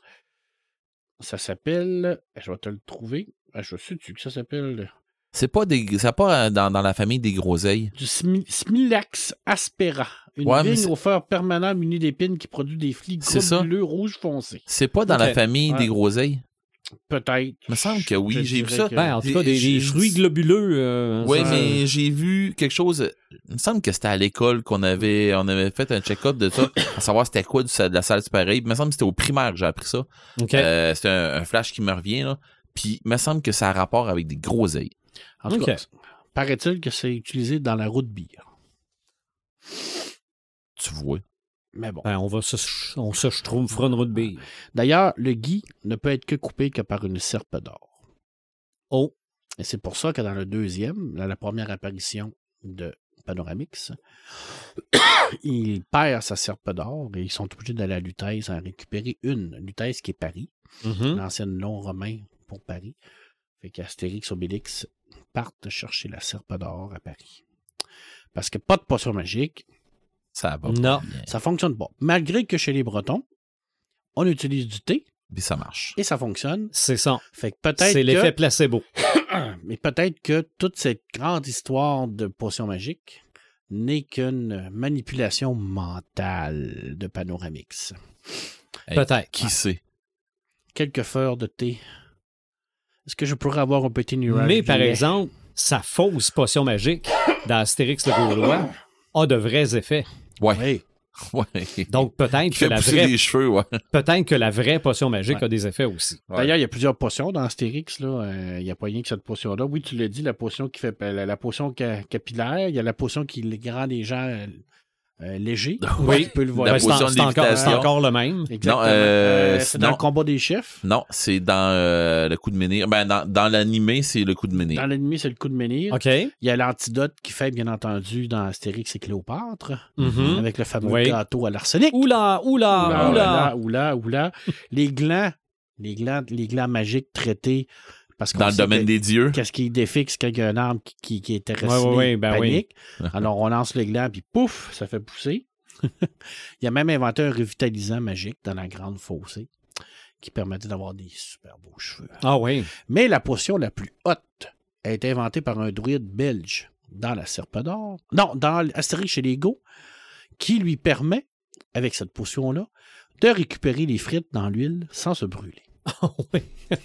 ça s'appelle, je vais te le trouver, Ah, je sais-tu que ça s'appelle C'est pas des, c'est pas dans, dans la famille des groseilles. du Smi- Smilax aspera, une Ouais, mais vigne c'est- au fer permanent munie d'épines qui produit des flis C'est ça. globuleux rouge foncé. C'est pas dans Ok. la famille Ouais. des groseilles. Peut-être. Il me semble que oui, Je j'ai vu dirais ça. que- Ben, en tout cas, des, J'ai- des fruits globuleux. euh, Oui, ça- mais j'ai vu quelque chose. Il me semble que c'était à l'école qu'on avait, on avait fait un check-up de ça, à savoir c'était quoi du- de la salse pareille. Il me semble que c'était au primaire que j'ai appris ça. OK. Euh, c'est un, un flash qui me revient, là. Puis, il me semble que ça a rapport avec des groseilles. En tout Ok. cas, paraît-il que c'est utilisé dans la roue de bière. Tu vois. Mais bon. Ben, on va se, on se schtroumpfera une roue de bille. D'ailleurs, le gui ne peut être que coupé que par une serpe d'or. Oh. Et c'est pour ça que dans le deuxième, dans la première apparition de Panoramix, il perd sa serpe d'or et ils sont obligés d'aller à Lutèce en récupérer une. Lutèce qui est Paris, Mhm. l'ancienne nom romain pour Paris. Fait qu'Astérix, Obélix partent chercher la serpe d'or à Paris. Parce que pas de potion magique, Ça va. Non. bien. ça fonctionne pas. Malgré que chez les Bretons, on utilise du thé Puis ça marche. et ça fonctionne. C'est ça. Fait que peut-être C'est l'effet que, placebo. mais peut-être que toute cette grande histoire de potion magique n'est qu'une manipulation mentale de Panoramix. Hey, Peut-être. Qui sait? Quelques fleurs de thé. Est-ce que je pourrais avoir un petit nuage Mais de par lait? exemple, sa fausse potion magique dans Astérix le Gaulois a de vrais effets. Ouais. Oui. Ouais. Donc peut-être Qui que, fait la pousser vraie, les cheveux, ouais. peut-être que la vraie potion magique Ouais. a des effets aussi. Ouais. D'ailleurs, il y a plusieurs potions dans Astérix. Là. Euh, il n'y a pas rien que cette potion-là. Oui, tu l'as dit, la potion qui fait la, la potion ca- capillaire. Il y a la potion qui les rend les gens euh, euh, légers. Oui. Tu peux le voir. La Ben, c'est, potion en- de c'est encore, c'est lévitation. encore le même. Exactement. Non, euh, Euh, c'est dans non. le combat des chefs. Non, c'est dans euh, le coup de menhir. Ben, dans, dans l'animé, c'est le coup de menhir. Dans l'ennemi, c'est le coup de menhir. OK. Il y a l'antidote qui fait, bien entendu, dans Astérix et Cléopâtre, Mhm. avec le fameux Oui. gâteau à l'arsenic. Oula, oula, oula. Oula, oula, oula. Les glands, les glands, les glands magiques traités Parce Dans le domaine que, des dieux. Qu'est-ce qui défixe quand il y a un arbre qui, qui, qui est raciné, ouais, ouais, ben panique. Oui. Alors, on lance le gland, puis pouf, ça fait pousser. Il a même inventé un revitalisant magique dans la grande fossée qui permettait d'avoir des super beaux cheveux. Ah oui. Mais la potion la plus haute a été inventée par un druide belge dans la Serpe d'Or. Non, dans Astérix chez les Go, qui lui permet, avec cette potion-là, de récupérer les frites dans l'huile sans se brûler. Ah oui.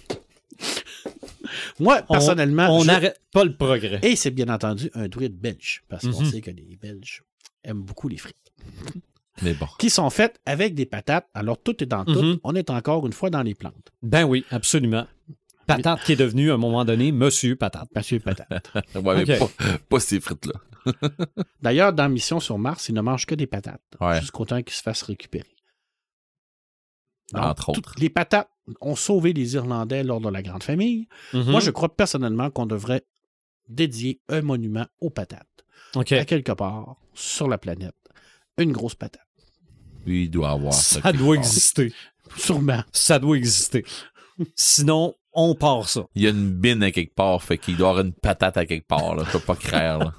Moi, personnellement... On je... n'arrête pas le progrès. Et c'est bien entendu un druide belge, parce qu'on Mm-hmm. sait que les Belges aiment beaucoup les frites. Mais bon. Qui sont faites avec des patates. Alors, tout est dans tout. Mm-hmm. On est encore une fois dans les plantes. Ben oui, absolument. Patate qui est devenu, à un moment donné, Monsieur Patate. Monsieur Patate. Ouais, mais Ok. pas, pas ces frites-là. D'ailleurs, dans Mission sur Mars, ils ne mangent que des patates. Ouais. Jusqu'au temps qu'ils se fassent récupérer. Donc, Entre autres. toutes les patates ont sauvé les Irlandais lors de la Grande Famille. Mm-hmm. Moi, je crois personnellement qu'on devrait dédier un monument aux patates. OK. À quelque part, sur la planète. Une grosse patate. Oui, il doit avoir ça. Ça doit exister. Sûrement. Ça doit exister. Sinon, on part ça. Il y a une bine à quelque part, fait qu'il doit y avoir une patate à quelque part, là. Je peux pas craire, là.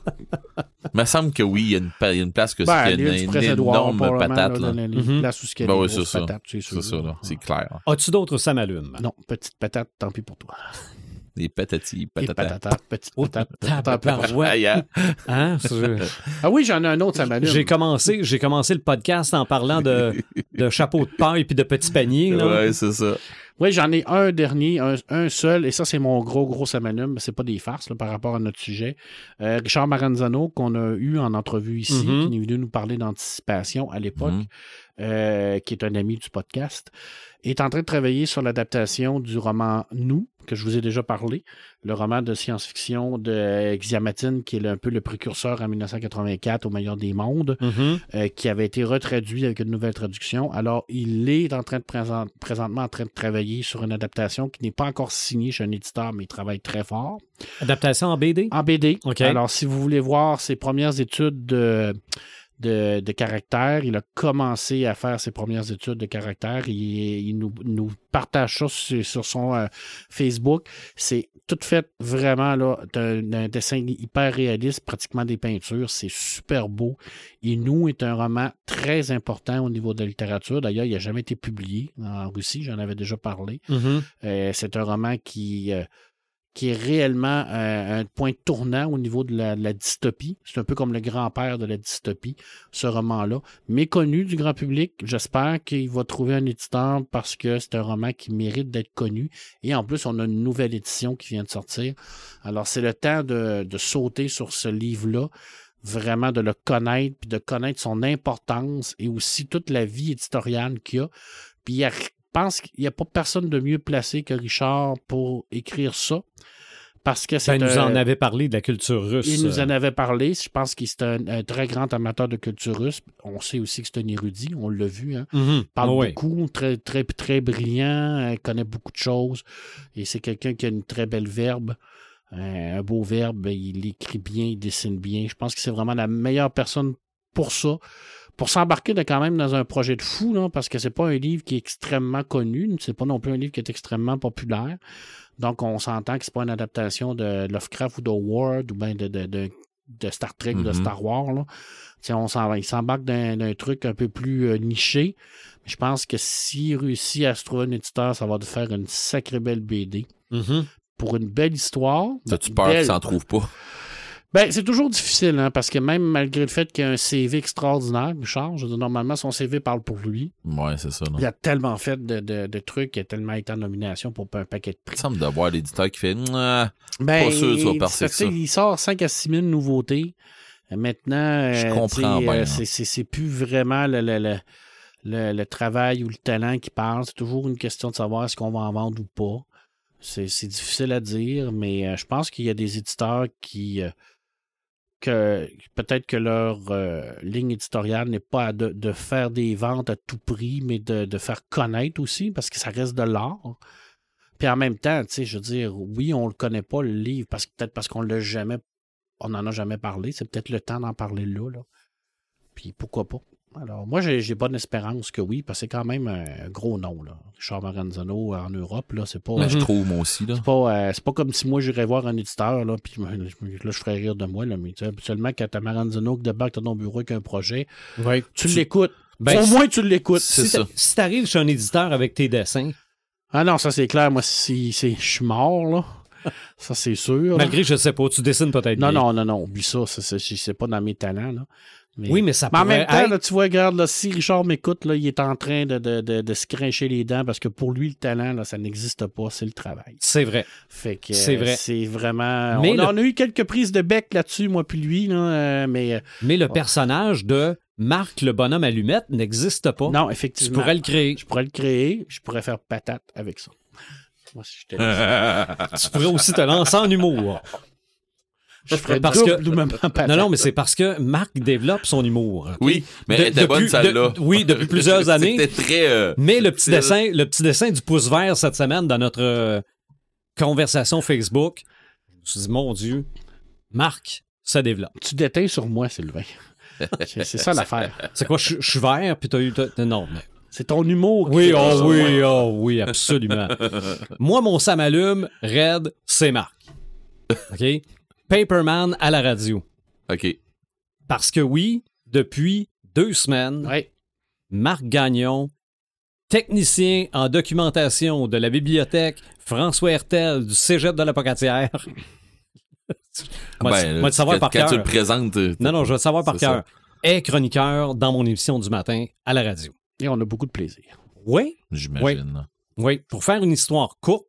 Il me semble que oui, il y a une, pa- il y a une place que Ben, il y a une, une énorme patate, là. Dans les Mhm. places où il y a Ben des oui, grosses c'est ça. patates, c'est sûr. C'est ça, là. C'est clair. As-tu d'autres samalumes? Non, petite patate, tant pis pour toi. Des patatis, Et patatas. patata, petite Oh, patate. tant pis pour toi. tabarouette. Aïe, hein? Hein? C'est- Ah oui, j'en ai un autre, ça m'allume. J'ai commencé, j'ai commencé le podcast en parlant de, de chapeau de paille puis de petits paniers. Là. Ouais, c'est ça. Oui, j'en ai un dernier, un, un seul, et ça, c'est mon gros, gros samalume. C'est pas des farces là, par rapport à notre sujet. Euh, Richard Maranzano, qu'on a eu en entrevue ici, Mhm. qui est venu nous parler d'anticipation à l'époque, Mhm. euh, qui est un ami du podcast, est en train de travailler sur l'adaptation du roman Nous, que je vous ai déjà parlé, le roman de science-fiction de Xiamatine, qui est un peu le précurseur en dix-neuf cent quatre-vingt-quatre au meilleur des mondes, Mhm. euh, qui avait été retraduit avec une nouvelle traduction. Alors, il est en train de présent, présentement en train de travailler sur une adaptation qui n'est pas encore signée chez un éditeur, mais il travaille très fort. Adaptation en B D? En B D. OK. Alors, si vous voulez voir ses premières études de, de, de caractère, il a commencé à faire ses premières études de caractère. Il, il nous, nous partage ça sur, sur son euh, Facebook. C'est tout fait vraiment là, d'un, d'un dessin hyper réaliste, pratiquement des peintures. C'est super beau. Et Nous est un roman très important au niveau de la littérature. D'ailleurs, il n'a jamais été publié en Russie. J'en avais déjà parlé. Mhm. Euh, c'est un roman qui, euh, qui est réellement euh, un point tournant au niveau de la, de la dystopie. C'est un peu comme le grand-père de la dystopie, ce roman-là. Méconnu du grand public, j'espère qu'il va trouver un éditeur parce que c'est un roman qui mérite d'être connu. Et en plus, on a une nouvelle édition qui vient de sortir. Alors, c'est le temps de, de sauter sur ce livre-là, vraiment de le connaître, puis de connaître son importance et aussi toute la vie éditoriale qu'il y a. Puis il y a Je pense qu'il n'y a pas personne de mieux placé que Richard pour écrire ça. Parce que c'est Ben, il nous un- en avait parlé de la culture russe. il nous en euh. avait parlé. Je pense qu'il est un, un très grand amateur de culture russe. On sait aussi que c'est un érudit. On l'a vu. Hein. Mhm. Il parle Ah ouais. beaucoup, très, très, très brillant. Il connaît beaucoup de choses. Et c'est quelqu'un qui a une très belle verbe. Un, un beau verbe. Il écrit bien, il dessine bien. Je pense que c'est vraiment la meilleure personne pour ça. Pour s'embarquer de quand même dans un projet de fou, là, parce que c'est pas un livre qui est extrêmement connu, c'est pas non plus un livre qui est extrêmement populaire. Donc, on s'entend que c'est pas une adaptation de Lovecraft ou de Ward ou bien de, de, de, de Star Trek ou de Mhm. Star Wars. Là. T'sais, on s'en, il s'embarque d'un, d'un truc un peu plus euh, niché. Je pense que s'il réussit à se trouver un éditeur, ça va de faire une sacrée belle B D. Mhm. Pour une belle histoire. T'as-tu peur belle- qu'il s'en trouve pas? Ben, c'est toujours difficile, hein, parce que même malgré le fait qu'il y a un C V extraordinaire, Richard, je veux dire, normalement, son C V parle pour lui. Ouais, c'est ça. Non? Il a tellement fait de, de, de trucs, il a tellement été en nomination pour un paquet de Il prix. me semble de voir l'éditeur qui fait ah, Ben, pas sûr que tu vas il- percer que tu sais, ça. il sort cinq à six mille nouveautés. Euh, Maintenant, Je euh, comprends tu sais, bien, euh, là. c'est, c'est, c'est plus vraiment le, le, le, le, le travail ou le talent qui parle. C'est toujours une question de savoir est-ce qu'on va en vendre ou pas. C'est, c'est difficile à dire, mais euh, je pense qu'il y a des éditeurs qui... euh, que peut-être que leur euh, ligne éditoriale n'est pas de, de faire des ventes à tout prix, mais de, de faire connaître aussi, parce que ça reste de l'art. Puis en même temps, tu sais, je veux dire, oui, on le connaît pas, le livre, parce que peut-être parce qu'on l'a jamais, on n'en a jamais parlé. C'est peut-être le temps d'en parler là, là. Puis pourquoi pas? Alors, moi, j'ai, j'ai bonne espérance que oui, parce que c'est quand même un gros nom, là. Richard Maranzano en Europe, là, c'est pas... Ben, euh, je trouve, moi aussi, là. c'est pas, euh, c'est pas comme si moi, j'irais voir un éditeur, là, puis là, je ferais rire de moi, là, mais tu sais, habituellement, quand t'as Maranzano qui débarque dans ton bureau avec un projet, Ouais. tu, Tu- l'écoutes. Ben, Au moins, tu l'écoutes. c'est Si ça. t'a- si t'arrives chez un éditeur avec tes dessins, Ah non, ça, c'est clair. Moi, si, si je suis mort, là, ça, c'est sûr. là. malgré, je sais pas, tu dessines peut-être Non, bien. non, non, non, oublie ça. ça, c'est, c'est pas dans mes talents, là. Mais... Oui, mais ça Mais en pourrait même temps, être- là, tu vois, regarde, là, si Richard m'écoute, là, il est en train de, de, de, de se crincher les dents parce que pour lui, le talent, là, ça n'existe pas, c'est le travail. C'est vrai. Fait que C'est euh, vrai. c'est vraiment. Mais on, le- on a eu quelques prises de bec là-dessus, moi puis lui, là, euh, mais euh, Mais le personnage de Marc le bonhomme allumette n'existe pas. non, Tu effectivement. pourrais le créer. Je pourrais le créer, je pourrais faire patate avec ça. Moi, si j'étais Tu pourrais aussi te lancer en humour. je ferais parce double que- ou même patate. Non, non, mais c'est parce que Marc développe son humour. ok? Oui, mais De- elle était depuis- bonne, celle-là. de- oui, depuis plusieurs années. C'était très... euh, Mais le petit subtil. dessin, le petit dessin du pouce vert cette semaine dans notre euh, conversation Facebook, je me suis dit, mon Dieu, Marc, ça développe. Tu déteins sur moi, Sylvain. c'est, c'est ça l'affaire. C'est quoi, je je suis vert, puis t'as eu... t'as- non, mais... C'est ton humour. qui Oui, fait oh ça. oui, oh oui, absolument. Moi, mon Sam allume, Red, c'est Marc. OK? Paperman à la radio. OK. Parce que oui, depuis deux semaines, Ouais. Marc Gagnon, technicien en documentation de la bibliothèque François Hertel du Cégep de la Pocatière. Moi, Ben, tu- là, moi, tu savoir quand, par quand cœur. tu le présentes... euh, Non, non, je veux le savoir par C'est cœur. Est chroniqueur dans mon émission du matin à la radio. Et on a beaucoup de plaisir. Oui, J'imagine. oui. Pour faire une histoire courte,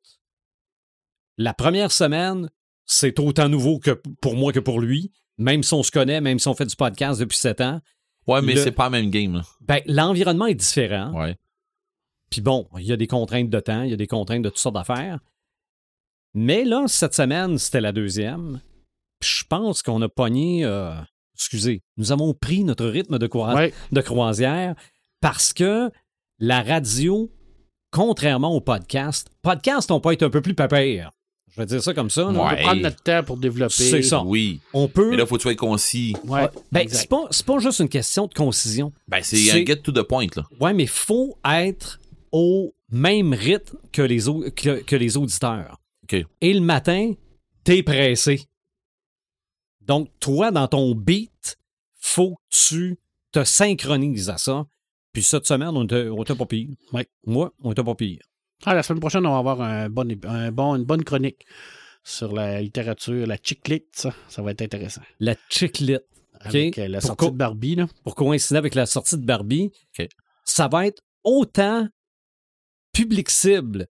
la première semaine, c'est autant nouveau que pour moi que pour lui. Même si on se connaît, même si on fait du podcast depuis sept ans, Ouais, mais Le- c'est pas la même game, là. ben, l'environnement est différent. Ouais. Puis bon, il y a des contraintes de temps, il y a des contraintes de toutes sortes d'affaires. Mais là, cette semaine, c'était la deuxième. Puis je pense qu'on a pogné... euh, excusez, nous avons pris notre rythme de, croi- Ouais. de croisière parce que la radio, contrairement au podcast, podcast, on peut être un peu plus pépère. Je vais dire ça comme ça. là. On Ouais. peut prendre notre temps pour développer. C'est ça. Oui. On peut... Mais là, faut que tu sois concis. Ouais. ben, exact. c'est pas, c'est pas juste une question de concision. Ben, c'est C'est- un get to the point, là. Ouais, mais faut être au même rythme que les, au- que, que les auditeurs. OK. Et le matin, t'es pressé. Donc, toi, dans ton beat, faut que tu te synchronises à ça. Puis cette semaine, on était, on était pas pire. Ouais. Moi, on était pas pire. Ah, la semaine prochaine, on va avoir un bon, ép- un bon, une bonne chronique sur la littérature, la chiclite, ça. Ça va être intéressant. La chiclite, Avec euh, la Pour sortie co- de Barbie, là. pour coïncider avec la sortie de Barbie, OK. ça va être autant public cible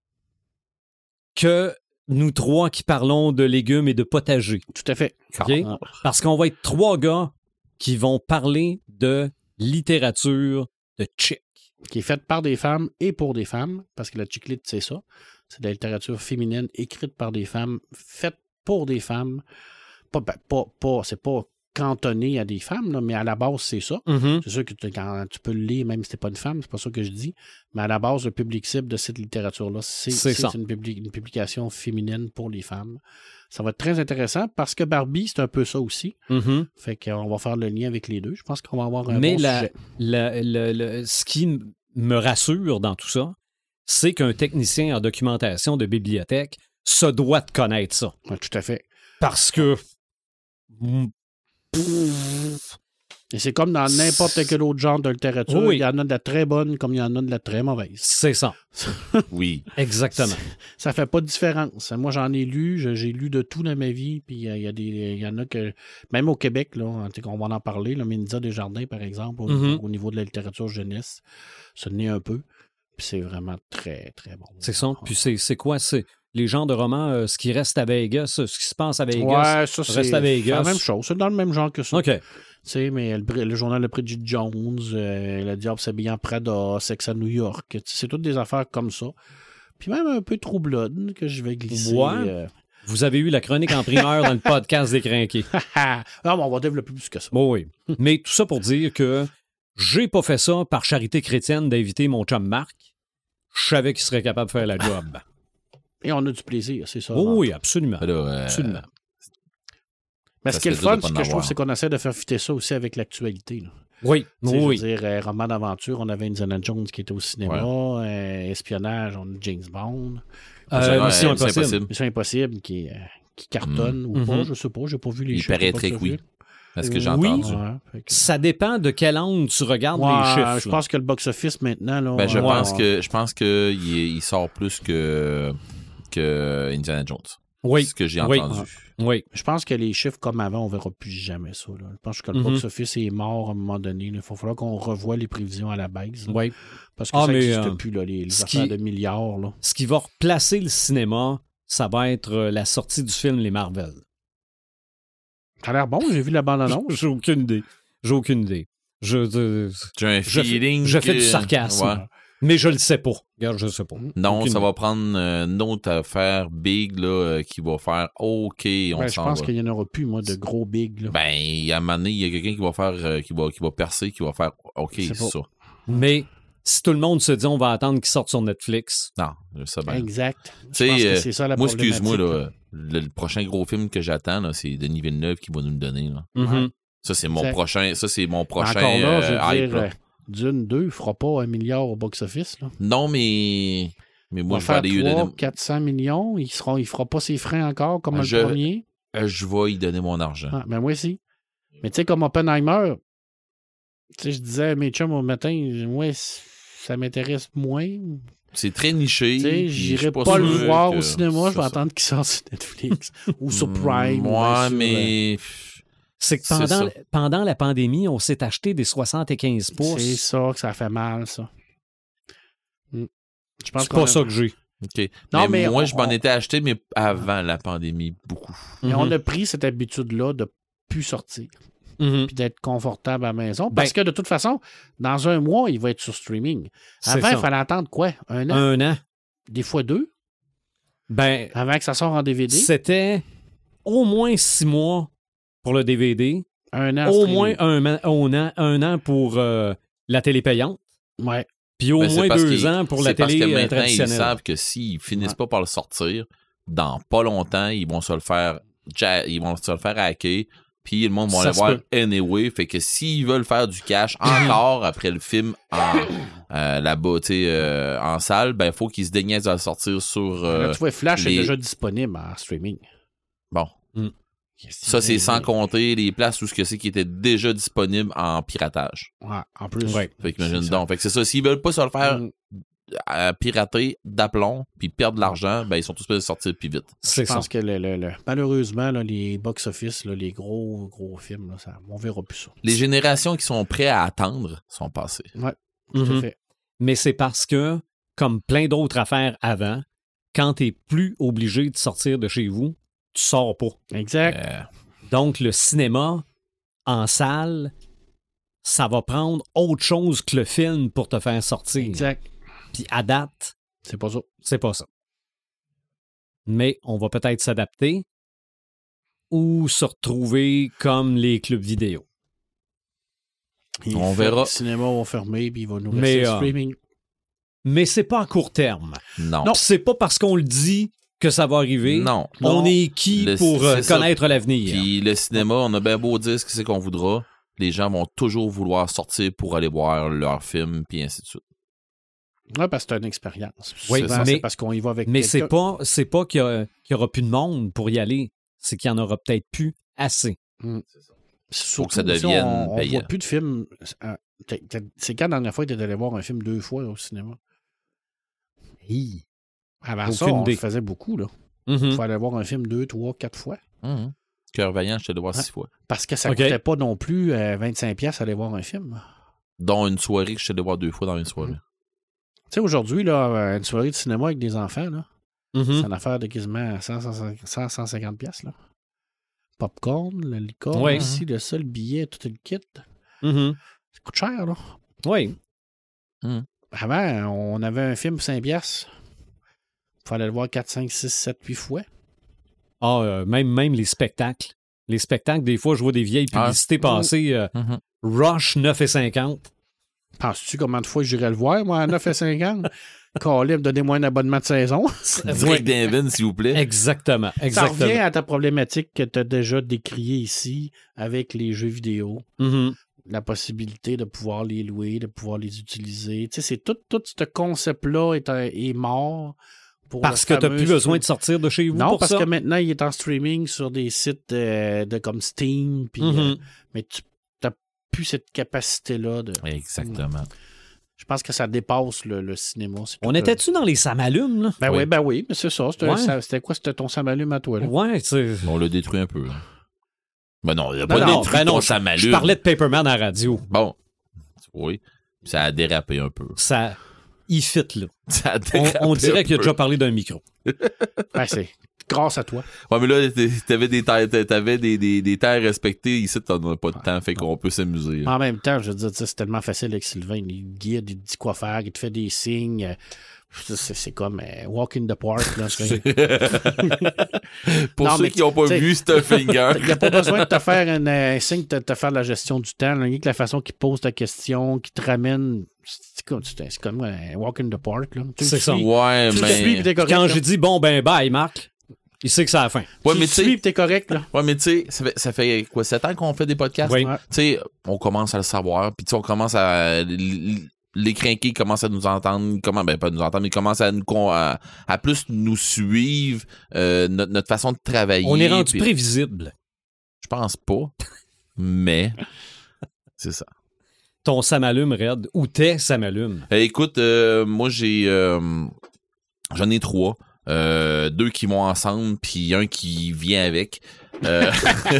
que nous trois qui parlons de légumes et de potager. Tout à fait. OK? Ah. Parce qu'on va être trois gars qui vont parler de littérature de chick. Qui est faite par des femmes et pour des femmes, parce que la chiclite, c'est ça. C'est de la littérature féminine écrite par des femmes, faite pour des femmes. Pas, ben, pas, pas, c'est pas cantonné à des femmes, là, mais à la base, c'est ça. Mm-hmm. C'est sûr que tu, quand tu peux le lire, même si t'es pas une femme, c'est pas ça que je dis. Mais à la base, le public cible de cette littérature-là, c'est, C'est c'est ça. une, publi- une publication féminine pour les femmes. Ça va être très intéressant parce que Barbie, c'est un peu ça aussi. Mm-hmm. Fait qu'on va faire le lien avec les deux. Je pense qu'on va avoir un Mais bon la- sujet. Le- le- le- ce qui m- me rassure dans tout ça, c'est qu'un technicien en documentation de bibliothèque se doit de connaître ça. Ouais, tout à fait. Parce que... Et c'est comme dans n'importe quel autre genre de littérature. Oui. Il y en a de la très bonne comme il y en a de la très mauvaise. C'est ça. Oui. Exactement. Ça fait pas de différence. Moi, j'en ai lu. je- J'ai lu de tout dans ma vie. Puis euh, il y, a des, il y en a que... Même au Québec, là, tu sais, on va en parler. Là, Mélissa Desjardins, par exemple, au, Mhm. niveau, au niveau de la littérature jeunesse, ce n'est un peu. Puis c'est vraiment très, très bon. C'est ça. Puis c'est, c'est quoi? C'est les genres de romans, euh, ce qui reste à Vegas, ce qui se passe à Vegas. Ouais, ça, c'est, reste à Vegas. c'est la même chose. C'est dans le même genre que ça. OK. Tu sais, mais le, le journal de Bridget Jones, euh, Le Diable s'habille en Prada, Sex à New York, tu sais, c'est toutes des affaires comme ça. Puis même un peu True Blood que je vais glisser. Ouais. euh. Vous avez eu la chronique en primeur dans le podcast des Crinqués. non, mais on va développer plus que ça. Bon, oui. Mais tout ça pour dire que j'ai pas fait ça par charité chrétienne d'inviter mon chum Marc. Je savais qu'il serait capable de faire la job. Et on a du plaisir, c'est ça. Oh, oui, absolument. Ben là, euh, Absolument. Mais ça ce qui est le serait dur fun, de pas ce en que je trouve, avoir. c'est qu'on essaie de faire fitter ça aussi avec l'actualité. là. Oui, Tu sais, oui. Je veux dire, euh, roman d'aventure, on avait Indiana Jones qui était au cinéma. Euh, espionnage, on a James Bond. Euh, Ouais, Mission c'est Impossible. impossible. Mission Impossible qui, euh, qui cartonne Mm. ou pas, Mhm. je sais pas. J'ai pas vu les Il chiffres. paraîtrait j'ai pas que oui. vu. Est-ce que j'ai Oui. entendu? Ouais, fait que- Ça dépend de quel angle tu regardes Ouais, les chiffres. je là. pense que le box-office maintenant. Là, Ben, je ouais, pense ouais. que je pense que il, est- il sort plus que, que Indiana Jones. Oui, C'est ce que j'ai oui. entendu. oui. Je pense que les chiffres comme avant, on verra plus jamais ça. Là. Je pense que le Mhm. box-office est mort à un moment donné. Il va falloir qu'on revoie les prévisions à la baisse. là. Oui. Parce que Ah, ça mais, n'existe euh, plus, là, les, les ce affaires qui- de milliards. Là. Ce qui va replacer le cinéma, ça va être euh, la sortie du film Les Marvel. Ça a l'air bon, j'ai vu la bande-annonce. J'ai aucune idée. J'ai aucune idée. Je, je- J'ai un Je fais- feeling. je fais que- du sarcasme. Ouais. mais je le sais pas. Regarde, je le sais pas. Non, Aucune ça idée. va prendre euh, une autre affaire big là, euh, qui va faire OK, on Ben, je s'en pense va. qu'il n'y en aura plus, moi, de gros big. Là. Ben, à un moment donné, il y a quelqu'un qui va faire euh, qui va qui va percer, qui va faire OK, C'est c'est pas- ça. Mais si tout le monde se dit on va attendre qu'il sorte sur Netflix, Non, je sais bien. Exact. Tu Je sais, pense que euh, c'est ça la moi, excuse-moi, problématique, là, le, le prochain gros film que j'attends, là, c'est Denis Villeneuve qui va nous le donner. Là. mhm. Ça, c'est mon Exact. prochain. Ça, c'est mon Mais prochain encore là, je euh, veux hype. dire, là. euh, Dune deux ne fera pas un milliard au box-office. Là. Non, mais. Mais moi, Il je va vais aller lui faire donner. trois, quatre cents millions. Il ne il fera pas ses frais encore comme Ah, le je- premier. euh, Je vais y donner mon argent. Ah, ben moi aussi. Mais tu sais, comme Oppenheimer, tu sais, je disais à mes chums au matin, ouais, ça m'intéresse moins. C'est très niché. Tu sais, puis je j'irai suis pas, le sûr voir que au cinéma, je c'est vais ça. attendre qu'il sorte sur Netflix ou sur Prime. ou Moi, bien sur, euh, mais. c'est que C'est pendant, ça. pendant la pandémie, on s'est acheté des soixante-quinze C'est pouces. ça que ça fait mal, ça. Hmm. Je pense C'est qu'on pas a- ça que j'ai. OK. Non, mais, mais moi, on- je m'en on- étais acheté, mais avant la pandémie, beaucoup. Mais on Mhm. a pris cette habitude-là de plus sortir Mhm. puis d'être confortable à la maison. Parce Ben- que de toute façon, dans un mois, il va être sur streaming. C'est Avant, ça. il fallait attendre quoi? Un an? Un an. Des fois deux? Ben, Avant que ça sorte en D V D? c'était au moins six mois pour le D V D, Un an. en au streaming. moins un, man- un an, un an pour euh, la télé payante, Ouais. puis au Ben, c'est moins parce deux qu'ils- ans pour la c'est parce télé que euh, maintenant, ils traditionnelle. savent que s'ils finissent Ouais. pas par le sortir, dans pas longtemps, ils vont se le faire ja- ils vont se le faire hacker, puis le monde va Ça le se voir peut. anyway. Fait que s'ils veulent faire du cash encore après le film en, euh, là-bas, tu sais, euh, en salle, ben il faut qu'ils se déniaisent à le sortir sur... euh, Là, tu vois, Flash les- est déjà disponible en streaming. bon. Mm. Ça, c'est sans compter les places où ce que c'est qui était déjà disponible en piratage. Ouais, en plus. Ouais. Fait qu'imagine C'est donc. Fait que c'est ça. S'ils veulent pas se le faire Mm. à pirater d'aplomb puis perdre de l'argent, ben ils sont tous prêts à sortir plus vite. C'est Je ça. pense que le, le- le- malheureusement, là, les box-office, là, les gros, gros films, là, ça, on verra plus ça. Les générations qui sont prêtes à attendre sont passées. Ouais, tout Mhm. à fait. Mais c'est parce que, comme plein d'autres affaires avant, quand tu n'es plus obligé de sortir de chez vous, tu sors pas. Exact. Euh, Donc, le cinéma, en salle, ça va prendre autre chose que le film pour te faire sortir. Exact. Puis à date, C'est pas ça. c'est pas ça. Mais on va peut-être s'adapter ou se retrouver comme les clubs vidéo. Il On fait- verra. Les cinémas vont fermer, puis il va nous Mais, rester le euh, streaming. Mais c'est pas à court terme. non. Puis c'est pas parce qu'on le dit que ça va arriver. Non. On Non. est qui Le- pour euh, c'est ça. connaître l'avenir? Puis le cinéma, on a bien beau dire ce que c'est qu'on voudra. Les gens vont toujours vouloir sortir pour aller voir leur film, puis ainsi de suite. Ouais, parce que c'est une expérience. Oui, Souvent, mais- c'est parce qu'on y va avec Mais c'est quelqu'un. pas, c'est pas qu'il y, a- qu'il y aura plus de monde pour y aller. C'est qu'il y en aura peut-être plus assez. Surtout que ça aussi, devienne on, on payant. voit plus de films. euh, t'as- t'as- C'est quand la dernière fois que tu es allé voir un film deux fois au cinéma? Hi. Avant Aucune ça, on idée. le faisait beaucoup. Là. Mhm. Il fallait aller voir un film deux, trois, quatre fois. Mhm. Cœur vaillant, je te le voir Ouais. six fois. Parce que ça OK. coûtait pas non plus euh, vingt-cinq piastres aller voir un film. Dont une soirée que je te le voir deux fois dans une soirée. Tu sais, aujourd'hui, là, euh, une soirée de cinéma avec des enfants, là, Mhm. c'est une affaire de quasiment cent, cent, cent cinquante piastres. Là. Popcorn, le licorne, Ouais. ici, le seul billet, tout le kit. Mhm. Ça coûte cher, là. Oui. Avant, on avait un film pour cinq piastres. Il fallait le voir quatre, cinq, six, sept, huit fois. Ah, euh, même, même les spectacles. Les spectacles, des fois, je vois des vieilles Ah. publicités passer. euh, Mhm. Rush neuf et cinquante. Penses-tu combien de fois j'irais le voir, moi, à neuf et cinquante? Caleb, donnez-moi un abonnement de saison. Drake Davin, s'il vous plaît. Exactement. Ça Exactement. revient à ta problématique que tu as déjà décriée ici avec les jeux vidéo. Mhm. la possibilité de pouvoir les louer, de pouvoir les utiliser. Tu sais, c'est tout, tout ce concept-là est, est mort. Pour parce que tu n'as plus besoin de sortir de chez vous non, pour parce ça? que maintenant, il est en streaming sur des sites euh, de, comme Steam, puis, Mm-hmm. euh, mais tu n'as plus cette capacité-là. De... Exactement. Je pense que ça dépasse le, le cinéma. C'est On tout, était-tu euh... dans les Samalumes, là? Ben oui, oui ben oui, mais c'est ça. C'était, ouais. ça, c'était quoi? C'était ton Samalume à toi, là? Ouais, tu sais. On l'a détruit un peu. Hein. Ben non, il n'a Non, pas non, détruit ben ton non, Samalume. Je parlais de Paperman à la radio. Bon, oui. Ça a dérapé un peu. Ça... Il fit, là. Ça a On, dérapé on dirait un qu'il a peu. déjà parlé d'un micro. Ben, c'est grâce à toi. Ouais, mais là, t'avais des terres, t'avais des, des, des terres respectées. Ici, t'en as pas de temps, fait qu'on peut s'amuser. En même temps, je veux dire, c'est tellement facile avec Sylvain. Il guide, il te dit quoi faire, il te fait des signes. C'est, c'est comme euh, walk in the park. Là, Pour non, ceux qui n'ont pas vu Stuffinger. Il n'y a pas besoin de te faire un, un signe de te faire la gestion du temps. Rien que la façon qu'il pose ta question, qu'il te ramène. C'est comme, c'est comme un walk in the park. Là. Tu C'est ça. suis, Ouais, tu mais. le suis, puis t'es correct. Quand là. j'ai dit bon ben bye Marc, il sait que c'est la fin. Ouais, tu mais le tu suis, sais. puis t'es correct. Là. Ouais, mais tu sais, ça fait, ça fait quoi, sept ans qu'on fait des podcasts? Oui. Ouais. Tu sais, on commence à le savoir, puis tu sais, on commence à. Les crinqués commencent à nous entendre, comment, ben pas nous entendre, mais ils commencent à nous à, à plus nous suivre, euh, notre, notre façon de travailler. On est rendu puis, prévisible. je pense pas, mais c'est ça. Ton Samalume, Red, ou tes Samalume. Euh, écoute, euh, moi j'ai, euh, j'en ai trois, euh, deux qui vont ensemble, puis un qui vient avec. Euh...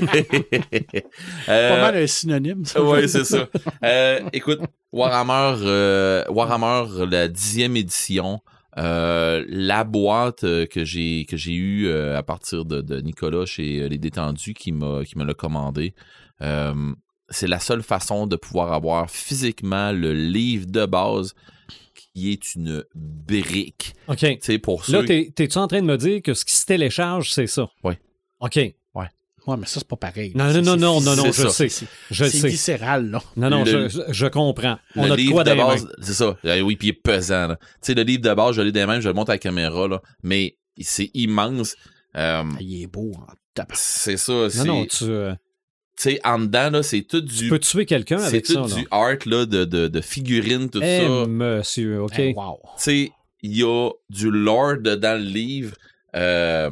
Pas mal un synonyme. Ça. Ouais, c'est ça. Euh, écoute, Warhammer, euh, Warhammer, la dixième édition, euh, la boîte euh, que j'ai que j'ai eue euh, à partir de, de Nicolas chez Les Détendus qui m'a qui me l'a commandé. Euh, c'est la seule façon de pouvoir avoir physiquement le livre de base qui est une brique. OK. Tu sais, pour Là, ceux... t'es, t'es-tu en train de me dire que ce qui se télécharge, c'est ça? Oui. OK. Ouais, mais ça, c'est pas pareil. Non, non, C'est- non, c'est- non, non, non, c'est je ça. sais. C'est, Je le c'est sais. viscéral, là. Non, non, Le- je, je comprends. On le a de livre quoi de dans les base, mains. c'est ça. Euh, oui, puis il est pesant. là. Tu sais, le livre de base, je l'ai des mains, je le monte à la caméra, là, mais c'est immense. Euh, Ah, il est beau. En tape. c'est ça. C'est, Non, non, tu, euh, tu sais, en dedans, là, c'est tout du... tu peux tuer quelqu'un c'est avec tout ça, là. du art, là, de, de, de figurines, tout Eh, ça. monsieur, OK. Hey, wow. Tu sais, il y a du lore dedans le livre. Euh,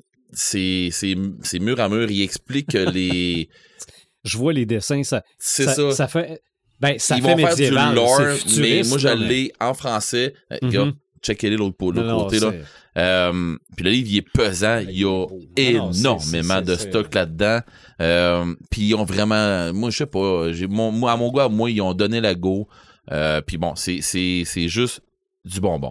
c'est, c'est, c'est mur à mur. Il explique que les... Je vois les dessins, ça, C'est ça, ça. ça fait... Ben, ça Ils fait vont faire médiéval, du lore, c'est mais futuriste, moi, je là, mais- l'ai en français. Euh, Mhm. Regarde, checkez-les l'autre, l'autre Non, non, côté, là. c'est- Euh, puis le livre, il est pesant. Il y a non, c'est- énormément c'est- de c'est- stock là-dedans. Euh, puis ils ont vraiment... Moi, je sais pas. J'ai, mon, moi, à mon gars, moi, ils ont donné la go. Euh, puis bon, c'est, c'est, c'est juste du bonbon.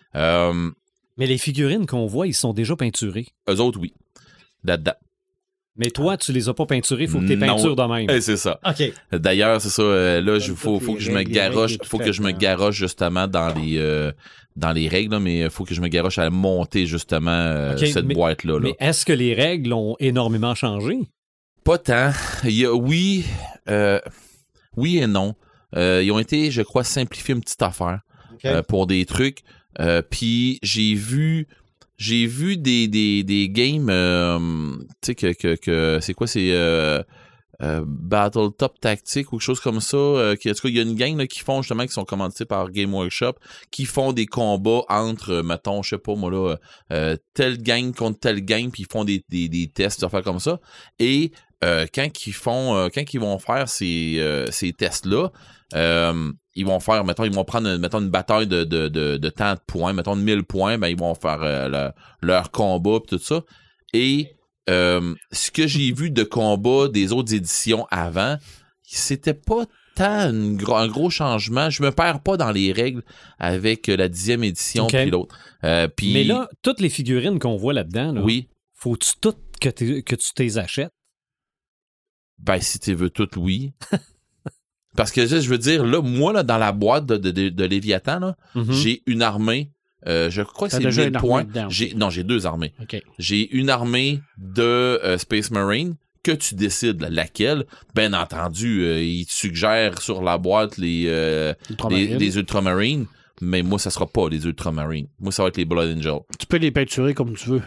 Euh, Mais les figurines qu'on voit, ils sont déjà peinturés. eux autres, oui. Là-dedans. Mais toi, tu les as pas peinturés, il faut que tu Non. peintures de même. Eh, c'est ça. OK. D'ailleurs, c'est ça. euh, là, il Donne faut, toutes faut les que je me règles, les garoche. règles Faut que je me parfaitement. garoche justement dans les... Euh, dans les règles, là, mais il faut que je me garoche à monter justement euh, Ok, cette mais- boîte-là. Là. Mais est-ce que les règles ont énormément changé? Pas tant. Il y a, oui, euh, oui et non. Euh, ils ont été, je crois, simplifier une petite affaire euh, pour des trucs. Euh, Puis j'ai vu, j'ai vu des des des games, euh, tu sais que que que c'est quoi, c'est euh, euh, Battle Top Tactique ou quelque chose comme ça. Euh, qui, en tout cas, il y a une gang là, qui font justement, qui sont commentés par Game Workshop, qui font des combats entre, euh, mettons, je sais pas moi là, euh, telle gang contre telle gang, puis ils font des des des tests, des affaires comme ça. Et euh, quand ils font, euh, quand ils vont faire ces euh, ces tests là. Euh, ils vont faire, mettons, ils vont prendre, mettons, une bataille de, de, de, de tant de points, mettons, de mille points, ben, ils vont faire euh, leur, leur combat pis tout ça. Et euh, ce que j'ai vu de combat des autres éditions avant, c'était pas tant une gro- un gros changement. Je me perds pas dans les règles avec la dixième édition Ok. puis l'autre. Euh, puis Mais là, toutes les figurines qu'on voit là-dedans, là, oui, faut-tu toutes que, t'es- que tu les achètes? ben, si tu veux tout, oui. Parce que, je veux dire, là, moi, là, dans la boîte de, de, de, de Léviathan, là, Mhm. j'ai une armée, euh, je crois que T'as c'est déjà mille une armée points. dedans. J'ai, non, j'ai deux armées. OK. J'ai une armée de euh, Space Marine que tu décides là, laquelle. Bien entendu, euh, il te suggère sur la boîte les, euh, les, Ultramarine. les Ultramarines, mais moi, ça sera pas les Ultramarines. Moi, ça va être les Blood Angels. Tu peux les peinturer comme tu veux.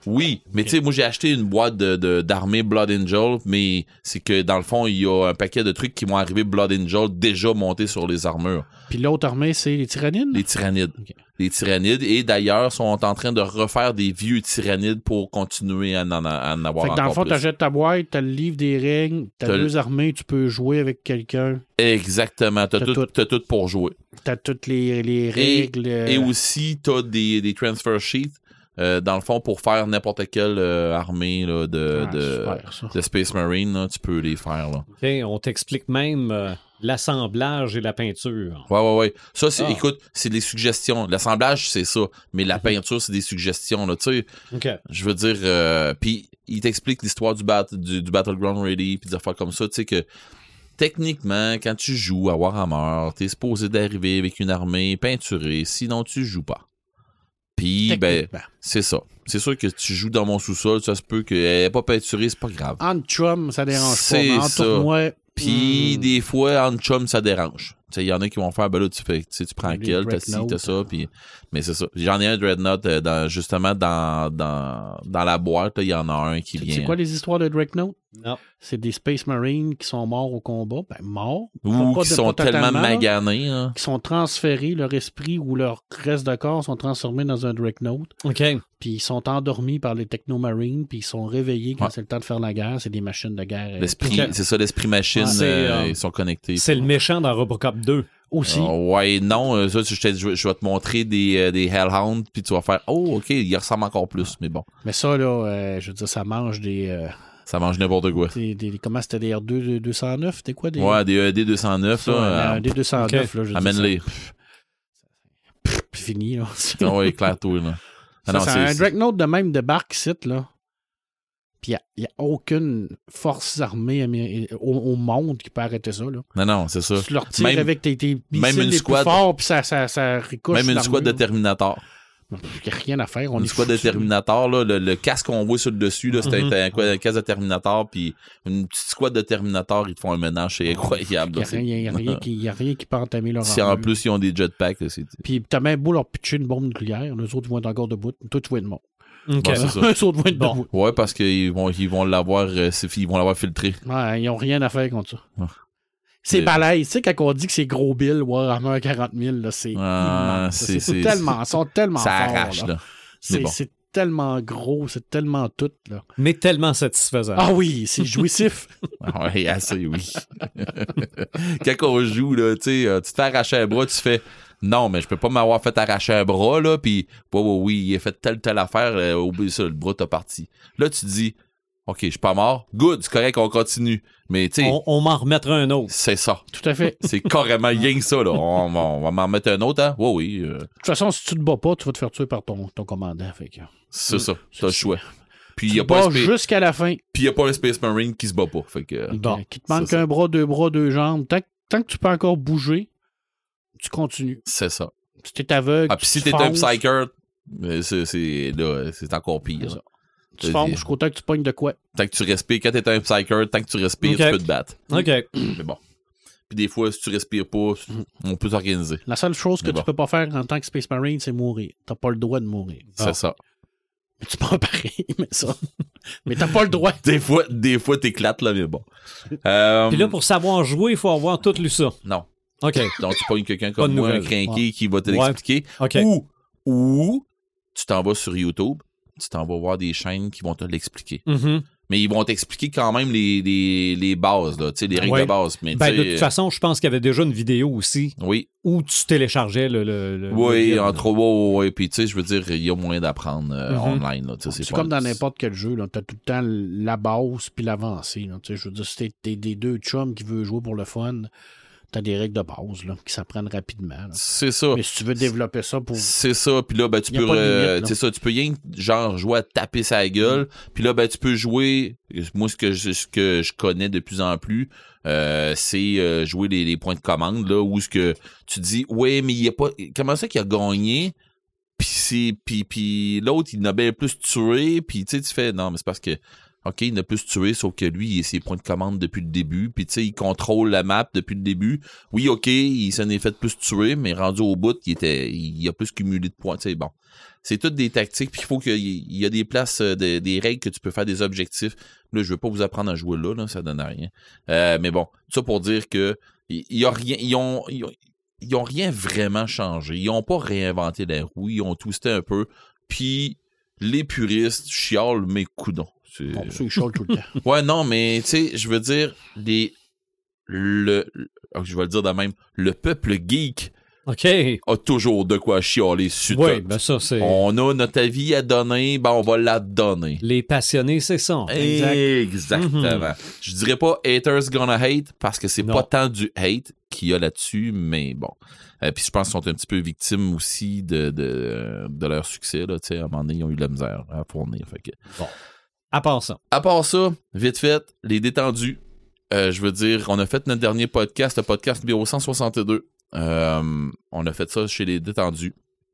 Oui, mais Okay. tu sais, moi j'ai acheté une boîte de, de, d'armée Blood Angel, mais c'est que dans le fond, il y a un paquet de trucs qui vont arriver Blood Angel déjà montés sur les armures. Puis l'autre armée, c'est les tyrannides? Les tyrannides. Okay. Les tyrannides, et d'ailleurs, sont en train de refaire des vieux tyrannides pour continuer à en, à en avoir Fait que dans le encore fond, plus. t'achètes ta boîte, t'as le livre des règles, t'as T'as deux le... armées, tu peux jouer avec quelqu'un. Exactement, t'as, T'as tout, tout. t'as tout pour jouer. T'as toutes les, les règles. Et, euh... et aussi, t'as des, des transfer sheets, euh, dans le fond, pour faire n'importe quelle euh, armée là, de, Ah, de, super, ça. de Space Marine, là, tu peux les faire. Là. OK, on t'explique même euh, l'assemblage et la peinture. Ouais, ouais, ouais. Ça, c'est, Ah. écoute, c'est des suggestions. L'assemblage, c'est ça. Mais la peinture, c'est des suggestions, là. Tu sais, OK. je veux dire, euh, puis il t'explique l'histoire du, bat- du, du Battleground Ready, puis des affaires comme ça. Tu sais que, techniquement, quand tu joues à Warhammer, t'es supposé d'arriver avec une armée peinturée, sinon tu joues pas. Puis, ben, Techniquement. c'est ça. C'est sûr que tu joues dans mon sous-sol, ça se peut qu'elle n'est pas peinturée, c'est pas grave. En chum, ça dérange pas. C'est Mais en ça. tournoi, Puis hmm, des fois, en chum, ça dérange. Tu sais, il y en a qui vont faire, ben là, tu fais, tu sais, tu prends Les quel, t'as ci, Dreadnought. t'as ça, puis... Mais c'est ça. J'en ai un Dreadnought, euh, dans, justement, dans, dans, dans la boîte, là, il y en a un qui c'est vient... c'est quoi les histoires de Dreadnought? Non. C'est des Space Marines qui sont morts au combat. Ben, morts. Ou Pas qui de- sont pas tellement totalement, là. maganés, hein. Qui sont transférés, leur esprit ou leur reste de corps sont transformés dans un Dreadnought. OK. Puis ils sont endormis par les Technomarines, puis ils sont réveillés quand Ouais. c'est le temps de faire la guerre. C'est des machines de guerre. euh, L'esprit, Ok. c'est ça, l'esprit machine, Ouais, c'est, euh, euh, ils sont connectés. C'est le méchant dans Robocop deux. aussi. Ah, ouais, non, euh, ça, je, te- je, je vais te montrer des, euh, des Hellhounds, puis tu vas faire, oh, ok, il ressemble encore plus, mais bon, Mais ça, là, euh, je veux dire, ça mange des... euh, ça mange n'importe quoi. des, des- comment c'était des R deux deux cent neuf? C'était quoi des... Ouais, des E D deux cent neuf, Ça, là, un euh, D deux cent neuf, là, je veux dire, amène-les. ça- Puis fini, là. Ah ouais, clair, tout, là. Ah Ça, non, c'est c'est- un c'est- Dreadnought de même débarque ici, là. Puis il n'y a, aucune force armée amé- au, au monde qui peut arrêter ça, là. Non, non, c'est ça. Tu leur tires Même- avec tes, tes missiles même une les squad- plus forts, puis ça, ça, ça ricocche Même une squad de l'armure. Terminator. Il n'y a rien à faire. On Une est squad de foutus. Terminator, là, le, le casque qu'on voit sur le dessus, là, c'était Mhm. un, un, un casque de Terminator, puis une petite squad de Terminator, ils te font un ménage, c'est incroyable. Il là, n'y a, c'est- rien qui- y a rien qui peut entamer leur Si en armure. plus ils ont des jetpacks, là, c'est... Puis t'as même beau leur pitcher une bombe nucléaire, les autres vont être encore debout. Toi, tu vas être mort. OK. Ouais, c'est ça. Les autres vont être Bon. debout. Ouais, parce qu'ils vont, ils vont l'avoir, euh, c'est- ils vont l'avoir filtré. Ouais, ils n'ont rien à faire contre ça. Ouais. C'est Mais- balèze. Tu sais, quand on dit que c'est gros Bill, Warhammer quarante mille, là, c'est Ah, immense. c'est- C'est c'est- tellement, ils sont tellement Ça forts. arrache, là. là. C'est Mais bon. c'est tellement gros, c'est tellement tout, là. Mais tellement satisfaisant. Ah oui, c'est jouissif. Ah ouais, assez, oui. Quand on joue, là, tu sais, euh, tu te fais arracher un bras, tu fais non, mais je peux pas m'avoir fait arracher un bras, là, puis ouais, ouais, oui, il a fait telle, telle affaire, euh, oublie ça, le bras t'a parti. Là, tu te dis, OK, je suis pas mort, good, c'est correct, on continue. Mais, tu sais, On, on m'en remettra un autre. c'est ça. Tout à fait. C'est carrément rien que ça, là. On, va- on va m'en mettre un autre, hein? Oui, oui, euh, De toute façon, si tu te bats pas, tu vas te faire tuer par ton, ton commandant. Fait que, c'est ça. T'as le choix. Puis, il tu y a te pas bats un spa- jusqu'à la fin. puis y a pas un Space Marine qui se bat pas. Fait que, Bon, Qu'il te manque c'est ça. un bras, deux bras, deux jambes. Tant, que- tant que tu peux encore bouger, tu continues. c'est ça. Si t'es aveugle, Ah, puis si tu t'es un fonces, Psyker, euh, c'est, c'est, là, c'est encore pire. C'est ça. là. tu fonces jusqu'au temps que tu pognes de quoi. Tant que tu respires, quand t'es un Psyker, tant que tu respires, Ok. tu peux te battre. OK. Mais bon. Puis des fois, si tu respires pas, on peut s'organiser. La seule chose que Mais tu bon. peux pas faire en tant que Space Marine, c'est mourir. T'as pas le droit de mourir. C'est Ah. ça. Mais tu peux pareil, mais ça. Mais t'as pas le droit. Des fois, des fois, t'éclates, là, mais bon. Euh, Puis là, pour savoir jouer, il faut avoir tout lu ça. Non. OK. Donc, tu pognes quelqu'un Pas comme de moi, un nouvelles. crinqué, qui va te Ouais. l'expliquer. OK. Ou, ou, tu t'en vas sur YouTube, tu t'en vas voir des chaînes qui vont te l'expliquer. Mhm. Mais ils vont t'expliquer quand même les, les, les bases, là, tu sais, les règles Ouais. de base. Mais Ben, tu de sais, toute façon, je pense qu'il y avait déjà une vidéo aussi oui, où tu téléchargeais le. le, le- le oui, guide. entre autres, oui, puis tu sais, je veux dire, il y a moyen d'apprendre euh, Mhm. online, là, tu sais, C'est pas- comme dans n'importe quel jeu. Là. T'as tout le temps la base puis l'avancée. là. Tu sais, je veux dire, si t'es, t'es des deux chums qui veulent jouer pour le fun, t'as des règles de base là, qui s'apprennent rapidement. là. C'est ça. Mais si tu veux développer ça pour... C'est ça, puis là, ben, tu Y a peux, pas de limite, euh, là. c'est ça, tu peux rien, genre, jouer à taper sa gueule, puis là, ben, tu peux jouer, moi, ce que je, ce que je connais de plus en plus, euh, c'est euh, jouer les, les points de commande, là, où ce que tu dis, ouais, mais il y a pas, comment ça qu'il a gagné, puis c'est, puis, puis l'autre, il en a bien plus tué, puis tu sais, tu fais, non, mais c'est parce que, OK, il n'a plus se tuer, sauf que lui, il a ses points de commande depuis le début. Puis, tu sais, il contrôle la map depuis le début. Oui, OK, il s'en est fait plus tuer, mais rendu au bout, il était, il a plus cumulé de points. Tu sais, bon. C'est toutes des tactiques. Puis, il faut qu'il y, y a des places, de, des règles que tu peux faire des objectifs. Là, je veux pas vous apprendre à jouer là, là ça donne à rien. Euh, mais bon, ça pour dire que, il y a rien, ils ont, ils ont, ils ont rien vraiment changé. Ils ont pas réinventé la roue. Ils ont twisté un peu. Puis, les puristes chialent, mais coudons. C'est... Bon, ça, ils chialent tout le temps. Ouais, non, mais tu sais, je veux dire, les, le, je vais le dire de même, le peuple geek OK. a toujours de quoi chialer sur Oui, tout. ben ça, c'est... On a notre avis à donner, ben on va la donner. Les passionnés, c'est ça. Exact. Exactement. Mm-hmm. Je dirais pas haters gonna hate, parce que c'est non. pas tant du hate qu'il y a là-dessus, mais bon. Euh, puis je pense qu'ils sont un petit peu victimes aussi de, de, de leur succès. Là, à un moment donné, ils ont eu de la misère à fournir. Fait que... Bon. À part ça. À part ça, vite fait, les détendus. Euh, je veux dire, on a fait notre dernier podcast, le podcast numéro cent soixante-deux. Euh, on a fait ça chez les détendus.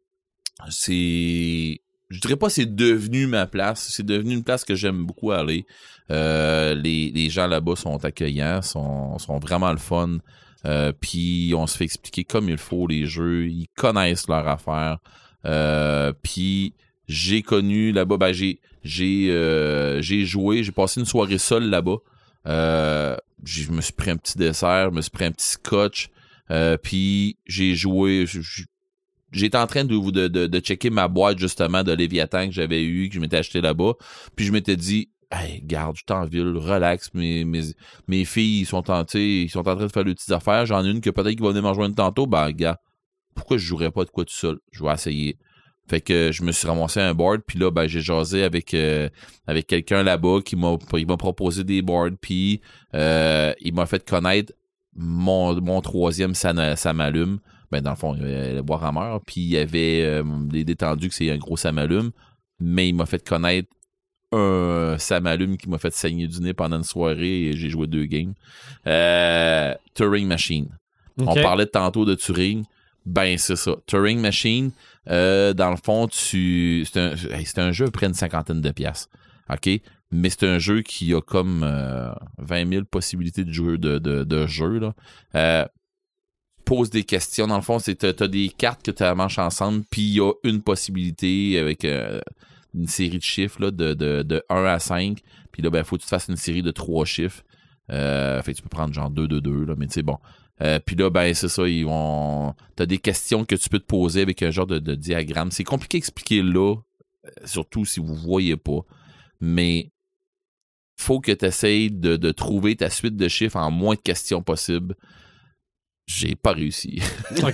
C'est... Je dirais pas c'est devenu ma place. C'est devenu une place que j'aime beaucoup aller. Euh, les, les gens là-bas sont accueillants, sont, sont vraiment le fun. Euh, puis on se fait expliquer comme il faut les jeux. Ils connaissent leur affaire. Euh, puis j'ai connu là-bas, ben j'ai j'ai euh, j'ai joué, j'ai passé une soirée seule là-bas. Euh, je me suis pris un petit dessert, je me suis pris un petit scotch, euh, puis j'ai joué. J'étais en train de, de, de, de checker ma boîte justement de Léviathan que j'avais eu, que je m'étais acheté là-bas. Puis je m'étais dit, hey, garde, je suis en ville, relax, mes, mes, mes filles ils sont, en, ils sont en train de faire leurs petites affaires. J'en ai une que peut-être qui va venir m'en rejoindre tantôt. Ben, gars, pourquoi je jouerais pas de quoi tout seul? Je vais essayer. Fait que je me suis ramassé un board, puis là, ben, j'ai jasé avec, euh, avec quelqu'un là-bas qui m'a, il m'a proposé des boards, puis euh, il m'a fait connaître mon, mon troisième, ça, ça m'allume. Ben, dans le fond, il y avait le bois rameur, puis il y avait euh, des détendus que c'est un gros ça m'allume, mais il m'a fait connaître un ça m'allume qui m'a fait saigner du nez pendant une soirée et j'ai joué deux games. Euh, Turing Machine. Okay. On parlait tantôt de Turing. Ben, c'est ça. Turing Machine, euh, dans le fond, tu c'est un, c'est un jeu à près une cinquantaine de piastres. OK? Mais c'est un jeu qui a comme euh, vingt mille possibilités de jeu, de, de, de jeu, là. Euh, pose des questions. Dans le fond, c'est t'as, t'as des cartes que tu manches ensemble, puis il y a une possibilité avec euh, une série de chiffres là, de, de, de un à cinq. Puis là, ben, il faut que tu te fasses une série de trois chiffres. Euh, fait que tu peux prendre genre deux, deux, deux, là, mais tu sais, bon. Euh, puis là, ben, c'est ça, ils vont. T'as des questions que tu peux te poser avec un genre de, de diagramme. C'est compliqué à expliquer là, surtout si vous voyez pas. Mais faut que tu essayes de, de trouver ta suite de chiffres en moins de questions possible. J'ai pas réussi. OK.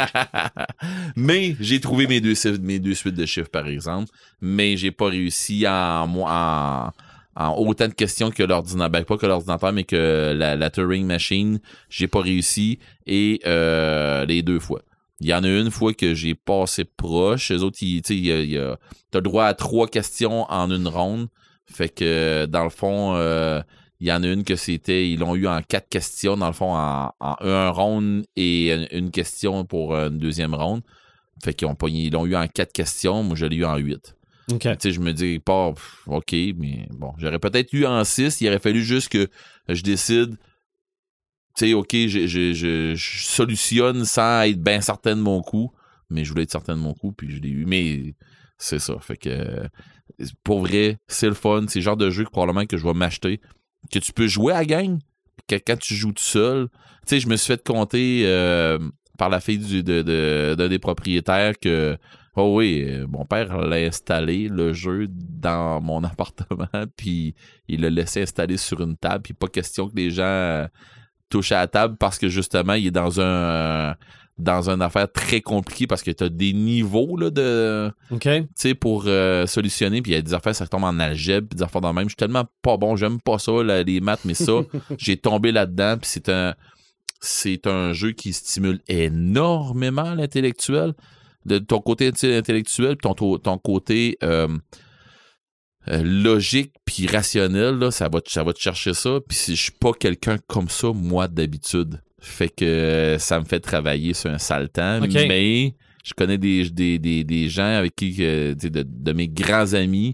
Mais j'ai trouvé mes deux, mes deux suites de chiffres, par exemple. Mais j'ai pas réussi en, en, en autant de questions que l'ordinateur. Ben, pas que l'ordinateur, mais que la, la Turing Machine. J'ai pas réussi. Et euh, les deux fois. Il y en a une fois que j'ai passé proche. Les autres, tu sais, t'as le droit à trois questions en une ronde. Fait que, dans le fond... Euh, il y en a une que c'était, ils l'ont eu en quatre questions, dans le fond, en, en un round et une, une question pour une deuxième ronde. Fait qu'ils ont pogné, ils l'ont eu en quatre questions, moi je l'ai eu en huit. Okay. Tu sais, je me dis, pas, OK, mais bon, j'aurais peut-être eu en six, il aurait fallu juste que je décide, tu sais, OK, je, je, je, je solutionne sans être bien certain de mon coup, mais je voulais être certain de mon coup, puis je l'ai eu, mais c'est ça. Fait que, pour vrai, c'est le fun, c'est le genre de jeu que probablement que je vais m'acheter. Que tu peux jouer à gang, que quand tu joues tout seul. Tu sais, je me suis fait compter euh, par la fille du, de, de, d'un des propriétaires que, oh oui, mon père l'a installé, le jeu, dans mon appartement, puis il l'a laissé installer sur une table, puis pas question que les gens euh, touchent à la table parce que justement, il est dans un... Euh, dans une affaire très compliquée parce que tu as des niveaux là, de okay. tu sais, pour euh, solutionner, puis il y a des affaires ça tombe en algèbre, puis des affaires dans le même. Je suis tellement pas bon, j'aime pas ça, là, les maths, mais ça, j'ai tombé là-dedans, puis c'est un c'est un jeu qui stimule énormément l'intellectuel, de ton côté intellectuel, puis ton, ton côté euh, euh, logique puis rationnel, là, ça va, ça va te chercher ça, puis si je suis pas quelqu'un comme ça, moi, d'habitude. Fait que ça me fait travailler sur un sale temps. Okay. Mais je connais des, des, des, des gens avec qui, de, de mes grands amis,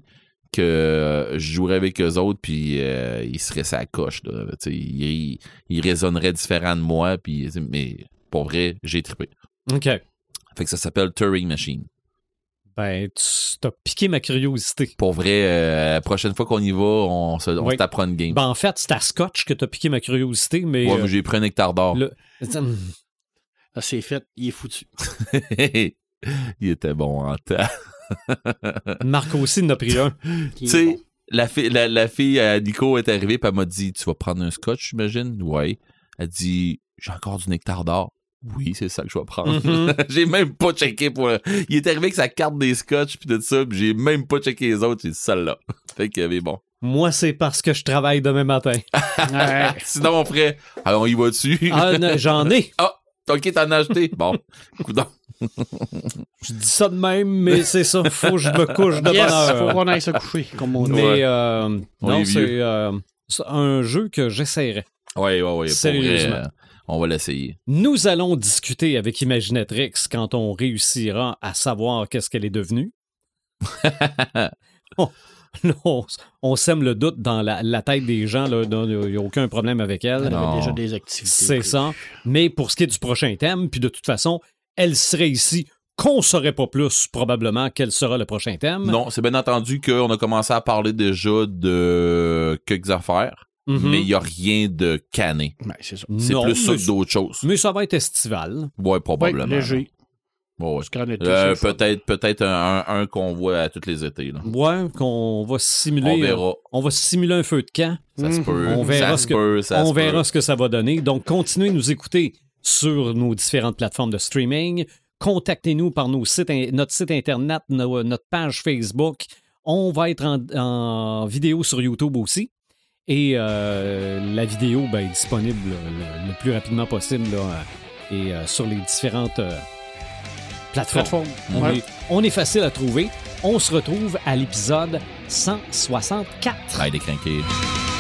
que euh, je jouerais avec eux autres, puis euh, ils seraient sa coche. Là. Ils, ils raisonneraient différent de moi, puis, mais pour vrai, j'ai trippé. OK. Fait que ça s'appelle Turing Machine. Ben, tu t'as piqué ma curiosité. Pour vrai, euh, la prochaine fois qu'on y va, on se, on Oui. se tapera une game. Ben, en fait, c'est à Scotch que t'as piqué ma curiosité, mais... Ouais, euh, mais j'ai pris un nectar d'or. le... Là, c'est fait, il est foutu. Il était bon en temps. Marc aussi en a pris un. Tu Tu sais, la, fi- la, la fille à Nico est arrivée, puis elle m'a dit, tu vas prendre un scotch, j'imagine? Ouais. Elle dit, j'ai encore du nectar d'or. Oui, c'est ça que je vais prendre. Mm-hmm. J'ai même pas checké pour... Il est arrivé avec sa carte des scotch, puis tout ça, puis j'ai même pas checké les autres, j'ai dit celle-là. Fait que, mais bon. Moi, c'est parce que je travaille demain matin. Ouais. Sinon, on ferait, alors on y va dessus. Ah, non, j'en ai. Ah, ok, t'en as acheté. Bon, coudonc. Je dis ça de même, mais c'est ça. Faut que je me couche de bonne Yes, heure. faut qu'on aille se coucher, comme on dit. Mais Ouais. euh, On non, est vieux. c'est euh, c'est un jeu que j'essaierai. Ouais, ouais, ouais. Pour Sérieusement. vrai, euh, on va l'essayer. Nous allons discuter avec Imaginatrix quand on réussira à savoir qu'est-ce qu'elle est devenue. on, là, on, on sème le doute dans la, la tête des gens. Il n'y a aucun problème avec elle. Elle Non. avait déjà des activités. C'est prévues. ça. Mais pour ce qui est du prochain thème, puis de toute façon, elle serait ici qu'on ne saurait pas plus probablement quel sera le prochain thème. Non, c'est bien entendu qu'on a commencé à parler déjà de quelques affaires, Mhm. mais il n'y a rien de cané. Ouais, c'est ça. C'est Non, plus ça mais- que d'autres choses. Mais ça va être estival. Ouais, Ouais, probablement. léger. Ouais, ouais. Parce qu'en été, Euh, c'est le fun. peut-être peut-être un, un, un qu'on voit à tous les étés. Là. Ouais, qu'on va simuler. On verra. euh, on va simuler un feu de camp. Ça se Mhm. peut. On verra ça ce se que- peut, ça On se verra peut. ce que ça va donner. Donc, continuez de nous écouter sur nos différentes plateformes de streaming. Contactez-nous par nos sites, in- notre site Internet, no- notre page Facebook. On va être en, en vidéo sur YouTube aussi. Et euh, la vidéo ben, est disponible le, le plus rapidement possible là, et euh, sur les différentes euh, plateformes. Plateforme. On, Ouais. est, on est facile à trouver. On se retrouve à l'épisode cent soixante-quatre. Ah, il est craqué.